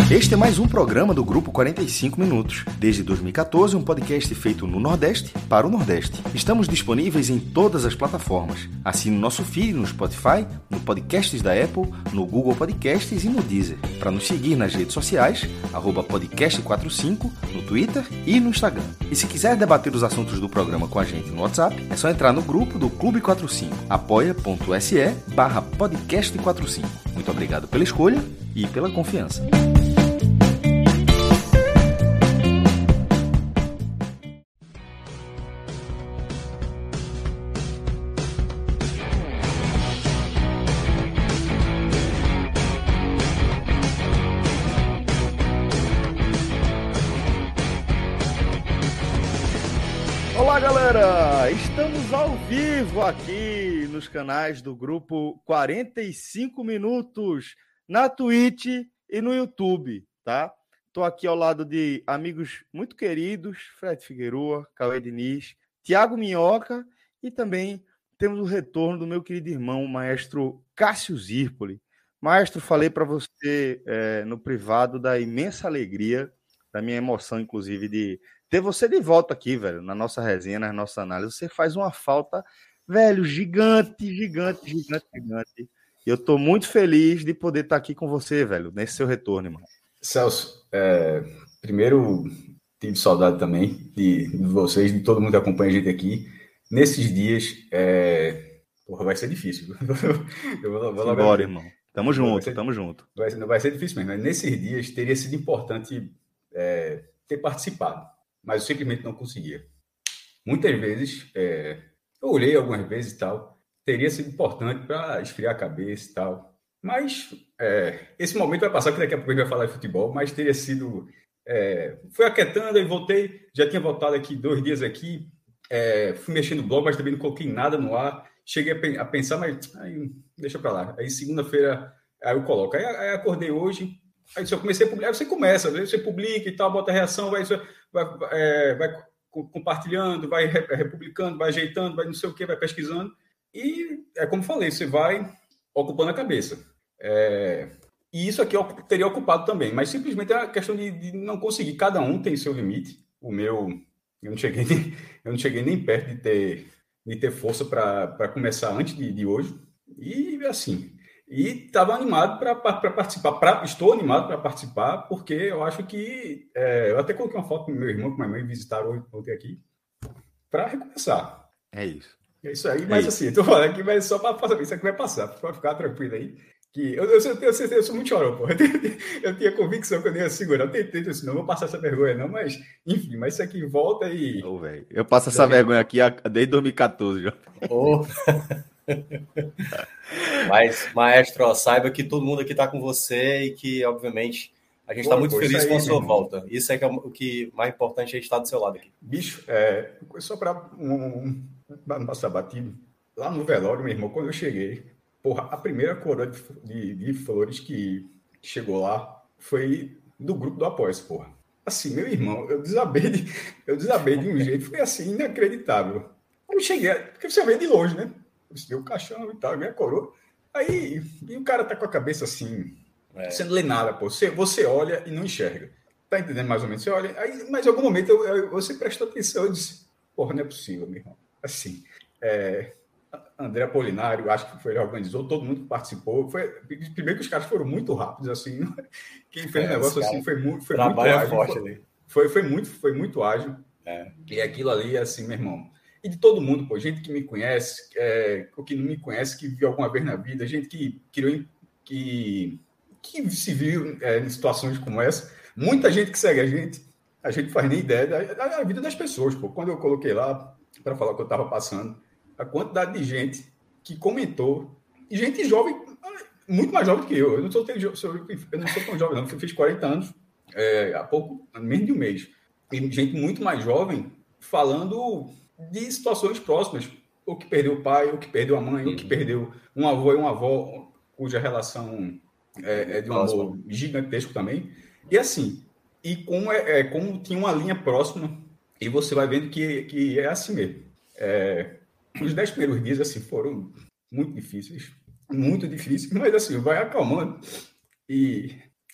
Este é mais um programa do Grupo 45 Minutos. Desde 2014, um podcast feito no Nordeste para o Nordeste. Estamos disponíveis em todas as plataformas. Assine o nosso feed no Spotify, no Podcasts da Apple, no Google Podcasts e no Deezer. Para nos seguir nas redes sociais, @podcast45, no Twitter e no Instagram. E se quiser debater os assuntos do programa com a gente no WhatsApp, é só entrar no grupo do Clube 45, apoia.se/podcast45. Muito obrigado pela escolha e pela confiança. Olá, galera! Estamos ao vivo aqui nos canais do Grupo 45 Minutos, na Twitch e no YouTube, tá? Estou aqui ao lado de amigos muito queridos, Fred Figueroa, Cauê Diniz, Thiago Minhoca e também temos o retorno do meu querido irmão, o maestro Cássio Zirpoli. Maestro, falei para você no privado da imensa alegria, da minha emoção, inclusive, de ter você de volta aqui, velho, na nossa resenha, na nossa análise. Você faz uma falta, velho, gigante. E eu tô muito feliz de poder estar aqui com você, velho, nesse seu retorno, mano. Celso, primeiro tive saudade também de vocês, de todo mundo que acompanha a gente aqui. Nesses dias, vai ser difícil. Eu vou embora, irmão. Tamo junto. Não vai ser difícil mesmo, mas nesses dias teria sido importante ter participado, mas eu simplesmente não conseguia. Muitas vezes, eu olhei algumas vezes e tal, teria sido importante para esfriar a cabeça e tal, mas esse momento vai passar, que daqui a pouco a gente vai falar de futebol, mas teria sido... fui aquietando e voltei, já tinha voltado aqui 2 dias aqui, fui mexendo no blog, mas também não coloquei nada no ar, cheguei a pensar, mas aí, deixa para lá. Aí segunda-feira, aí eu coloco. Aí acordei hoje, aí se eu comecei a publicar, você começa, você publica e tal, bota reação, vai compartilhando, vai republicando, vai ajeitando, vai não sei o que, vai pesquisando. E, como falei, você vai ocupando a cabeça. E isso aqui eu teria ocupado também, mas simplesmente é a questão de não conseguir. Cada um tem seu limite. O meu, eu não cheguei nem perto de ter força para começar antes de hoje. E assim... E estava animado para participar. Estou animado para participar, porque eu acho que... eu até coloquei uma foto com meu irmão, com minha mãe, visitaram ontem aqui, para recomeçar. É isso. É isso aí, mas assim, estou falando aqui, mas só para saber, isso aqui vai passar, para ficar tranquilo aí. Que eu sou muito chorão, pô. Eu tinha convicção que eu não ia segurar. Eu tentei, assim, não vou passar essa vergonha, não, mas, enfim, mas isso aqui volta e... Eu passo essa vergonha aqui desde 2014 já. Oh. Mas, maestro, ó, saiba que todo mundo aqui está com você e que, obviamente, a gente está muito feliz com a sua volta. Isso é que é o que mais importante, a gente está do seu lado aqui. Bicho, só para não passar batido, lá no velório, meu irmão, quando eu cheguei, porra, a primeira coroa de flores que chegou lá foi do grupo do Apoia-se, porra. Assim, meu irmão, eu desabei de um jeito, foi assim, inacreditável. Eu cheguei, porque você vê de longe, né? Você vê o caixão e tal, minha coroa. Aí, e o cara tá com a cabeça assim, você não lê nada, pô. Você olha e não enxerga. Tá entendendo mais ou menos? Você olha, aí, mas em algum momento você presta atenção, eu disse, porra, não é possível, meu irmão. Assim, André Apolinário, acho que foi ele organizou, todo mundo participou. Primeiro que os caras foram muito rápidos, assim. Quem fez o negócio assim foi muito ágil. Forte ali. Foi muito ágil. E aquilo ali, assim, meu irmão. E de todo mundo, pô, gente que me conhece, ou que não me conhece, que viu alguma vez na vida, gente que se viu em situações como essa. Muita gente que segue a gente faz nem ideia da vida das pessoas, pô. Quando eu coloquei lá para falar o que eu estava passando, a quantidade de gente que comentou, e gente jovem, muito mais jovem que eu. Eu não sou tão jovem, não, porque eu fiz 40 anos há pouco, menos de um mês. E gente muito mais jovem falando de situações próximas, ou que perdeu o pai, ou que perdeu a mãe, ou que perdeu um avô e uma avó, cuja relação é de um amor gigantesco também. E assim, como tinha uma linha próxima, e você vai vendo que é assim mesmo. Os 10 primeiros dias assim, foram muito difíceis, mas assim, vai acalmando. E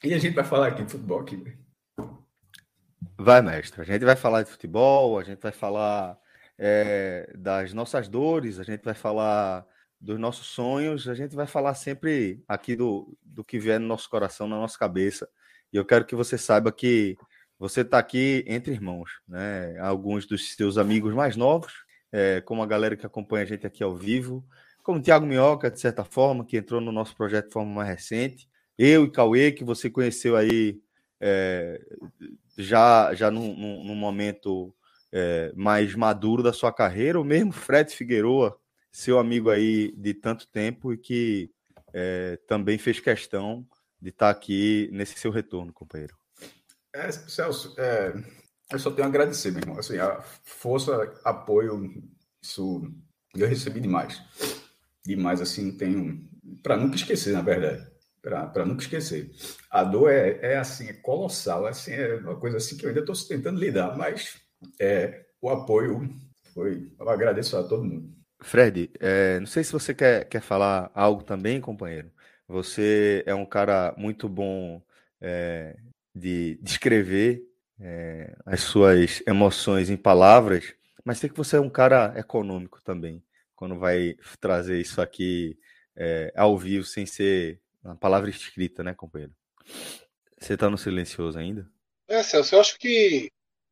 E a gente vai falar aqui de futebol aqui, velho. Vai, mestre. A gente vai falar de futebol, a gente vai falar das nossas dores, a gente vai falar dos nossos sonhos, a gente vai falar sempre aqui do que vier no nosso coração, na nossa cabeça. E eu quero que você saiba que você está aqui entre irmãos, né? Alguns dos seus amigos mais novos, como a galera que acompanha a gente aqui ao vivo, como o Thiago Minhoca, de certa forma, que entrou no nosso projeto de forma mais recente. Eu e Cauê, que você conheceu aí já num momento mais maduro da sua carreira, ou mesmo Fred Figueroa, seu amigo aí de tanto tempo e que também fez questão de estar aqui nesse seu retorno, companheiro. Celso, eu só tenho a agradecer, meu irmão. Assim, a força, apoio, isso eu recebi demais. Demais, assim, tenho... Para nunca esquecer, na verdade. Para nunca esquecer. A dor assim, é colossal. Assim, é uma coisa assim que eu ainda estou tentando lidar, mas o apoio foi... Eu agradeço a todo mundo. Fred, não sei se você quer falar algo também, companheiro. Você é um cara muito bom de descrever as suas emoções em palavras, mas sei que você é um cara econômico também, quando vai trazer isso aqui ao vivo, sem ser uma palavra escrita, né, companheiro? Você tá no silencioso ainda? Celso, eu acho que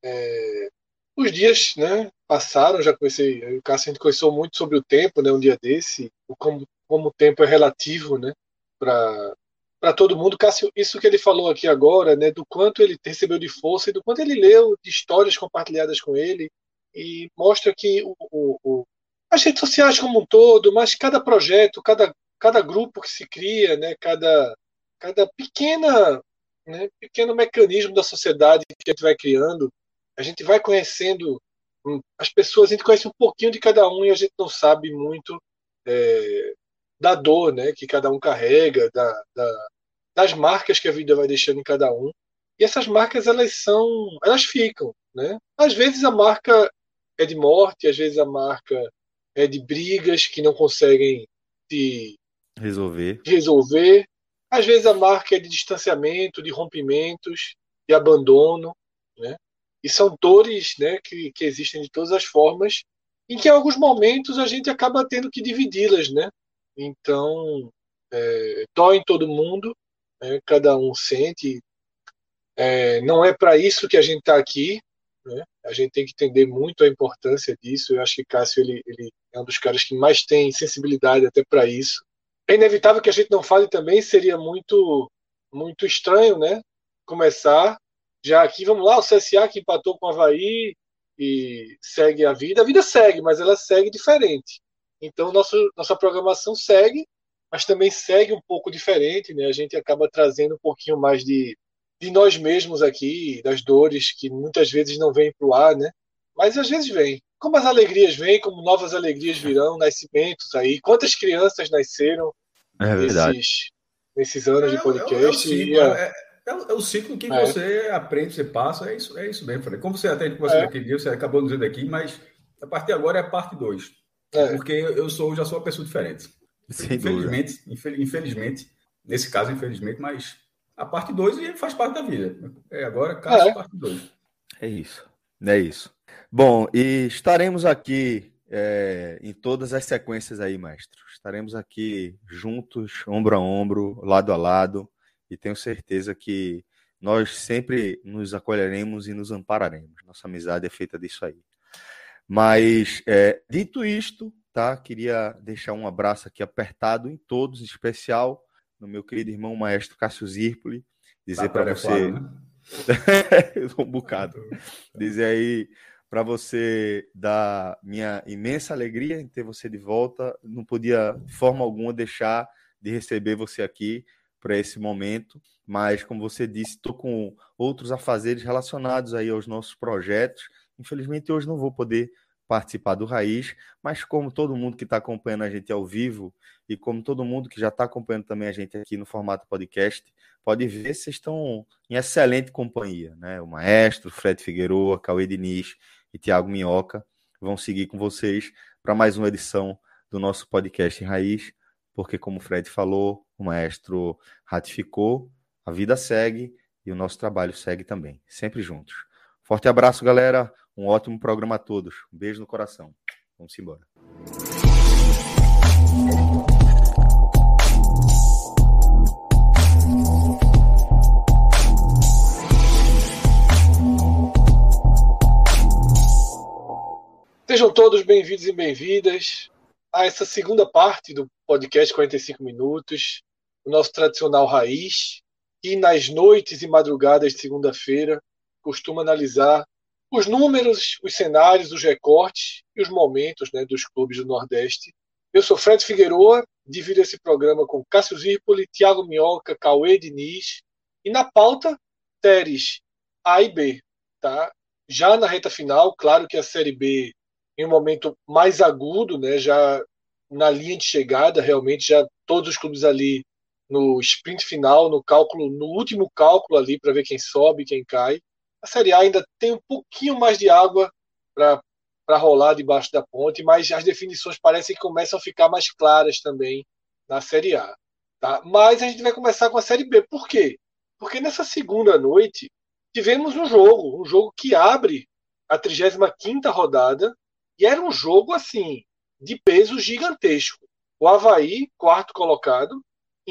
os dias, né, passaram, já conheci, eu e o Cássio, a gente conversou muito sobre o tempo, né, um dia desse, como o tempo é relativo, né, para todo mundo. Cássio, isso que ele falou aqui agora, né, do quanto ele recebeu de força e do quanto ele leu de histórias compartilhadas com ele, e mostra que as redes sociais como um todo, mas cada projeto, cada grupo que se cria, né, cada pequeno mecanismo da sociedade que a gente vai criando, a gente vai conhecendo as pessoas, a gente conhece um pouquinho de cada um e a gente não sabe muito da dor, né, que cada um carrega, das marcas que a vida vai deixando em cada um. E essas marcas, elas ficam, né? Às vezes a marca é de morte, às vezes a marca é de brigas que não conseguem se resolver. Às vezes a marca é de distanciamento, de rompimentos, de abandono, né? E são dores, né, que existem de todas as formas, em que em alguns momentos a gente acaba tendo que dividi-las, né? Então, dói em todo mundo, né? Cada um sente. Não é para isso que a gente está aqui, né? A gente tem que entender muito a importância disso. Eu acho que Cássio ele é um dos caras que mais tem sensibilidade até para isso. É inevitável que a gente não fale também, seria muito estranho, né? Começar já aqui, vamos lá, o CSA que empatou com o Avaí e segue a vida. A vida segue, mas ela segue diferente. Então, nossa programação segue, mas também segue um pouco diferente, né? A gente acaba trazendo um pouquinho mais de nós mesmos aqui, das dores que muitas vezes não vêm para o ar, né? Mas às vezes vem. Como as alegrias vêm, como novas alegrias virão, nascimentos aí. Quantas crianças nasceram nesses anos de podcast? É o ciclo que você aprende, você passa, é isso mesmo, Fred. Como você até conversou naquele dia, você acabou dizendo aqui, mas a partir de agora é a parte 2. Porque eu já sou uma pessoa diferente. Infelizmente, nesse caso, infelizmente, mas a parte 2 faz parte da vida. Agora, caso parte 2. É isso. Bom, e estaremos aqui em todas as sequências aí, mestre. Estaremos aqui juntos, ombro a ombro, lado a lado, e tenho certeza que nós sempre nos acolheremos e nos ampararemos. Nossa amizade é feita disso aí. Mas, dito isto, tá? Queria deixar um abraço aqui apertado em todos, em especial no meu querido irmão maestro Cássio Zirpoli, dizer para você... né? um bocado. Dizer aí para você da minha imensa alegria em ter você de volta. Não podia, de forma alguma, deixar de receber você aqui para esse momento, mas, como você disse, estou com outros afazeres relacionados aí aos nossos projetos. Infelizmente, hoje não vou poder participar do Raiz, mas como todo mundo que está acompanhando a gente ao vivo e como todo mundo que já está acompanhando também a gente aqui no formato podcast, pode ver, vocês estão em excelente companhia, né? O maestro, Fred Figueroa, Cauê Diniz e Thiago Minhoca vão seguir com vocês para mais uma edição do nosso podcast Raiz, porque, como o Fred falou, o maestro ratificou a vida segue e o nosso trabalho segue também, sempre juntos. Forte abraço, galera. Um ótimo programa a todos. Um beijo no coração. Vamos embora. Sejam todos bem-vindos e bem-vindas a essa segunda parte do podcast 45 Minutos, o nosso tradicional raiz, que nas noites e madrugadas de segunda-feira costuma analisar os números, os cenários, os recortes e os momentos, né, dos clubes do Nordeste. Eu sou Fred Figueroa, divido esse programa com Cássio Zirpoli, Thiago Minhoca, Cauê Diniz, e na pauta, séries A e B. Tá? Já na reta final, claro que a Série B em um momento mais agudo, né, já na linha de chegada, realmente já todos os clubes ali no sprint final, no cálculo, no último cálculo ali para ver quem sobe, quem cai. A Série A ainda tem um pouquinho mais de água para rolar debaixo da ponte, mas as definições parecem que começam a ficar mais claras também na Série A. Tá? Mas a gente vai começar com a Série B. Por quê? Porque nessa segunda noite tivemos um jogo que abre a 35ª rodada, e era um jogo, assim, de peso gigantesco. O Avaí, quarto colocado,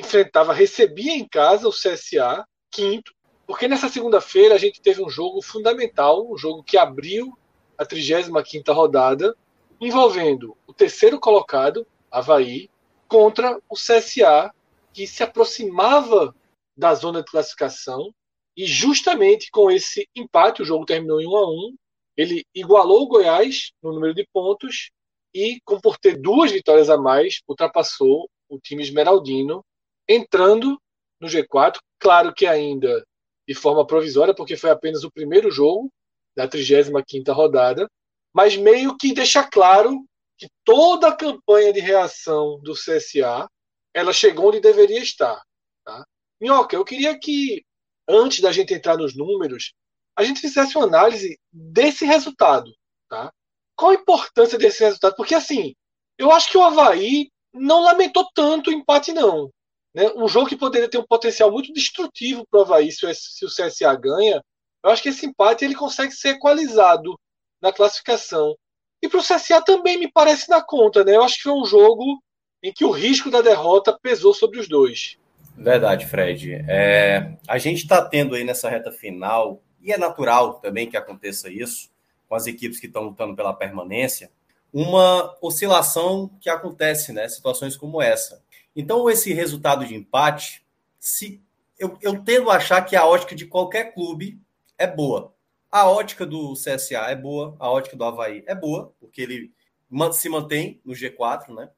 recebia em casa o CSA, quinto, porque nessa segunda-feira a gente teve um jogo fundamental, um jogo que abriu a 35ª rodada, envolvendo o terceiro colocado, Avaí, contra o CSA, que se aproximava da zona de classificação, e justamente com esse empate, o jogo terminou em 1-1, ele igualou o Goiás no número de pontos e, por ter 2 vitórias a mais, ultrapassou o time esmeraldino, entrando no G4, claro que ainda de forma provisória, porque foi apenas o primeiro jogo da 35ª rodada, mas meio que deixa claro que toda a campanha de reação do CSA, ela chegou onde deveria estar. Tá? Minhoca, eu queria que, antes da gente entrar nos números, a gente fizesse uma análise desse resultado. Tá? Qual a importância desse resultado? Porque, assim, eu acho que o Avaí não lamentou tanto o empate, não. Né? Um jogo que poderia ter um potencial muito destrutivo para o Avaí se o CSA ganha, eu acho que esse empate ele consegue ser equalizado na classificação. E para o CSA também me parece na conta. Né? Eu acho que foi um jogo em que o risco da derrota pesou sobre os dois. Verdade, Fred. A gente está tendo aí nessa reta final, e é natural também que aconteça isso, com as equipes que estão lutando pela permanência, uma oscilação que acontece, né? Situações como essa. Então, esse resultado de empate, eu tendo a achar que a ótica de qualquer clube é boa. A ótica do CSA é boa, a ótica do Avaí é boa, porque ele se mantém no G4, né?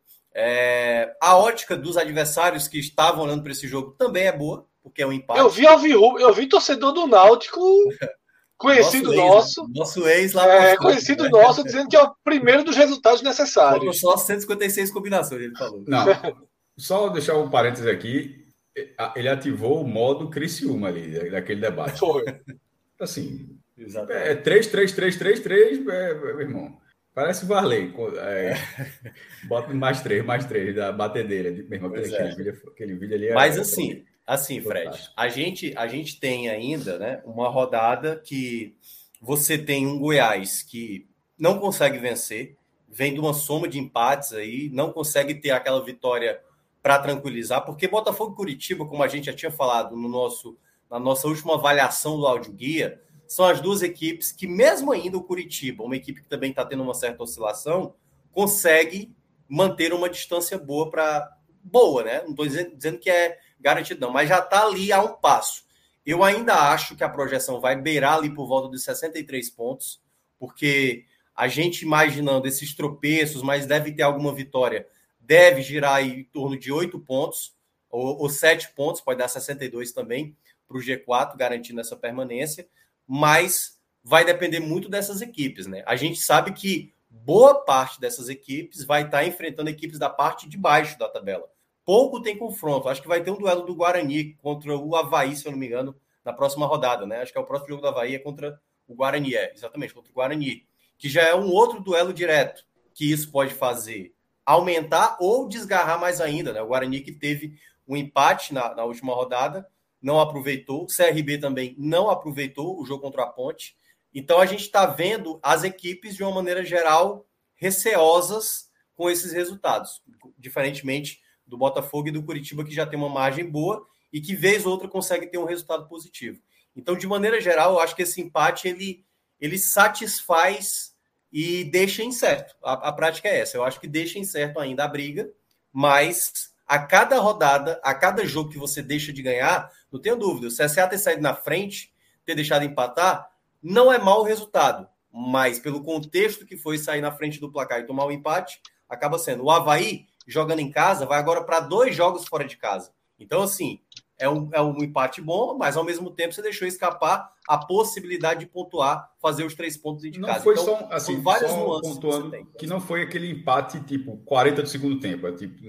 A ótica dos adversários que estavam olhando para esse jogo também é boa, porque é um empate. Eu vi torcedor do Náutico, conhecido nosso ex lá. Conhecido nosso, dizendo que é o primeiro dos resultados necessários. Só 156 combinações, ele falou. Não, só deixar um parênteses aqui, ele ativou o modo Criciúma ali, daquele debate. Foi. Assim, 3, meu irmão. Parece Varley. Bota mais 3 da batedeira. Mesmo, aquele vídeo ali. Mas assim, Fred, a gente tem ainda, né, uma rodada que você tem um Goiás que não consegue vencer, vem de uma soma de empates aí, não consegue ter aquela vitória para tranquilizar, porque Botafogo e Curitiba, como a gente já tinha falado na nossa última avaliação do áudio guia, são as duas equipes que, mesmo ainda o Curitiba, uma equipe que também está tendo uma certa oscilação, consegue manter uma distância boa, né? Não estou dizendo que é garantido, não, mas já está ali a um passo. Eu ainda acho que a projeção vai beirar ali por volta de 63 pontos, porque a gente imaginando esses tropeços, mas deve ter alguma vitória, deve girar aí em torno de 8 pontos, ou 7 pontos, pode dar 62 também, para o G4, garantindo essa permanência, mas vai depender muito dessas equipes, né? A gente sabe que boa parte dessas equipes vai estar enfrentando equipes da parte de baixo da tabela. Pouco tem confronto. Acho que vai ter um duelo do Guarani contra o Avaí, se eu não me engano, na próxima rodada, né? Acho que o próximo jogo do Avaí é contra o Guarani, exatamente, contra o Guarani, que já é um outro duelo direto, que isso pode fazer aumentar ou desgarrar mais ainda, né? O Guarani que teve um empate na última rodada, não aproveitou, o CRB também não aproveitou o jogo contra a Ponte. Então a gente está vendo as equipes, de uma maneira geral, receosas com esses resultados, diferentemente do Botafogo e do Curitiba, que já tem uma margem boa e que, vez ou outra, consegue ter um resultado positivo. Então, de maneira geral, eu acho que esse empate ele satisfaz e deixa incerto. A prática é essa. Eu acho que deixa incerto ainda a briga, mas a cada rodada, a cada jogo que você deixa de ganhar, não tenho dúvida, o CSA ter saído na frente, ter deixado empatar, não é mau resultado, mas pelo contexto que foi sair na frente do placar e tomar o empate, acaba sendo. O Avaí, jogando em casa, vai agora para 2 jogos fora de casa. Então, assim, é um empate bom, mas ao mesmo tempo você deixou escapar a possibilidade de pontuar, fazer os 3 pontos de casa. Não foi então, só, assim, são várias só nuances pontuando que você tem. que não foi aquele empate, tipo, 40 do segundo tempo.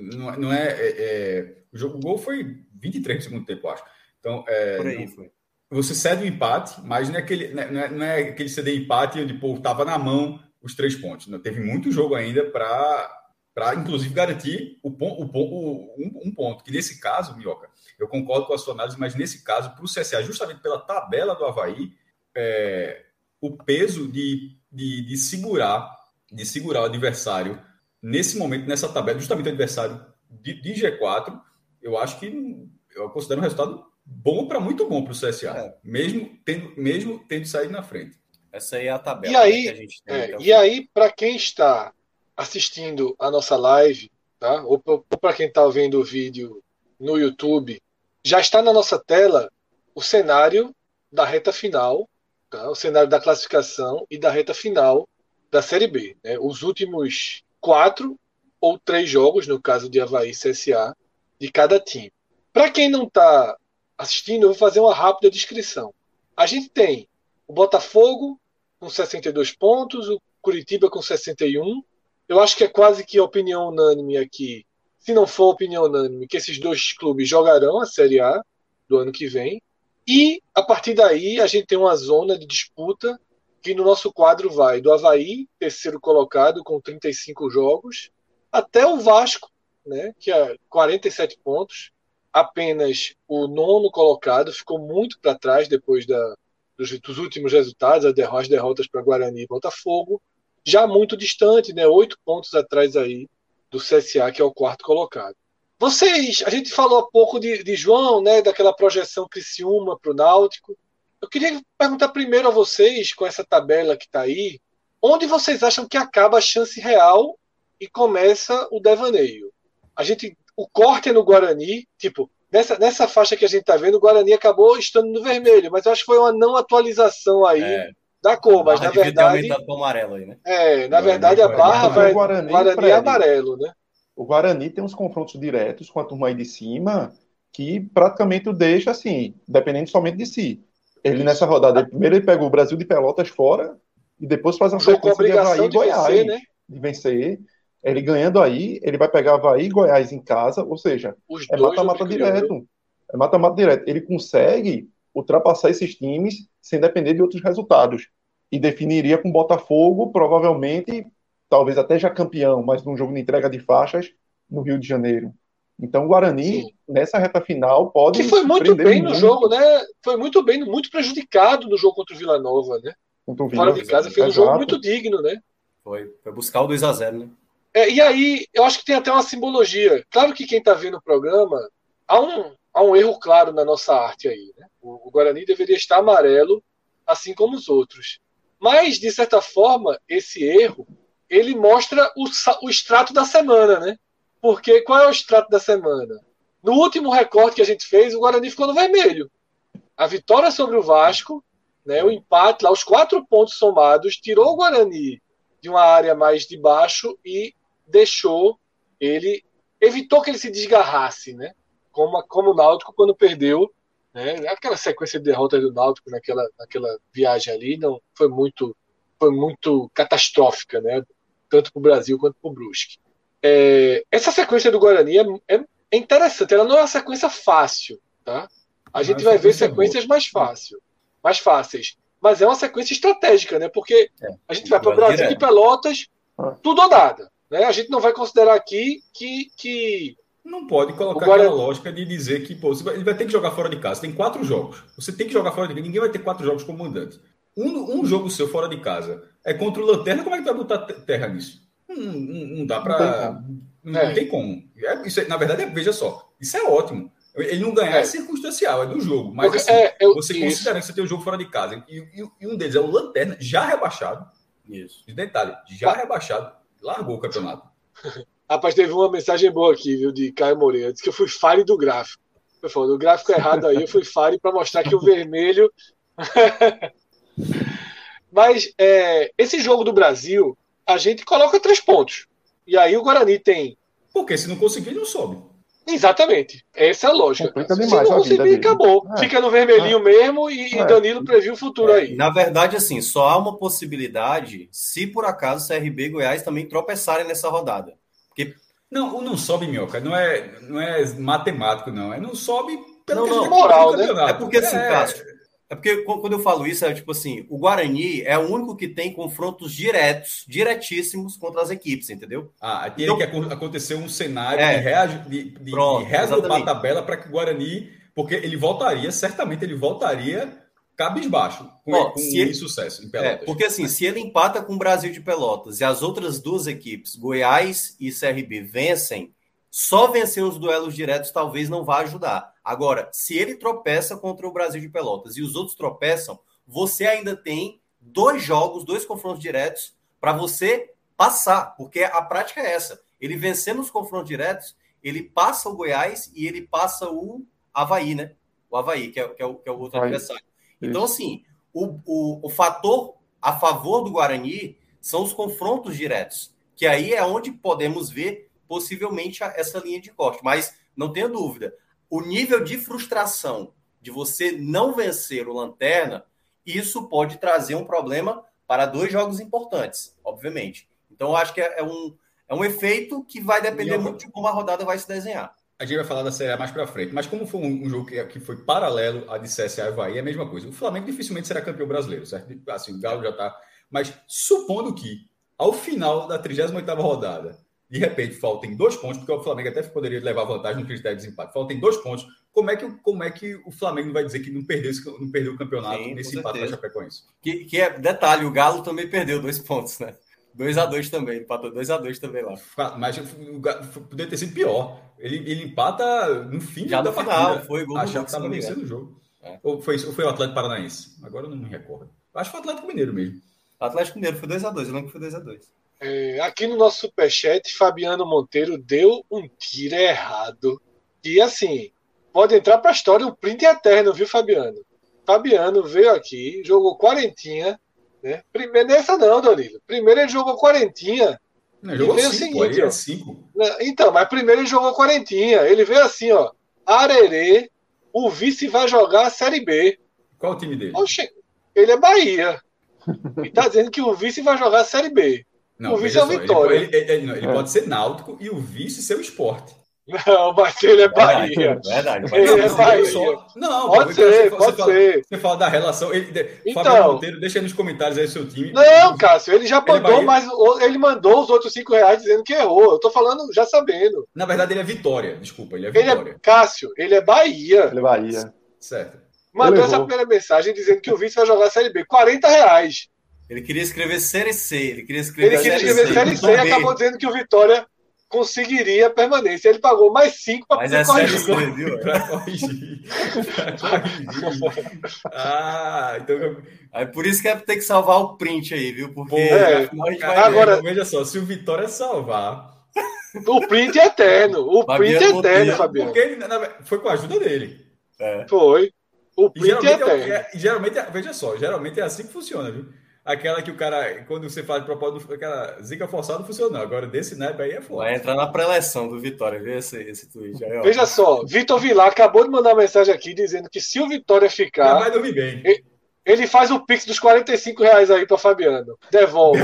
O gol foi 23 do segundo tempo, eu acho. Então, por aí foi. Você cede o empate, mas não é aquele ceder empate onde, pô, estava na mão os 3 pontos. Não, teve muito jogo ainda para inclusive, garantir um ponto. Que nesse caso, Minhoca, eu concordo com a sua análise, mas nesse caso, para o CSA, justamente pela tabela do Avaí, o peso de segurar o adversário nesse momento, nessa tabela, justamente o adversário de G4, eu acho que eu considero um resultado bom para muito bom para o CSA, mesmo tendo saído na frente. Essa aí é a tabela. E aí, que a gente tem para quem está assistindo a nossa live, tá? Ou para quem está vendo o vídeo no YouTube, já está na nossa tela o cenário da reta final, tá? O cenário da classificação e da reta final da Série B, né? Os últimos 4 ou 3 jogos, no caso de Avaí e CSA, de cada time. Para quem não está assistindo, eu vou fazer uma rápida descrição. A gente tem o Botafogo com 62 pontos, o Curitiba com 61. Eu acho que é quase que opinião unânime aqui, se não for opinião unânime, que esses 2 clubes jogarão a Série A do ano que vem. E, a partir daí, a gente tem uma zona de disputa que no nosso quadro vai do Avaí, terceiro colocado, com 35 jogos, até o Vasco, né, que é 47 pontos. Apenas o 9º colocado ficou muito para trás depois dos últimos resultados, as derrotas para Guarani e Botafogo, já muito distante, né, 8 pontos atrás aí do CSA, que é o 4º colocado. A gente falou há pouco de João, né, daquela projeção Criciúma para o Náutico. Eu queria perguntar primeiro a vocês, com essa tabela que está aí, onde vocês acham que acaba a chance real e começa o devaneio? O corte é no Guarani, tipo, nessa faixa que a gente está vendo, o Guarani acabou estando no vermelho, mas eu acho que foi uma não atualização aí da cor, mas na verdade... amarelo aí, né? Na verdade a barra vai... Guarani é amarelo, né? O Guarani tem uns confrontos diretos com a turma aí de cima que praticamente o deixa assim, dependendo somente de si. Ele nessa rodada, primeiro ele pegou o Brasil de Pelotas fora e depois faz uma sequência de Avaí e Goiás. Vencer, né? De vencer. Ele ganhando aí, ele vai pegar Avaí e Goiás em casa, ou seja, é mata-mata direto. É mata-mata direto. Ele consegue ultrapassar esses times sem depender de outros resultados. E definiria com Botafogo, provavelmente, talvez até já campeão, mas num jogo de entrega de faixas no Rio de Janeiro. Então o Guarani, nessa reta final, pode... Que foi muito bem no jogo, né? Foi muito bem, muito prejudicado no jogo contra o Vila Nova, né? Fora de casa, fez um jogo muito digno, né? Foi buscar o 2-0, né? E aí, eu acho que tem até uma simbologia. Claro que quem está vendo o programa, há um erro claro na nossa arte aí, né? O Guarani deveria estar amarelo, assim como os outros. Mas, de certa forma, esse erro, ele mostra o extrato da semana, né? Porque qual é o extrato da semana? No último recorte que a gente fez, o Guarani ficou no vermelho. A vitória sobre o Vasco, né, o empate lá, os 4 pontos somados, tirou o Guarani de uma área mais de baixo e evitou que ele se desgarrasse, né? Como o Náutico quando perdeu, né? Aquela sequência de derrotas do Náutico naquela viagem ali não foi muito catastrófica, né? Tanto para o Brasil quanto para o Brusque. Essa sequência do Guarani é interessante. Ela não é uma sequência fácil, tá? A gente vai ver sequências mais fáceis. Mas é uma sequência estratégica, né? Porque a gente vai para o Brasil de Pelotas, tudo ou nada. Né? A gente não vai considerar aqui que Não pode colocar aquela lógica de dizer que ele vai ter que jogar fora de casa. Tem 4 jogos. Você tem que jogar fora de casa. Ninguém vai ter 4 jogos como mandante. Um jogo seu fora de casa é contra o Lanterna. Como é que vai botar terra nisso? Não dá para... Não tem como. Isso, na verdade, veja só. Isso é ótimo. Ele não ganhar é circunstancial, é do jogo. Mas assim, você considera que você tem um jogo fora de casa e um deles é o Lanterna, já rebaixado. Isso. De detalhe, já rebaixado. Largou o campeonato. Rapaz, teve uma mensagem boa aqui, viu, de Caio Moreira. Disse que eu fui fire do gráfico. Eu falei, o gráfico errado aí, eu fui fire para mostrar que o vermelho... Mas esse jogo do Brasil, a gente coloca 3 pontos. E aí o Guarani tem... Porque se não conseguir, não sobe. Exatamente. Essa é a lógica. Se não conseguir, acabou. Fica no vermelhinho mesmo e Danilo previu o futuro aí. Na verdade, assim, só há uma possibilidade se por acaso CRB e Goiás também tropeçarem nessa rodada. Porque... Não sobe, Minhoca. Não é matemático, não. Não sobe pelo moral, né? É porque, assim, Cássio, é porque quando eu falo isso, é tipo assim, o Guarani é o único que tem confrontos diretíssimos contra as equipes, entendeu? Teria que acontecer um cenário de reagrupar a tabela para que o Guarani... Porque certamente ele voltaria cabisbaixo com insucesso em Pelotas. Porque assim, se ele empata com o Brasil de Pelotas e as outras 2 equipes, Goiás e CRB, vencem, só vencer os duelos diretos talvez não vá ajudar. Agora, se ele tropeça contra o Brasil de Pelotas e os outros tropeçam, você ainda tem 2 confrontos diretos para você passar, porque a prática é essa. Ele vencendo os confrontos diretos, ele passa o Goiás e ele passa o Avaí, né? O Avaí, que é o outro adversário. Então, assim, o fator a favor do Guarani são os confrontos diretos, que aí é onde podemos ver possivelmente essa linha de corte. Mas não tenha dúvida, o nível de frustração de você não vencer o Lanterna, isso pode trazer um problema para 2 jogos importantes, obviamente. Então, eu acho que é um efeito que vai depender muito de como a rodada vai se desenhar. A gente vai falar da Série A mais para frente, mas como foi um jogo que foi paralelo a de CSA e Avaí, é a mesma coisa. O Flamengo dificilmente será campeão brasileiro, certo? Assim, o Galo já está... Mas supondo que, ao final da 38ª rodada, de repente faltem 2 pontos, porque o Flamengo até poderia levar vantagem no critério de desempate, faltem 2 pontos, como é que o Flamengo vai dizer que não perdeu o campeonato nesse empate da Chapecoense? Que é detalhe, o Galo também perdeu 2 pontos, né? 2-2 também, ele empatou 2-2 também lá. Mas poderia ter sido pior. Ele empata no fim já da no partida. Final, foi gol. Achava que estava vencendo o jogo. Ou foi o Atlético Paranaense? Agora eu não me recordo. Acho que foi o Atlético Mineiro mesmo. Atlético Mineiro foi 2-2, eu lembro que foi 2-2. Aqui no nosso superchat, Fabiano Monteiro deu um tiro errado. E assim, pode entrar para a história um print eterno, viu, Fabiano? Fabiano veio aqui, jogou 40. Né? Primeiro, nessa não, Danilo. Primeiro ele jogou 40. Não, jogou 5. Então, mas primeiro ele jogou 40. Ele veio assim, ó. Arerê, o vice vai jogar a Série B. Qual o time dele? Oxe, ele é Bahia. E tá dizendo que o vice vai jogar a Série B. Não, o vice é o Vitória. Ele pode ser Náutico e o vice ser o Sport. Não, mas ele é Bahia. Verdade. Ele é Bahia. Não, pode ser. Você fala da relação. Então, Fábio Monteiro, deixa aí nos comentários aí o seu time. Não, Cássio, ele já mandou, mas ele mandou os outros R$5 dizendo que errou. Eu tô falando já sabendo. Na verdade, ele é Vitória. Desculpa, ele é Vitória. Cássio, ele é Bahia. Ele é Bahia. Certo. Mandou essa primeira mensagem dizendo que o vice vai jogar a Série B. R$40. Ele queria escrever Série C. Ele queria escrever Série C e acabou dizendo que o Vitória conseguiria permanência. Ele pagou mais 5 para poder corrigir. Para corrigir. Então... Aí por isso que é ter que salvar o print aí, viu? Porque agora, veja só, se o Vitória salvar... O print é eterno. O print é eterno, Fabiano. Porque ele, foi com a ajuda dele. Foi. O print é eterno. Geralmente, veja só, geralmente é assim que funciona, viu? Aquela que o cara, quando você faz de propósito, aquela zica forçada não funcionou. Agora, desse naipe aí é foda. Vai entrar na pré-eleção do Vitória, vê esse tweet aí, ó. Veja só, Vitor Vilar acabou de mandar mensagem aqui dizendo que se o Vitória ficar... Já vai dormir bem. Ele faz o pix dos R$45 aí para Fabiano. Devolve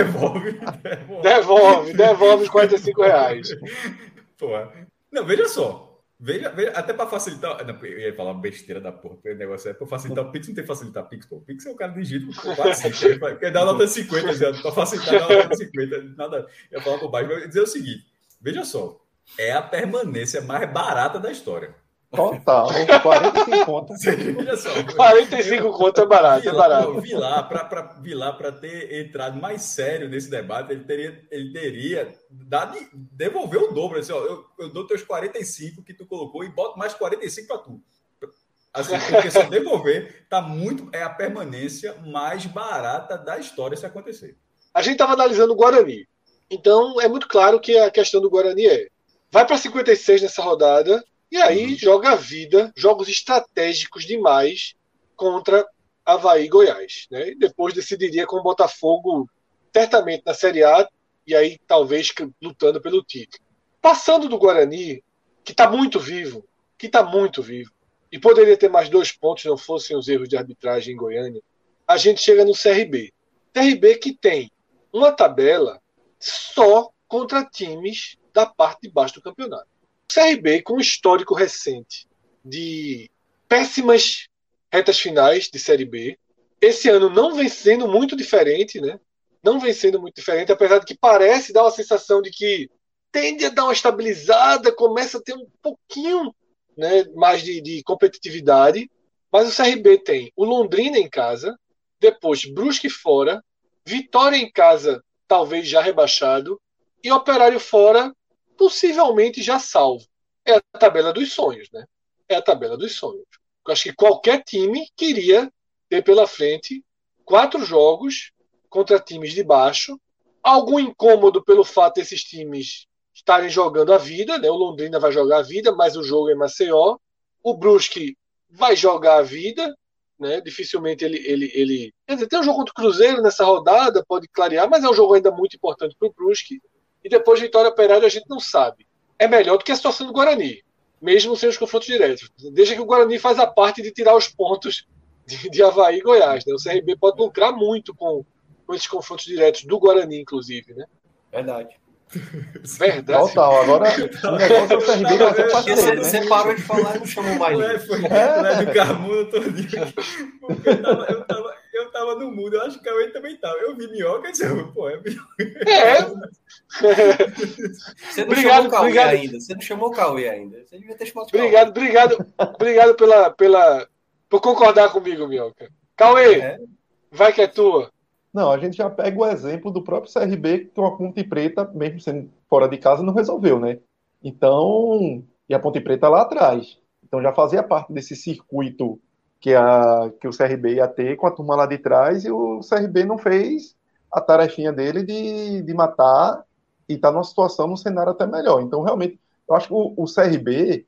os R$45. Porra. Não, veja só. Veja, até para facilitar. Não, eu ia falar besteira da porra, porque o negócio é para facilitar o Pix, não tem que facilitar o Pix, pô. O Pix é o cara digito, pô, quer dar nota 50, para facilitar, dar nota 50, nada. Eu ia falar por baixo, mas eu ia dizer o seguinte: veja só, é a permanência mais barata da história. Total, 45 conto. Olha só, 45 conto é barato, é barato. Vi lá para ter entrado mais sério nesse debate, ele teria devolver o dobro. Assim, ó, eu dou teus 45 que tu colocou e boto mais 45 para tu. Assim, porque se devolver, é a permanência mais barata da história se acontecer. A gente estava analisando o Guarani. Então, é muito claro que a questão do Guarani vai para 56 nessa rodada e aí joga a vida, jogos estratégicos demais contra Avaí e Goiás. Né? E depois decidiria com o Botafogo, certamente na Série A, e aí talvez lutando pelo título. Passando do Guarani, que está muito vivo, e poderia ter mais 2 pontos se não fossem os erros de arbitragem em Goiânia, a gente chega no CRB. CRB que tem uma tabela só contra times da parte de baixo do campeonato. O CRB, com um histórico recente de péssimas retas finais de Série B, esse ano não vem sendo muito diferente, né? Não vem sendo muito diferente, apesar de que parece dar uma sensação de que tende a dar uma estabilizada, começa a ter um pouquinho, né, mais de competitividade, mas o CRB tem o Londrina em casa, depois Brusque fora, Vitória em casa, talvez já rebaixado, e Operário fora, possivelmente já salvo. É a tabela dos sonhos, né? É a tabela dos sonhos. Eu acho que qualquer time queria ter pela frente 4 jogos contra times de baixo, algum incômodo pelo fato desses times estarem jogando a vida, né? O Londrina vai jogar a vida, mas o jogo é em Maceió. O Brusque vai jogar a vida, né? Dificilmente ele... Quer dizer, tem um jogo contra o Cruzeiro nessa rodada, pode clarear, mas é um jogo ainda muito importante para o Brusque. E depois Vitória Operário a gente não sabe. É melhor do que a situação do Guarani, mesmo sem os confrontos diretos. Deixa que o Guarani faz a parte de tirar os pontos de Avaí e Goiás. Né? O CRB pode lucrar muito com esses confrontos diretos do Guarani, inclusive. Né? Verdade. Total, agora o negócio é o CRB vai ser parceiro, Você parou de falar e não chamou mais. Do Carmuno todinho. Porque eu tava no mundo, eu acho que o Cauê também tava. Eu vi Minhoca e disse, pô, é Minhoca. Você não chamou o Cauê ainda. Você não chamou o Cauê ainda. Você devia ter chamado o Cauê. Obrigado por concordar comigo, Minhoca. Cauê, vai que é tua. Não, a gente já pega o exemplo do próprio CRB, que a Ponte Preta, mesmo sendo fora de casa, não resolveu, né? Então, e a Ponte Preta lá atrás. Então já fazia parte desse circuito que o CRB ia ter com a turma lá de trás, e o CRB não fez a tarefinha dele de matar e tá numa situação, num cenário até melhor. Então, realmente, eu acho que o CRB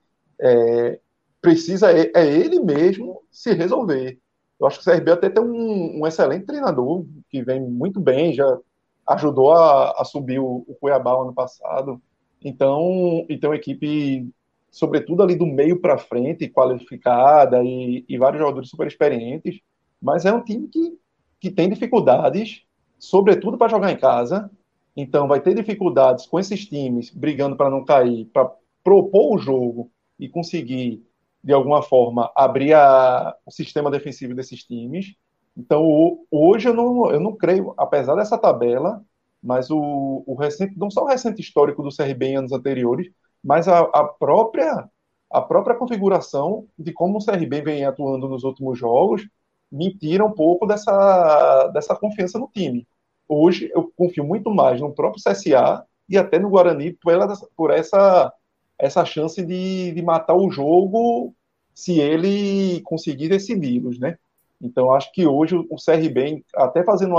precisa, ele mesmo se resolver. Eu acho que o CRB até tem um excelente treinador, que vem muito bem, já ajudou a subir o Cuiabá ano passado. Então, e tem uma equipe, sobretudo ali do meio para frente, qualificada e vários jogadores super experientes. Mas é um time que tem dificuldades, sobretudo para jogar em casa. Então, vai ter dificuldades com esses times brigando para não cair, para propor o jogo e conseguir, de alguma forma, abrir o sistema defensivo desses times. Então, hoje eu não creio, apesar dessa tabela, mas o recente, não só o recente histórico do CRB em anos anteriores, mas a própria configuração de como o CRB vem atuando nos últimos jogos me tira um pouco dessa confiança no time. Hoje eu confio muito mais no próprio CSA e até no Guarani por essa chance de matar o jogo se ele conseguir decidi-los, né? Então, acho que hoje o CRB, até fazendo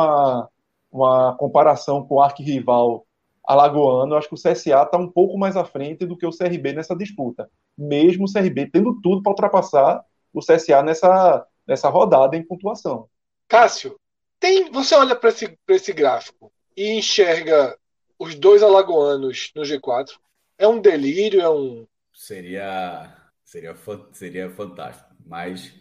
uma comparação com o arquirrival alagoano, acho que o CSA está um pouco mais à frente do que o CRB nessa disputa. Mesmo o CRB tendo tudo para ultrapassar o CSA nessa rodada em pontuação. Cássio, você olha para esse gráfico e enxerga os 2 alagoanos no G4? É um delírio? Seria fantástico, mas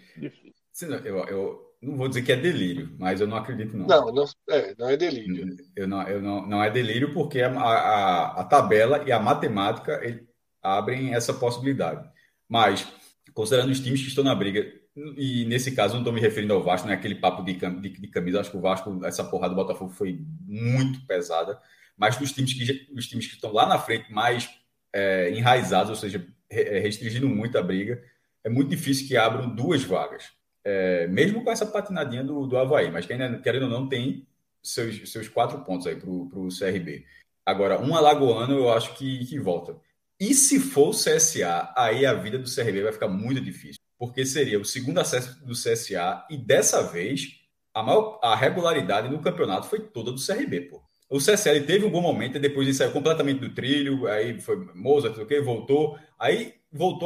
eu não vou dizer que é delírio, mas eu não acredito não. Não é delírio. Não é delírio porque a tabela e a matemática abrem essa possibilidade. Mas, considerando os times que estão na briga, e nesse caso não estou me referindo ao Vasco, não é aquele papo de camisa, acho que o Vasco, essa porrada do Botafogo foi muito pesada, mas os times que estão lá na frente, mais enraizados, ou seja, restringindo muito a briga, é muito difícil que abram 2 vagas. Mesmo com essa patinadinha do Avaí, mas que ainda, querendo ou não, tem seus 4 pontos aí para o CRB. Agora, um alagoano eu acho que volta. E se for o CSA, aí a vida do CRB vai ficar muito difícil, porque seria o segundo acesso do CSA e dessa vez a regularidade no campeonato foi toda do CRB, pô. O CSA ele teve um bom momento e depois ele saiu completamente do trilho, aí foi Mozart, voltou, aí voltou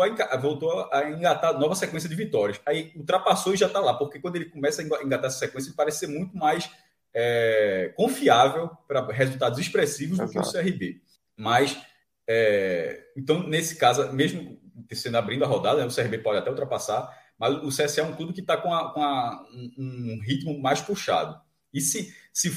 a engatar nova sequência de vitórias. Aí ultrapassou e já está lá, porque quando ele começa a engatar essa sequência, ele parece ser muito mais confiável para resultados expressivos do que o CRB. Mas, então, nesse caso, mesmo sendo abrindo a rodada, o CRB pode até ultrapassar, mas o CSA é um clube que está com um ritmo mais puxado. E se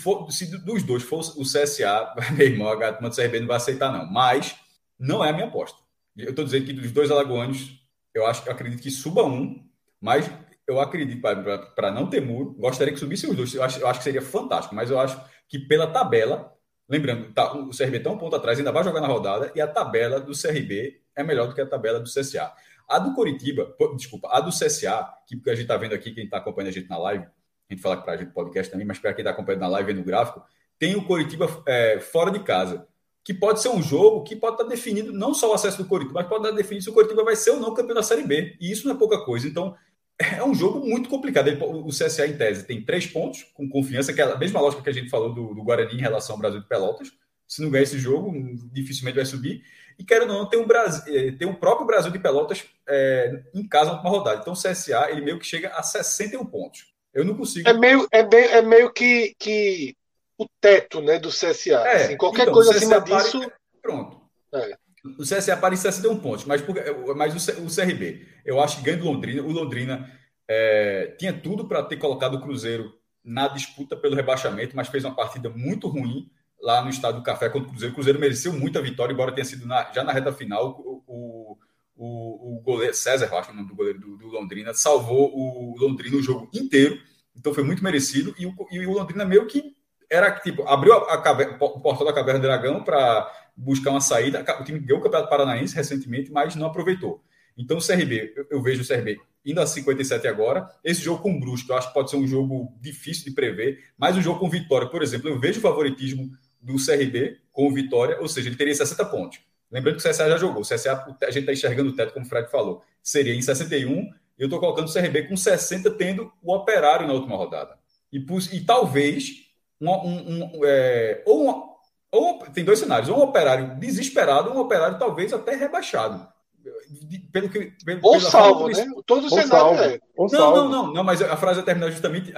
dos dois for o CSA, meu irmão, a turma do CRB não vai aceitar, não. Mas não é a minha aposta. Eu estou dizendo que dos 2 alagoanos, eu acredito que suba um, mas eu acredito, para não ter muro, gostaria que subisse os 2. Eu acho que seria fantástico, mas eu acho que pela tabela, lembrando, o CRB está um ponto atrás, ainda vai jogar na rodada, e a tabela do CRB é melhor do que a tabela do CSA. A do Coritiba, a do CSA, que a gente está vendo aqui, quem está acompanhando a gente na live, a gente fala para a gente podcast também, mas para quem está acompanhando na live e no gráfico, tem o Coritiba fora de casa, que pode ser um jogo que pode estar definido não só o acesso do Coritiba, mas pode estar definido se o Coritiba vai ser ou não campeão da Série B. E isso não é pouca coisa. Então, é um jogo muito complicado. O CSA, em tese, tem 3 pontos, com confiança, que é a mesma lógica que a gente falou do Guarani em relação ao Brasil de Pelotas. Se não ganhar esse jogo, dificilmente vai subir. E quero ou não, tem o próprio Brasil de Pelotas em casa na última rodada. Então, o CSA, ele meio que chega a 61 pontos. Eu não consigo... É meio que o teto, né, do CSA. Assim, qualquer então, coisa acima disso... Pronto. O CSA para em 61 pontos, mas o CRB, eu acho que ganha do Londrina. O Londrina tinha tudo para ter colocado o Cruzeiro na disputa pelo rebaixamento, mas fez uma partida muito ruim lá no Estádio do Café contra o Cruzeiro. O Cruzeiro mereceu muita vitória, embora tenha sido já na reta final. O goleiro César, eu acho o nome do goleiro do Londrina, salvou o Londrina o jogo inteiro, então foi muito merecido. E o Londrina meio que era tipo, abriu o portal da Caverna do Dragão para buscar uma saída. O time deu o Campeonato Paranaense recentemente, mas não aproveitou. Então o CRB, eu vejo o CRB indo a 57 agora. Esse jogo com o Brusque, eu acho que pode ser um jogo difícil de prever, mas o jogo com Vitória, por exemplo, eu vejo o favoritismo do CRB com o Vitória, ou seja, ele teria 60 pontos. Lembrando que o CSA já jogou. O CSA, a gente está enxergando o teto, como o Fred falou. Seria em 61, eu estou colocando o CRB com 60, tendo o Operário na última rodada. E talvez tem 2 cenários. Um Operário desesperado, um Operário talvez até rebaixado. Ou salvo, né? Todo o cenário Não, mas a frase é terminar justamente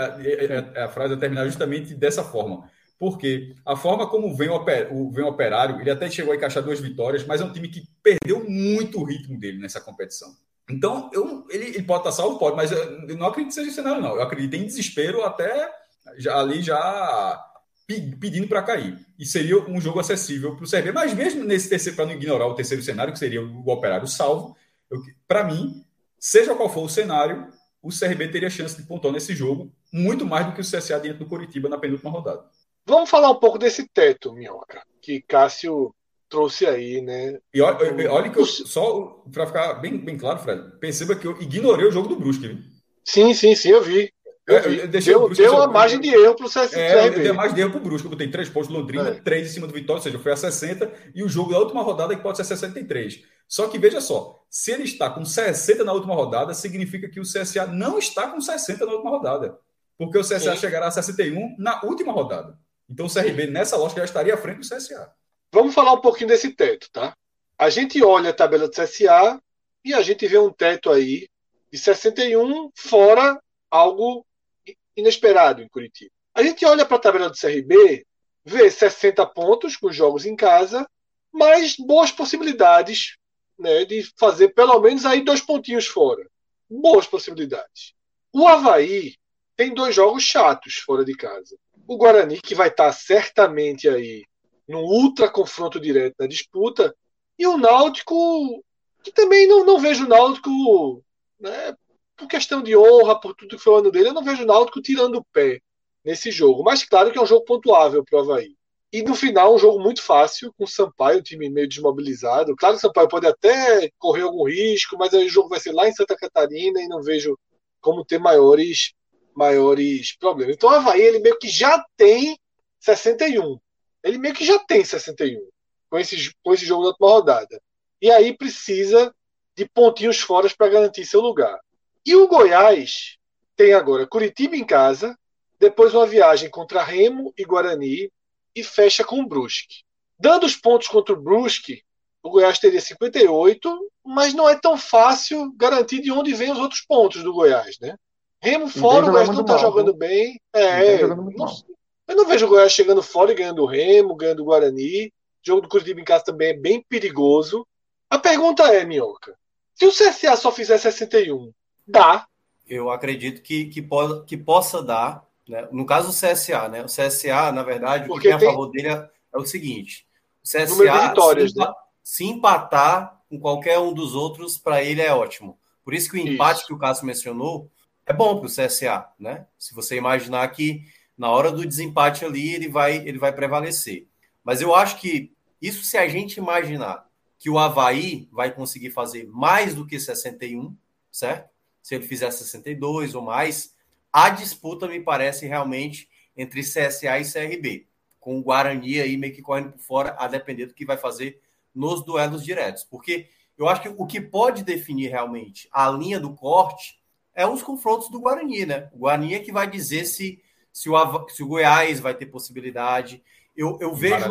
dessa forma. Porque a forma como vem o Operário, ele até chegou a encaixar 2 vitórias, mas é um time que perdeu muito o ritmo dele nessa competição. Então, ele pode estar salvo, pode, mas eu não acredito que seja esse cenário, não. Eu acredito em desespero até já pedindo para cair. E seria um jogo acessível para o CRB. Mas mesmo nesse terceiro, para não ignorar o terceiro cenário, que seria o Operário salvo, para mim, seja qual for o cenário, o CRB teria chance de pontuar nesse jogo, muito mais do que o CSA dentro do Coritiba na penúltima rodada. Vamos falar um pouco desse teto, Minhoca, que Cássio trouxe aí, né? E olha que só para ficar bem claro, Fred, perceba que eu ignorei o jogo do Brusque, viu? Sim, eu vi. Deu uma margem de erro para o CRB. Deu uma margem de erro para o Brusque. Eu botei 3 pontos do Londrina, 3 em cima do Vitória, ou seja, foi a 60, e o jogo da última rodada que pode ser 63. Só que veja só, se ele está com 60 na última rodada, significa que o CSA não está com 60 na última rodada. Porque o CSA chegará a 61 na última rodada. Então o CRB, nessa lógica, já estaria à frente do CSA. Vamos falar um pouquinho desse teto, tá? A gente olha a tabela do CSA e a gente vê um teto aí de 61, fora algo inesperado em Curitiba. A gente olha para a tabela do CRB, vê 60 pontos com jogos em casa, mas boas possibilidades, né, de fazer pelo menos aí 2 pontinhos fora. Boas possibilidades. O Avaí tem 2 jogos chatos fora de casa. O Guarani, que vai estar certamente aí num ultra confronto direto na disputa, e o Náutico, que também não vejo o Náutico, né, por questão de honra, por tudo que foi o ano dele, eu não vejo o Náutico tirando o pé nesse jogo. Mas claro que é um jogo pontuável para o Avaí. E no final, um jogo muito fácil, com o Sampaio, o time meio desmobilizado. Claro que o Sampaio pode até correr algum risco, mas aí o jogo vai ser lá em Santa Catarina e não vejo como ter maiores problemas. Então o Avaí, ele meio que já tem 61. Ele meio que já tem 61 com esse jogo da última rodada. E aí precisa de pontinhos fora para garantir seu lugar. E o Goiás tem agora Curitiba em casa, depois uma viagem contra Remo e Guarani e fecha com o Brusque. Dando os pontos contra o Brusque, o Goiás teria 58, mas não é tão fácil garantir de onde vêm os outros pontos do Goiás, né? Remo fora, o Goiás não está jogando bem. Eu não vejo o Goiás chegando fora e ganhando o Remo, ganhando o Guarani. O jogo do Curitiba em casa também é bem perigoso. A pergunta é, Minhoca, se o CSA só fizer 61, dá? Eu acredito que possa dar, né? No caso do CSA, né? O CSA, na verdade, o que tem a favor dele é o seguinte: o CSA, vitórias, né? Se empatar com qualquer um dos outros, para ele é ótimo. Por isso que o empate que o Cássio mencionou é bom para o CSA, né? Se você imaginar que na hora do desempate ali ele vai prevalecer. Mas eu acho que isso, se a gente imaginar que o Avaí vai conseguir fazer mais do que 61, certo? Se ele fizer 62 ou mais, a disputa me parece realmente entre CSA e CRB, com o Guarani aí meio que correndo por fora, a depender do que vai fazer nos duelos diretos. Porque eu acho que o que pode definir realmente a linha do corte é os confrontos do Guarani, né? O Guarani é que vai dizer se o Goiás vai ter possibilidade. Eu vejo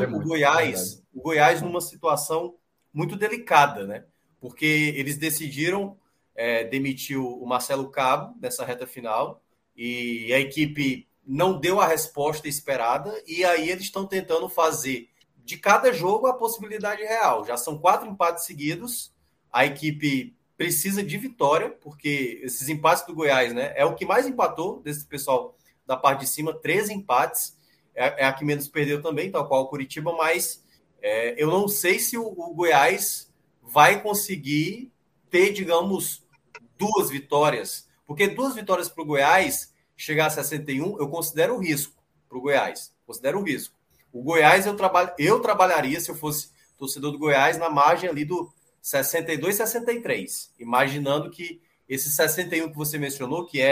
o Goiás numa situação muito delicada, né? Porque eles decidiram demitir o Marcelo Cabo nessa reta final e a equipe não deu a resposta esperada e aí eles estão tentando fazer de cada jogo a possibilidade real. Já são 4 empates seguidos, a equipe precisa de vitória, porque esses empates do Goiás, né, é o que mais empatou desse pessoal da parte de cima, 13 empates, é a que menos perdeu também, tal qual o Curitiba, mas eu não sei se o Goiás vai conseguir ter, digamos, 2 vitórias, porque 2 vitórias para o Goiás chegar a 61, eu considero um risco para o Goiás, considero um risco. O Goiás eu trabalharia, se eu fosse torcedor do Goiás, na margem ali do 62, 63, imaginando que esse 61 que você mencionou, que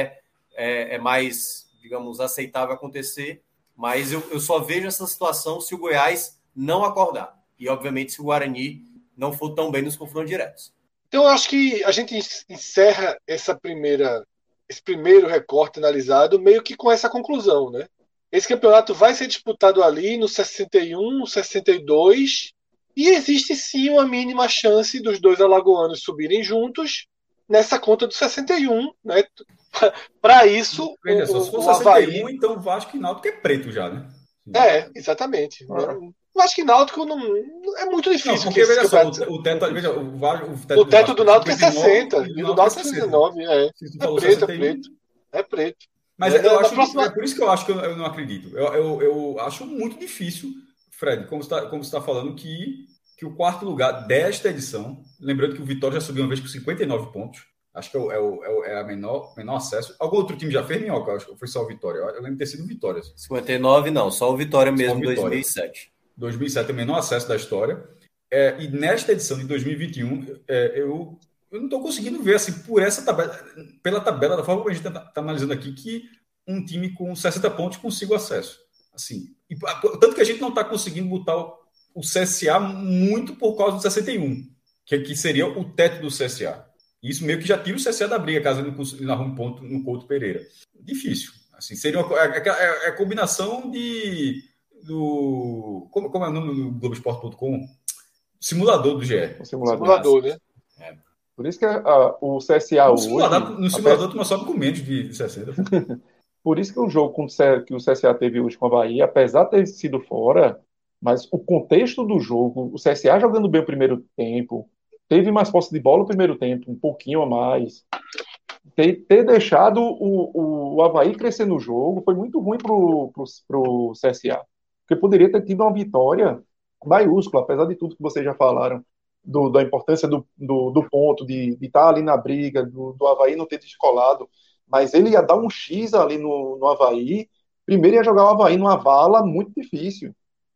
é mais, digamos, aceitável acontecer, mas eu só vejo essa situação se o Goiás não acordar. E, obviamente, se o Guarani não for tão bem nos confrontos diretos. Então, eu acho que a gente encerra esse primeiro recorte analisado meio que com essa conclusão, né? Esse campeonato vai ser disputado ali no 61, 62, e existe sim uma mínima chance dos 2 alagoanos subirem juntos nessa conta do 61, né? Para isso, veja só, se for 61, Avaí... então Vasco e Náutico é preto já, né? Exatamente. Eu acho que Náutico não é muito difícil. Não, porque veja só, o teto do Náutico é 60 e o do Náutico é 69. É preto. Mas é por isso que eu acho que eu não acredito. Eu acho muito difícil, Fred, como você está falando, que o quarto lugar desta edição, lembrando que o Vitória já subiu uma vez com 59 pontos, acho que é a menor acesso. Algum outro time já fez, Minhoca? Acho que foi só o Vitória. Eu lembro de ter sido o Vitória. 59 não, só o Vitória mesmo em 2007. 2007 é o menor acesso da história. E nesta edição de 2021, eu não estou conseguindo ver, assim, pela tabela, da forma como a gente está analisando aqui, que um time com 60 pontos consiga o acesso. Assim, tanto que a gente não está conseguindo botar o CSA muito por causa do 61, que seria o teto do CSA. Isso meio que já tira o CSA da briga, caso ele não arrume ponto no Couto Pereira. Difícil. Assim, seria a combinação como é o nome do Globoesporte.com? Simulador do GE. O simulador, né? Por isso que o CSA no simulador tu não sobe com menos de 60. Por isso que o jogo que o CSA teve hoje com a Bahia, apesar de ter sido fora, mas o contexto do jogo, o CSA jogando bem o primeiro tempo, teve mais posse de bola no primeiro tempo, um pouquinho a mais. Ter deixado o Avaí crescer no jogo foi muito ruim pro CSA. Porque poderia ter tido uma vitória maiúscula, apesar de tudo que vocês já falaram, da importância do ponto, de estar ali na briga, do Avaí não ter descolado. Mas ele ia dar um X ali no Avaí. Primeiro ia jogar o Avaí numa vala muito difícil.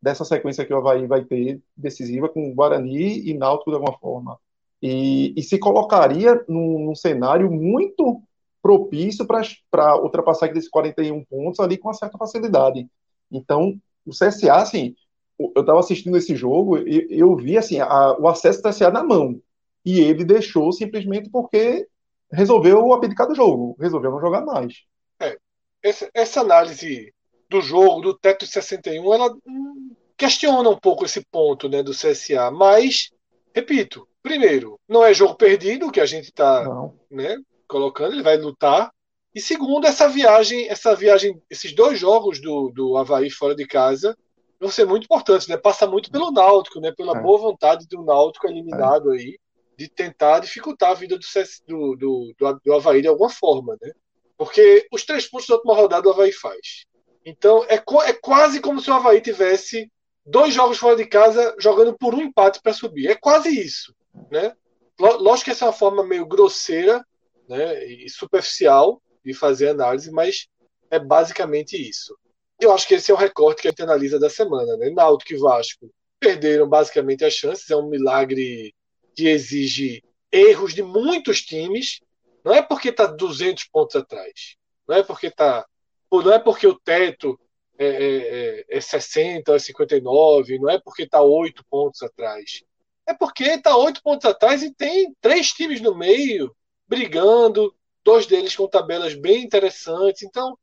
dessa sequência que o Avaí vai ter, decisiva, com Guarani e Náutico de alguma forma. E se colocaria num cenário muito propício para ultrapassar desses 41 pontos ali com uma certa facilidade. Então, o CSA, assim, eu estava assistindo esse jogo e eu vi assim, o acesso do CSA na mão. E ele deixou simplesmente porque resolveu abdicar do jogo, resolveu não jogar mais. Essa análise do jogo, do teto de 61, ela questiona um pouco esse ponto, né, do CSA. Mas, repito, primeiro, não é jogo perdido que a gente está, né, colocando, ele vai lutar. E segundo, essa viagem, esses 2 jogos do Avaí fora de casa vão ser muito importantes, né? Passa muito pelo Náutico, né? Pela boa vontade do Náutico eliminado aí, de tentar dificultar a vida do Avaí de alguma forma, né? Porque os 3 pontos da última rodada o Avaí faz. Então é quase como se o Avaí tivesse 2 jogos fora de casa jogando por um empate para subir. É quase isso, né? Lógico que essa é uma forma meio grosseira, né, e superficial de fazer análise, mas é basicamente isso. Eu acho que esse é o recorte que a gente analisa da semana, né? Náutico e Vasco perderam basicamente as chances, é um milagre que exige erros de muitos times. Não é porque está 200 pontos atrás, não é porque o teto é 60 ou é 59, não é porque está 8 pontos atrás. É porque está 8 pontos atrás e tem 3 times no meio brigando, 2 deles com tabelas bem interessantes. Então,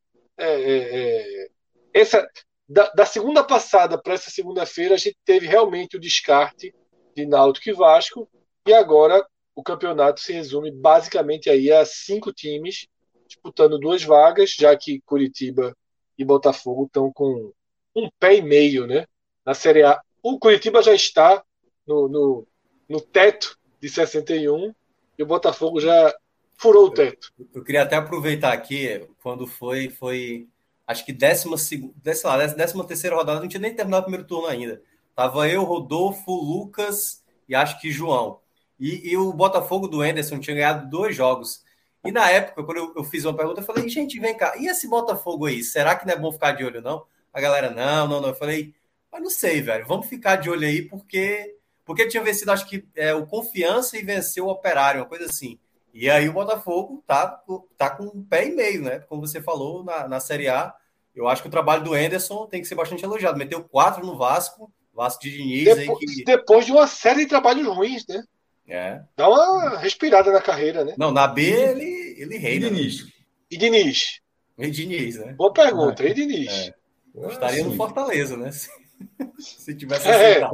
da segunda passada para essa segunda-feira, a gente teve realmente o descarte de Náutico e Vasco, e agora o campeonato se resume basicamente aí a 5 times disputando 2 vagas, já que Curitiba e Botafogo estão com 1 pé e meio, né, na Série A. O Curitiba já está no teto de 61 e o Botafogo já furou o teto. Eu queria até aproveitar aqui, quando foi acho que 13ª rodada, não tinha nem terminado o primeiro turno ainda. Tava eu, Rodolfo, Lucas e acho que João. E o Botafogo do Henderson tinha ganhado 2 jogos. E na época, quando eu fiz uma pergunta, eu falei, gente, vem cá, e esse Botafogo aí? Será que não é bom ficar de olho, não? A galera, não. Eu falei, mas não sei, velho, vamos ficar de olho aí, porque tinha vencido, acho que o Confiança e venceu o Operário, uma coisa assim. E aí o Botafogo tá com 1 pé e meio, né? Como você falou, na Série A. Eu acho que o trabalho do Henderson tem que ser bastante elogiado. Meteu 4 no Vasco de Diniz. Depois de uma série de trabalhos ruins, né? Dá uma respirada na carreira, né? Não, na B ele reina. E Diniz? E Diniz, né? Boa pergunta, e Diniz? Estaria no Fortaleza, né? Se tivesse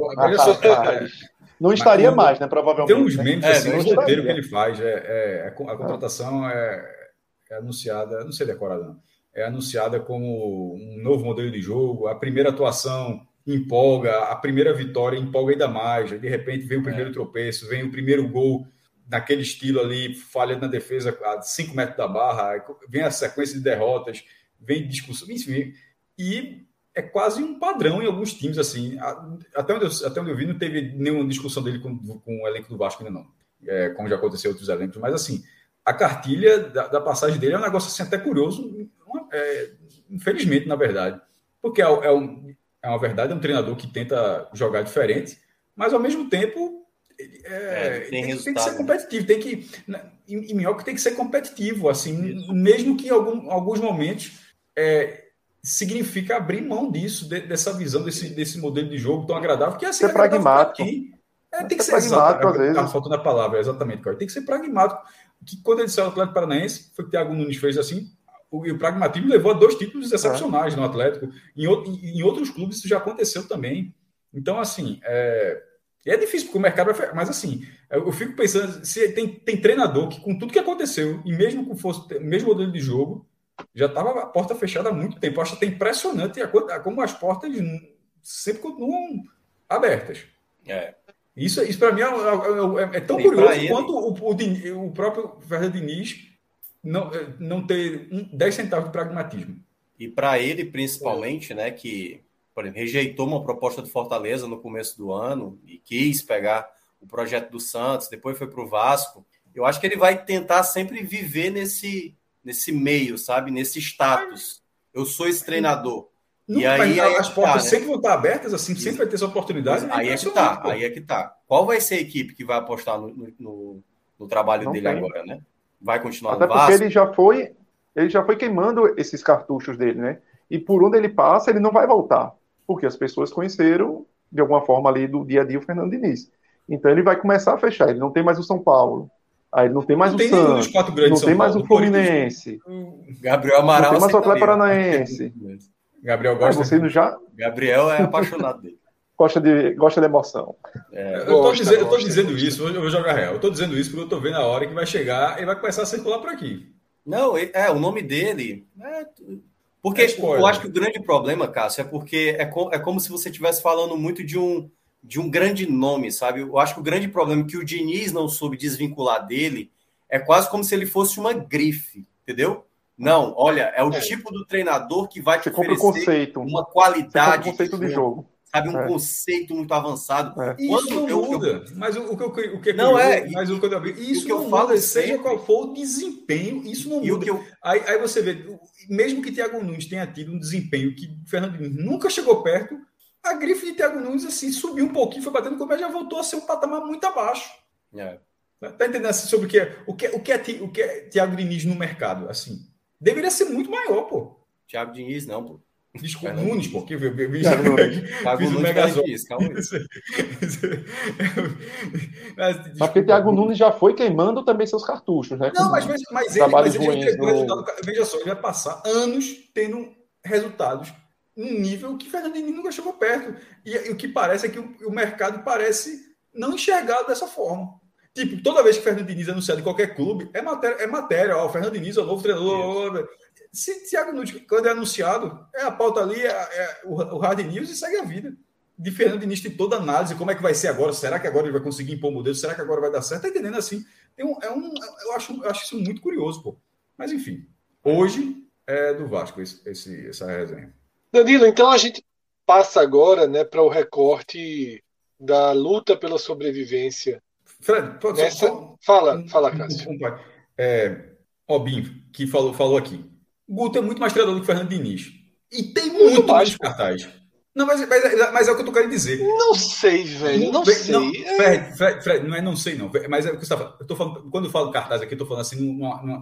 não estaria mais, né? Provavelmente. Tem uns memes assim, o roteiro que ele faz. A contratação é anunciada, não sei decorar, não. É anunciada como um novo modelo de jogo, a primeira atuação empolga, a primeira vitória empolga ainda mais. De repente vem o primeiro tropeço, vem o primeiro gol naquele estilo ali, falha na defesa a 5 metros da barra, vem a sequência de derrotas, vem discussão, enfim. E é quase um padrão em alguns times, assim. Até onde eu vi, não teve nenhuma discussão dele com o elenco do Vasco ainda não. Como já aconteceu em outros elencos. Mas, assim, a cartilha da passagem dele é um negócio assim, até curioso, infelizmente, na verdade. Porque é uma verdade, é um treinador que tenta jogar diferente, mas, ao mesmo tempo, tem que ser competitivo. Em Minhoca tem que ser competitivo, assim, mesmo que em alguns momentos... significa abrir mão disso, dessa visão, desse modelo de jogo tão agradável, que é assim, ser pragmático. Tem que ser pragmático, às vezes. Tá faltando a palavra, exatamente. Tem que ser pragmático. Que quando ele saiu do Atlético Paranaense, foi que o Thiago Nunes fez assim, o pragmatismo levou a 2 títulos excepcionais no Atlético. Em outros clubes isso já aconteceu também. Então, assim, é difícil, porque o mercado vai... Mas, assim, eu fico pensando, se tem treinador que, com tudo que aconteceu, e mesmo que fosse o mesmo modelo de jogo, já estava a porta fechada há muito tempo. Eu acho até impressionante como as portas sempre continuam abertas. Isso para mim é tão curioso quanto o próprio Fernando Diniz não ter 10 centavos de pragmatismo. E para ele, principalmente, né, que, por exemplo, rejeitou uma proposta do Fortaleza no começo do ano e quis pegar o projeto do Santos, depois foi para o Vasco. Eu acho que ele vai tentar sempre viver nesse meio, sabe? Nesse status. Eu sou esse treinador. Não, E aí as portas né? sempre vão estar abertas, assim, sempre vai ter essa oportunidade. Aí é que tá. Qual vai ser a equipe que vai apostar no trabalho Não dele tem. agora, né? Vai continuar Até no porque Vasco? ele já foi queimando esses cartuchos dele, né? E por onde ele passa, ele não vai voltar. Porque as pessoas conheceram, de alguma forma, ali do dia a dia o Fernando Diniz. Então ele vai começar a fechar. Ele não tem mais o São Paulo. Aí ele não tem mais Não o tem nenhum dos Santos. 4 grandes Não de São tem mais Paulo. o Fluminense. Gabriel Amaral. Não tem mais o Atlético Paranaense. Gabriel Aí gosta. você já Gabriel é apaixonado dele. gosta de emoção. Eu tô dizendo isso, eu vou jogar real. Eu tô dizendo isso porque eu tô vendo a hora que vai chegar e vai começar a circular por aqui. Não, o nome dele. Porque eu acho que o grande problema, Cássio, é porque é como se você estivesse falando muito de um grande nome, sabe? Eu acho que o grande problema que o Diniz não soube desvincular dele é quase como se ele fosse uma grife, entendeu? Não, olha, é o tipo do treinador que vai te oferecer uma qualidade. Você conceito de jogo. Sabe, um conceito muito avançado. Isso não muda. Mas o que é não curioso, é. Mas o que eu isso não muda, seja qual for o desempenho, isso não muda. Aí você vê, mesmo que Thiago Nunes tenha tido um desempenho que o Fernando Diniz nunca chegou perto, a grife de Thiago Nunes assim, subiu um pouquinho, foi batendo com o pé, já voltou a ser um patamar muito abaixo. Tá entendendo assim, sobre o que é Thiago Diniz no mercado? Assim, deveria ser muito maior, pô. Thiago Diniz, não, pô. Desculpa, Nunes, pô. Thiago Nunes, calma aí. Mas porque Thiago Nunes já foi queimando também seus cartuchos, né? Não, mas ele já entregou resultado. Veja só, ele vai passar anos tendo resultados num nível que Fernando Diniz nunca chegou perto. E o que parece é que o mercado parece não enxergar dessa forma. Tipo, toda vez que Fernando Diniz é anunciado em qualquer clube, é matéria. Ó, o Fernando Diniz é o novo treinador. Se Thiago Nunes, quando é anunciado, a pauta ali, o Hard News e segue a vida. De Fernando Diniz tem toda a análise, como é que vai ser agora, será que agora ele vai conseguir impor o modelo, será que agora vai dar certo? Tá entendendo assim? Eu acho isso muito curioso, pô. Mas enfim, hoje é do Vasco essa resenha. Danilo, então a gente passa agora, né, para o recorte da luta pela sobrevivência. Fred, pode Fala, Cássio. Robinho, que falou aqui. O Guto é muito mais treinador do que o Fernando Diniz. E tem muito mais cartaz. Não, mas é o que eu tô querendo dizer. Não sei, velho. Não sei. Não, Fred, não sei, não. Mas é o que você tá falando. Eu tô falando. Quando eu falo cartaz aqui, eu tô falando assim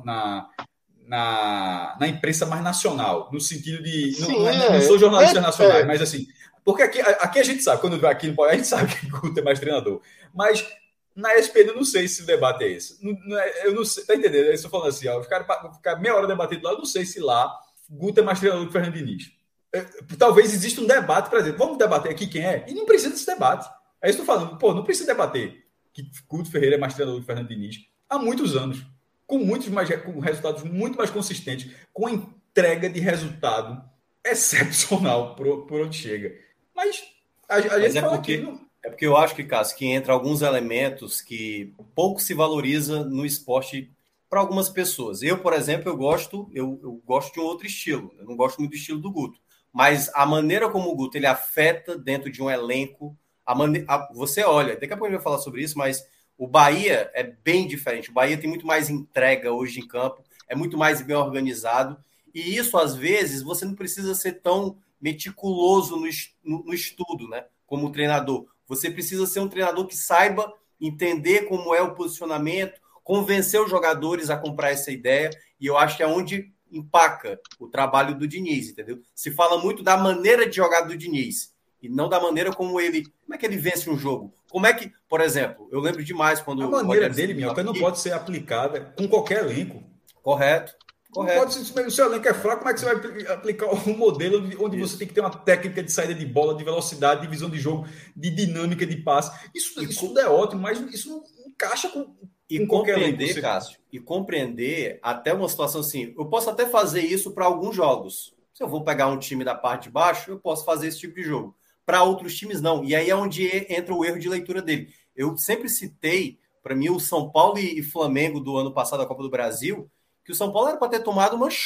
na imprensa mais nacional. No sentido de. Sim, não sou jornalista nacional, mas assim. Porque aqui a gente sabe, quando vai aqui no Paulo, a gente sabe que o Guto é mais treinador. Mas na ESPN eu não sei se o debate é esse. Eu não sei, tá entendendo? Eu estou falando assim, ó, ficar meia hora debatendo lá, eu não sei se lá Guto é mais treinador do que o Fernando Diniz. Talvez exista um debate para dizer, vamos debater aqui quem é? E não precisa desse debate. Aí eu estou falando, pô, não precisa debater que Guto Ferreira é mais treinador do que o Fernando Diniz há muitos anos, com resultados muito mais consistentes, com entrega de resultado excepcional por onde chega. Mas a gente fala aqui... É porque eu acho que, Cássio, que entra alguns elementos que pouco se valoriza no esporte para algumas pessoas. Eu, por exemplo, eu gosto de um outro estilo. Eu não gosto muito do estilo do Guto. Mas a maneira como o Guto ele afeta dentro de um elenco, você olha, daqui a pouco a gente vai falar sobre isso, mas o Bahia é bem diferente. O Bahia tem muito mais entrega hoje em campo, é muito mais bem organizado. E isso, às vezes, você não precisa ser tão meticuloso no estudo, né? Como treinador. Você precisa ser um treinador que saiba entender como é o posicionamento, convencer os jogadores a comprar essa ideia, e eu acho que é onde empaca o trabalho do Diniz, entendeu? Se fala muito da maneira de jogar do Diniz, e não da maneira como é que ele vence um jogo. Como é que, por exemplo, eu lembro demais quando... A maneira dele, Minhoca, não pode ser aplicada com qualquer elenco. Correto. Não pode ser, se o seu elenco é fraco, como é que você vai aplicar um modelo onde você tem que ter uma técnica de saída de bola, de velocidade, de visão de jogo, de dinâmica de passe? Isso tudo é ótimo, mas isso não encaixa com qualquer elenco. Cássio, e compreender até uma situação assim, eu posso até fazer isso para alguns jogos. Se eu vou pegar um time da parte de baixo, eu posso fazer esse tipo de jogo. Para outros times, não. E aí é onde entra o erro de leitura dele. Eu sempre citei, para mim, o São Paulo e Flamengo do ano passado da Copa do Brasil, que o São Paulo era para ter tomado uns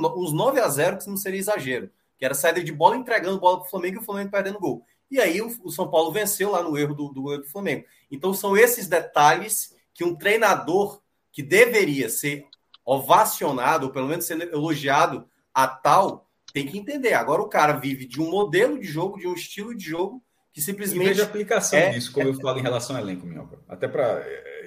9-0, que não seria exagero, que era saída de bola entregando bola para o Flamengo e o Flamengo perdendo gol. E aí o São Paulo venceu lá no erro do goleiro do Flamengo. Então são esses detalhes que um treinador que deveria ser ovacionado, ou pelo menos ser elogiado a tal, tem que entender. Agora o cara vive de um modelo de jogo, de um estilo de jogo, que simplesmente... E veja a aplicação disso, como eu falo em relação ao elenco, Minhoca. Até para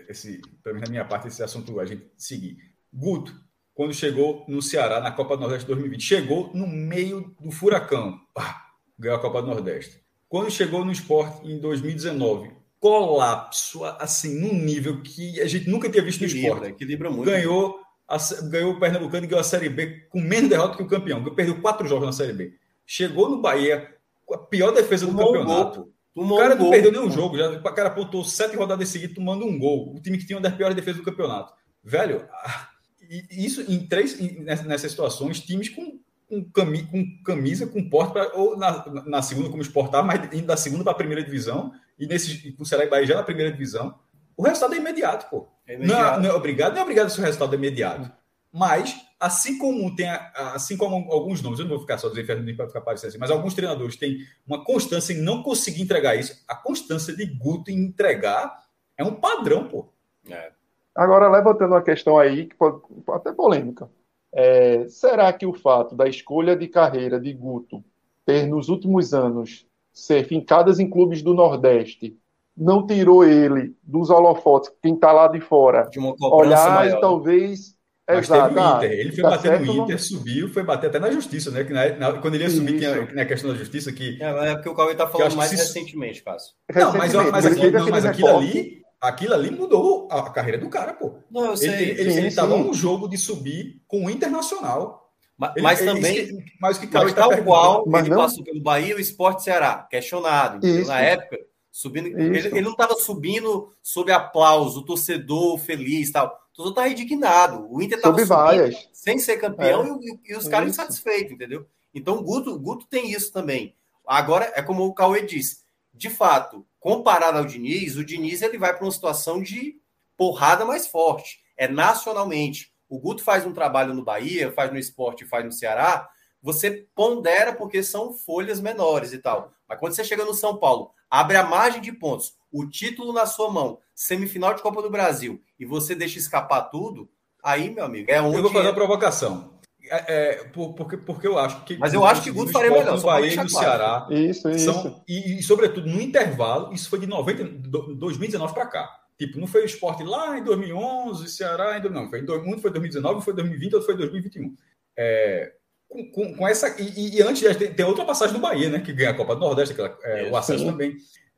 da minha parte, esse assunto a gente seguir. Guto, quando chegou no Ceará, na Copa do Nordeste 2020, chegou no meio do furacão. Ganhou a Copa do Nordeste. Quando chegou no Sport em 2019, colapso, assim, num nível que a gente nunca tinha visto no Sport. Equilibra muito. Ganhou o Pernambucano e ganhou a Série B com menos derrota que o campeão. Perdeu 4 jogos na Série B. Chegou no Bahia com a pior defesa do campeonato. O cara não perdeu nenhum jogo. O cara apontou 7 rodadas seguidas tomando um gol. O time que tinha uma das piores defesas do campeonato. Velho, isso nessas situações, times com camisa, com porte, ou na segunda como exportar, mas indo da segunda para a primeira divisão, e com o Ceará e Bahia já na primeira divisão, o resultado é imediato, pô. Não é obrigado se o resultado é imediato. Mas, assim como alguns nomes, eu não vou ficar só dizendo Fernandinho para ficar parecendo assim, mas alguns treinadores têm uma constância em não conseguir entregar isso. A constância de Guto em entregar é um padrão, pô. Agora, levantando uma questão aí, que pode até polêmica. Será que o fato da escolha de carreira de Guto ter, nos últimos anos, ser fincadas em clubes do Nordeste, não tirou ele dos holofotes, quem está lá de fora, de uma cobrança olhar maior, e talvez... Mas exato, teve o Inter, ele foi bater no Inter, não... subiu, foi bater até na Justiça, né? Quando ele ia subir, tinha a questão da Justiça que... É porque o Cauê está falando mais recentemente, Cássio. Não, mas aquilo ali mudou a carreira do cara, pô. Não, eu sei. Ele estava um jogo de subir com o Internacional. Mas que tal qual ele passou pelo Bahia, o Sport Ceará, questionado. Na época, subindo, ele não estava subindo sob aplauso, o torcedor feliz e tal. O torcedor estava indignado. O Inter estava subindo sem ser campeão e os caras insatisfeitos, entendeu? Então o Guto tem isso também. Agora, é como o Cauê disse, de fato, comparado ao Diniz, o Diniz ele vai para uma situação de porrada mais forte. É nacionalmente. O Guto faz um trabalho no Bahia, faz no Sport, faz no Ceará, você pondera porque são folhas menores e tal. Mas quando você chega no São Paulo, abre a margem de pontos, o título na sua mão, semifinal de Copa do Brasil, e você deixa escapar tudo, aí, meu amigo, é onde... Eu vou fazer uma provocação. Porque eu acho que... Mas eu acho que o Guto faria melhor. No Bahia e no Ceará. Isso. E, sobretudo, no intervalo, isso foi de 2019 para cá. Tipo, não foi o Sport lá em 2011, Ceará ainda não. Um foi 2019, foi 2020, outro foi 2021. Com essa... E antes tem outra passagem do Bahia, né? Que ganha a Copa do Nordeste, o acesso também.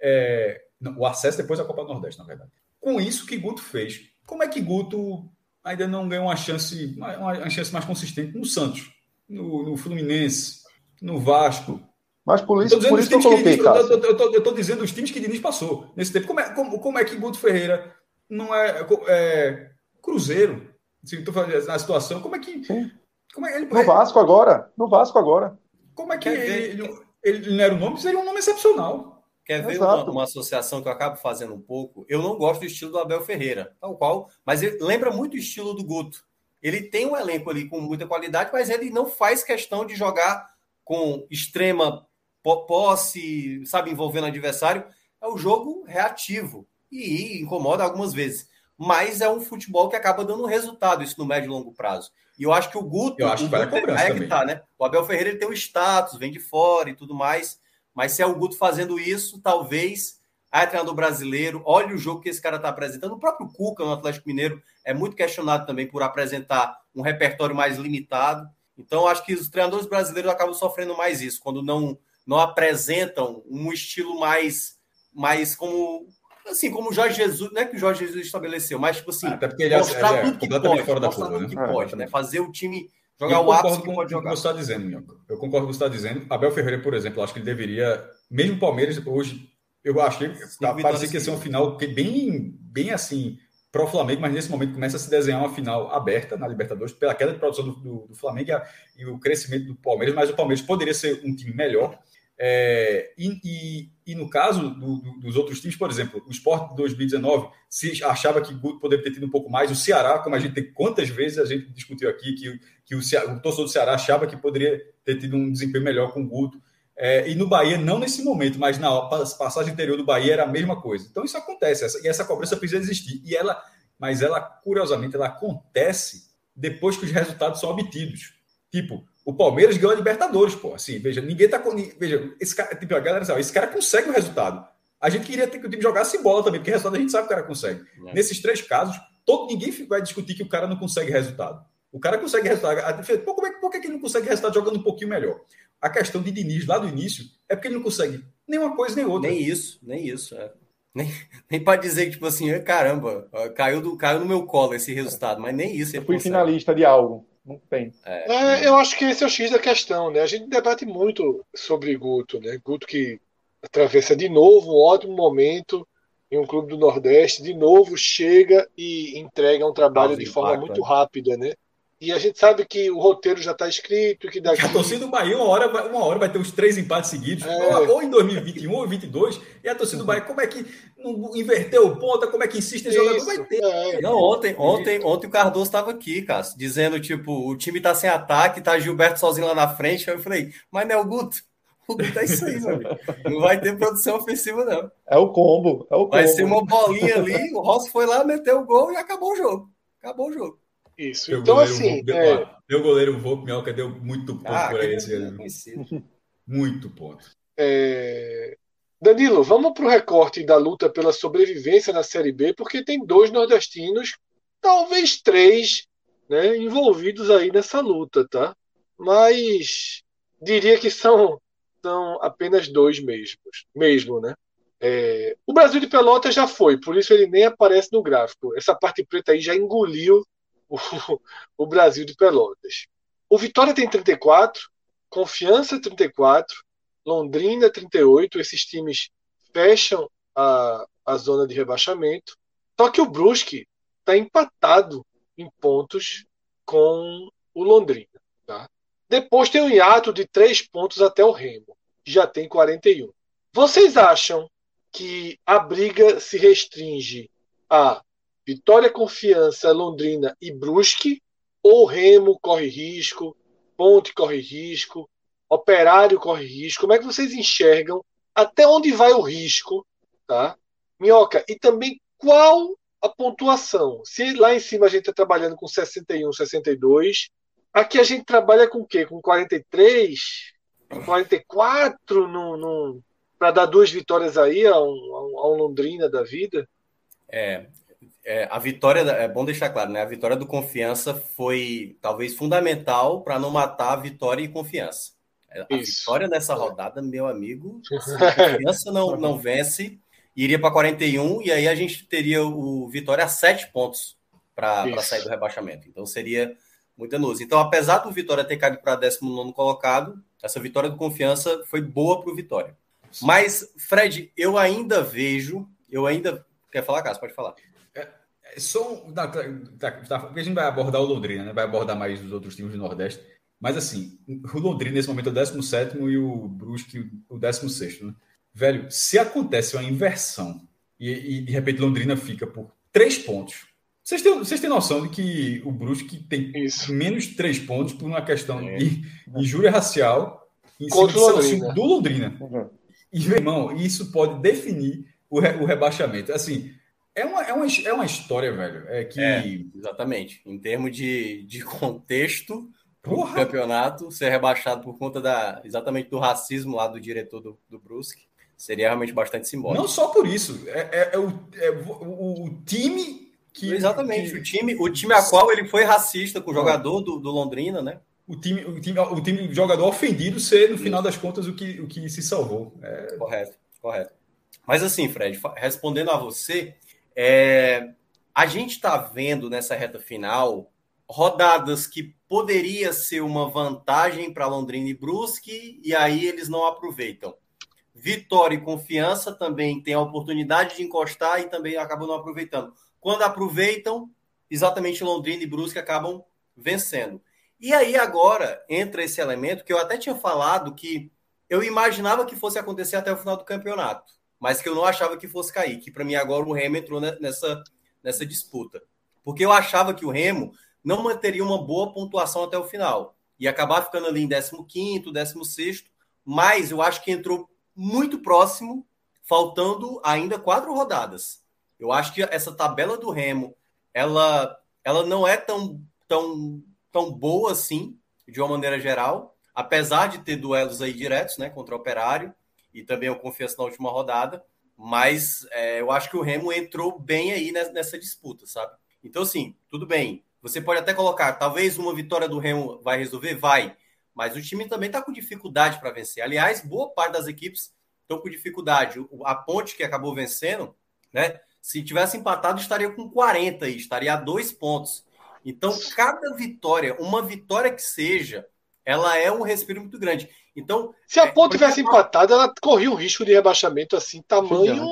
O acesso depois da Copa do Nordeste, na verdade. Com isso que Guto fez. Como é que Guto ainda não ganhou uma chance mais consistente no Santos, no Fluminense, no Vasco? Mas por isso que eu coloquei, eu estou dizendo os times que Diniz passou nesse tempo. Como é que Guto Ferreira não é Cruzeiro? Se estou falando na situação, como é que... No Vasco agora. Como é que ele não era um nome? Seria um nome excepcional. Quer ver uma associação que eu acabo fazendo um pouco? Eu não gosto do estilo do Abel Ferreira, tal qual, mas ele lembra muito o estilo do Guto. Ele tem um elenco ali com muita qualidade, mas ele não faz questão de jogar com extrema posse, sabe, envolvendo o adversário. É um jogo reativo e incomoda algumas vezes. Mas é um futebol que acaba dando resultado, isso no médio e longo prazo. E eu acho que o Guto... Eu acho que vai a cobrança também. Né? O Abel Ferreira ele tem um status, vem de fora e tudo mais... Mas se é o Guto fazendo isso, talvez a treinador brasileiro olhe o jogo que esse cara está apresentando. O próprio Cuca, no Atlético Mineiro, é muito questionado também por apresentar um repertório mais limitado. Então, acho que os treinadores brasileiros acabam sofrendo mais isso, quando não apresentam um estilo mais como o Jorge Jesus, não é que o Jorge Jesus estabeleceu, mas tipo assim, mostrar tudo que pode, mostrar tudo que pode, né? Fazer o time... jogar o ápice que pode jogar. Eu concordo com o que você está dizendo, Minhoca. Eu concordo com o que você está dizendo. Abel Ferreira, por exemplo, eu acho que ele deveria... Mesmo o Palmeiras, hoje, eu acho que parecia que ia ser um final bem assim, pró-Flamengo, mas nesse momento começa a se desenhar uma final aberta na Libertadores, pela queda de produção do Flamengo e o crescimento do Palmeiras, mas o Palmeiras poderia ser um time melhor. E no caso dos outros times, por exemplo, o Sport de 2019 se achava que o Guto poderia ter tido um pouco mais, o Ceará, como a gente tem quantas vezes a gente discutiu aqui que o torcedor do Ceará achava que poderia ter tido um desempenho melhor com o Guto, e no Bahia não nesse momento, mas na passagem anterior do Bahia era a mesma coisa. Então isso acontece, e essa cobrança precisa existir, mas ela curiosamente ela acontece depois que os resultados são obtidos. Tipo, O Palmeiras ganhou a Libertadores, pô. Assim, veja, ninguém tá com. Veja, esse cara, tipo, a galera sabe, esse cara consegue o resultado. A gente queria que o time jogasse bola também, porque resultado a gente sabe que o cara consegue. Nesses 3 casos, ninguém vai discutir que o cara não consegue resultado. O cara consegue resultado. Pô, por que ele não consegue resultado jogando um pouquinho melhor? A questão de Diniz lá do início é porque ele não consegue nem uma coisa nem outra. Nem isso. Nem para dizer que, tipo assim, caramba, caiu no meu colo esse resultado, mas nem isso. Eu fui finalista de algo. Não tem. Eu acho que esse é o X da questão, né? A gente debate muito sobre Guto, né? Guto que atravessa de novo um ótimo momento em um clube do Nordeste, de novo chega e entrega um trabalho de forma muito rápida, né? E a gente sabe que o roteiro já está escrito, que daqui... A torcida do Bahia, uma hora vai ter os 3 empates seguidos, ou em 2021 ou 2022, e a torcida do Bahia, como é que não inverteu o ponta, como é que insiste em jogador? Vai ter. Não, ontem o Cardoso estava aqui, cara, dizendo, tipo, o time tá sem ataque, tá Gilberto sozinho lá na frente. Eu falei, mas não é o Guto? O Guto é isso aí, meu amigo. Não vai ter produção ofensiva, não. É o combo. Vai ser uma bolinha ali, o Rossi foi lá, meteu o gol e acabou o jogo. Isso. Meu então, goleiro, assim... Meu goleiro Volpe Minhoca deu muito ponto por aí esse ano. Muito ponto. Danilo, vamos para o recorte da luta pela sobrevivência na Série B, porque tem 2 nordestinos, talvez 3, né, envolvidos aí nessa luta, tá? Mas diria que são apenas 2 mesmo, né? O Brasil de Pelotas já foi, por isso ele nem aparece no gráfico. Essa parte preta aí já engoliu o Brasil de Pelotas. O Vitória tem 34, Confiança 34, Londrina 38. Esses times fecham a zona de rebaixamento. Só que o Brusque está empatado em pontos com o Londrina. Tá? Depois tem um hiato de 3 pontos até o Remo, que já tem 41. Vocês acham que a briga se restringe a Vitória, Confiança, Londrina e Brusque, ou Remo corre risco, Ponte corre risco, Operário corre risco? Como é que vocês enxergam até onde vai o risco, tá? Minhoca, e também qual a pontuação? Se lá em cima a gente está trabalhando com 61, 62, aqui a gente trabalha com o quê? Com 43, 44 para dar 2 vitórias aí a um Londrina da vida? A vitória, é bom deixar claro, né? A vitória do Confiança foi talvez fundamental para não matar a Vitória e Confiança. Vitória nessa rodada, meu amigo, se a Confiança não vence, iria para 41, e aí a gente teria o Vitória a 7 pontos para sair do rebaixamento. Então seria muito danoso. Então, apesar do Vitória ter caído para 19º colocado, essa vitória do Confiança foi boa para o Vitória. Mas, Fred, eu ainda vejo... Quer falar, Cássio? Pode falar. A gente vai abordar o Londrina, né? Vai abordar mais os outros times do Nordeste. Mas, assim, o Londrina, nesse momento, é o 17º e o Brusque, o 16º, né? Velho, se acontece uma inversão e de repente, Londrina fica por 3 pontos, vocês têm noção de que o Brusque tem menos 3 pontos por uma questão de injúria racial em cima do Londrina. Uhum. E, meu irmão, isso pode definir o rebaixamento. Assim, é uma história, velho. Exatamente. Em termos de contexto, o campeonato ser rebaixado por conta exatamente do racismo lá do diretor do Brusque seria realmente bastante simbólico. Não só por isso. O time que... Exatamente. O time a qual ele foi racista com o jogador do Londrina, né? O time jogador ofendido ser, no final das contas, o que se salvou. Correto. Mas assim, Fred, respondendo a você, a gente está vendo nessa reta final rodadas que poderia ser uma vantagem para Londrina e Brusque, e aí eles não aproveitam. Vitória e Confiança também tem a oportunidade de encostar e também acabam não aproveitando. Quando aproveitam, exatamente Londrina e Brusque acabam vencendo. E aí agora entra esse elemento que eu até tinha falado que eu imaginava que fosse acontecer até o final do campeonato, mas que eu não achava que fosse cair, que para mim agora o Remo entrou nessa disputa. Porque eu achava que o Remo não manteria uma boa pontuação até o final. Ia acabar ficando ali em 15º, 16º, mas eu acho que entrou muito próximo, faltando ainda 4 rodadas. Eu acho que essa tabela do Remo, ela não é tão boa assim, de uma maneira geral, apesar de ter duelos aí diretos, né, contra o Operário e também o Confiança na última rodada, mas eu acho que o Remo entrou bem aí nessa disputa, sabe? Então, assim, tudo bem. Você pode até colocar, talvez uma vitória do Remo vai resolver? Vai. Mas o time também está com dificuldade para vencer. Aliás, boa parte das equipes estão com dificuldade. A Ponte, que acabou vencendo, né? Se tivesse empatado, estaria com 40 aí, estaria a 2 pontos. Então, cada vitória, uma vitória que seja, ela é um respiro muito grande. Então, se a Ponte tivesse empatado, ela corria um risco de rebaixamento assim, tamanho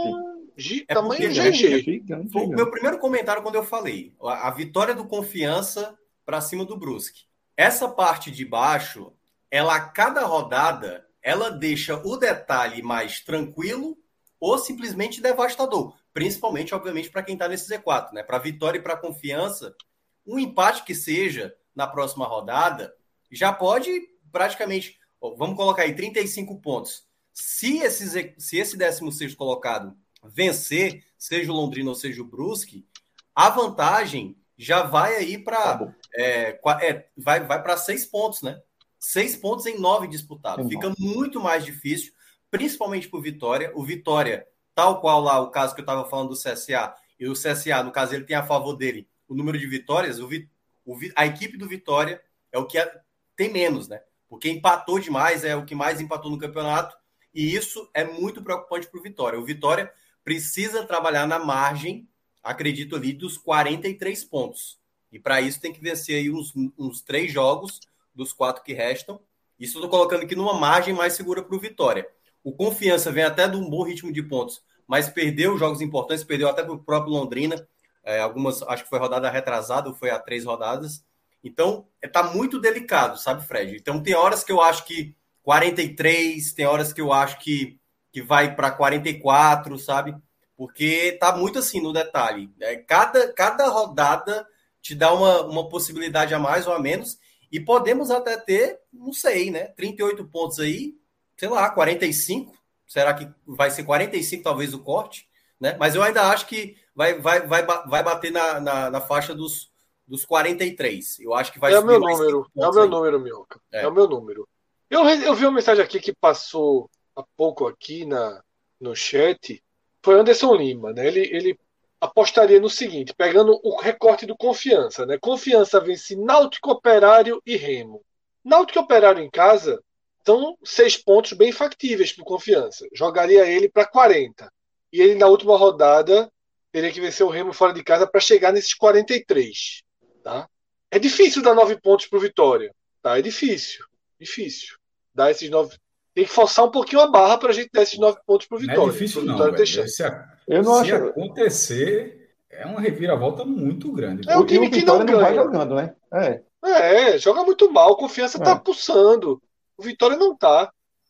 GG. Foi o meu primeiro comentário quando eu falei. A vitória do Confiança para cima do Brusque. Essa parte de baixo, ela a cada rodada, ela deixa o detalhe mais tranquilo ou simplesmente devastador. Principalmente, obviamente, para quem está nesse Z4, né? Para Vitória e para Confiança, um empate que seja na próxima rodada já pode praticamente, vamos colocar aí 35 pontos. Se esse 16º colocado vencer, seja o Londrina ou seja o Brusque, a vantagem já vai aí para vai para 6 pontos, né? 6 pontos em 9 disputados. Fica muito mais difícil, principalmente para o Vitória. O Vitória, tal qual lá o caso que eu estava falando do CSA, e o CSA, no caso, ele tem a favor dele o número de vitórias, a equipe do Vitória é o que tem menos, né? Porque empatou demais, é o que mais empatou no campeonato, e isso é muito preocupante para o Vitória. O Vitória precisa trabalhar na margem, acredito ali, dos 43 pontos. E para isso tem que vencer aí uns 3 jogos dos 4 que restam. Isso eu estou colocando aqui numa margem mais segura para o Vitória. O Confiança vem até de um bom ritmo de pontos, mas perdeu jogos importantes, perdeu até para o próprio Londrina. Algumas, acho que foi rodada retrasada, ou foi a 3 rodadas. Então, tá muito delicado, sabe, Fred? Então, tem horas que eu acho que 43, tem horas que eu acho que vai para 44, sabe? Porque tá muito assim no detalhe. Cada rodada te dá uma possibilidade a mais ou a menos, e podemos até ter, não sei, né? 38 pontos aí, sei lá, 45. Será que vai ser 45 talvez o corte? Né? Mas eu ainda acho que vai bater na faixa dos 43. Eu acho que vai subir mais 5 pontos. É o meu número, Minhoca. É o meu número. Eu vi uma mensagem aqui que passou há pouco aqui no chat. Foi Anderson Lima, né? Ele apostaria no seguinte, pegando o recorte do Confiança, né? Confiança vence Náutico, Operário e Remo. Náutico e Operário em casa são 6 pontos bem factíveis para o Confiança. Jogaria ele para 40. E ele, na última rodada, teria que vencer o Remo fora de casa para chegar nesses 43. Tá? É difícil dar 9 pontos para o Vitória. Tá? É difícil. Difícil. Dar esses 9. Tem que forçar um pouquinho a barra para a gente dar esses 9 pontos para o Vitória. Não é difícil, não. Se acontecer, é uma reviravolta muito grande. É um time que não ganha. Vai jogando, né? Joga muito mal. O Confiança está pulsando. O Vitória não está.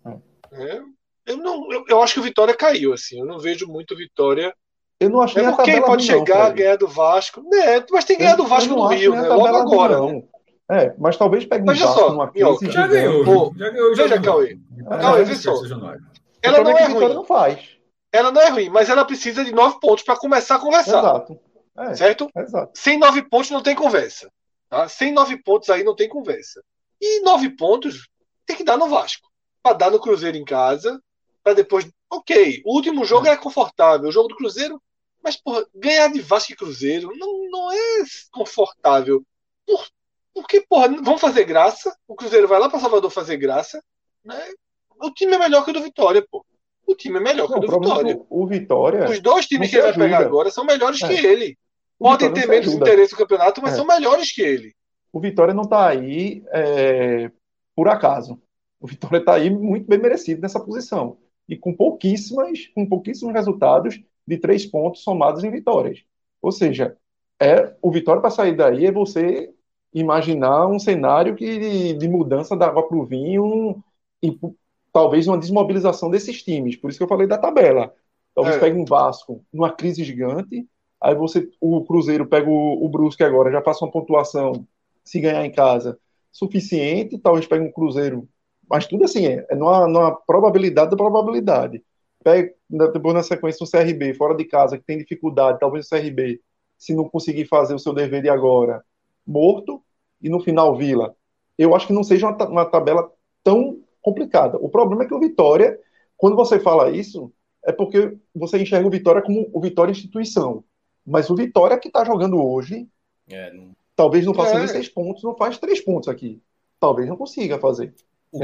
Eu acho que o Vitória caiu, assim. Eu não vejo muito Vitória. Eu não acho porque ele pode chegar, ganhar do Vasco. Mas tem que ganhar do Vasco no Rio, né? Logo agora. Né? Mas talvez pegue um Vasco numa crise. Já ganhou. Veja, Cauê. Cauê, vê só. Ela não é ruim. Não faz. Ela não é ruim, mas ela precisa de 9 pontos para começar a conversar. Exato. Certo? Exato. Sem 9 pontos não tem conversa. Tá? Sem 9 pontos aí não tem conversa. E 9 pontos tem que dar no Vasco. Para dar no Cruzeiro em casa, para depois. Ok, o último jogo é confortável. O jogo do Cruzeiro. Mas, porra, ganhar de Vasco e Cruzeiro não é confortável. Porque, porra, vão fazer graça. O Cruzeiro vai lá para Salvador fazer graça. Né? O time é melhor que o do Vitória, pô. O time é melhor que o do Vitória. O Vitória. Os 2 times que ele vai pegar agora são melhores que ele. Podem ter menos interesse no campeonato, mas são melhores que ele. O Vitória não está aí por acaso. O Vitória está aí muito bem merecido nessa posição. E com pouquíssimos resultados de 3 pontos somados em vitórias. Ou seja, o Vitória para sair daí é você imaginar um cenário de mudança da água para o vinho e talvez uma desmobilização desses times. Por isso que eu falei da tabela. Talvez pegue um Vasco numa crise gigante, aí o Cruzeiro pega o Brusque agora, já passa uma pontuação, se ganhar em casa, suficiente, talvez pegue um Cruzeiro, mas tudo assim, numa probabilidade da probabilidade. Pega depois na sequência um CRB fora de casa, que tem dificuldade, talvez o CRB, se não conseguir fazer o seu dever de agora, morto, e no final Vila. eu acho que não seja uma tabela tão complicada. O problema é que o Vitória, quando você fala isso, é porque você enxerga o Vitória como o Vitória instituição. Mas o Vitória que está jogando hoje, talvez não faça nem 6 pontos, não faz 3 pontos aqui. Talvez não consiga fazer.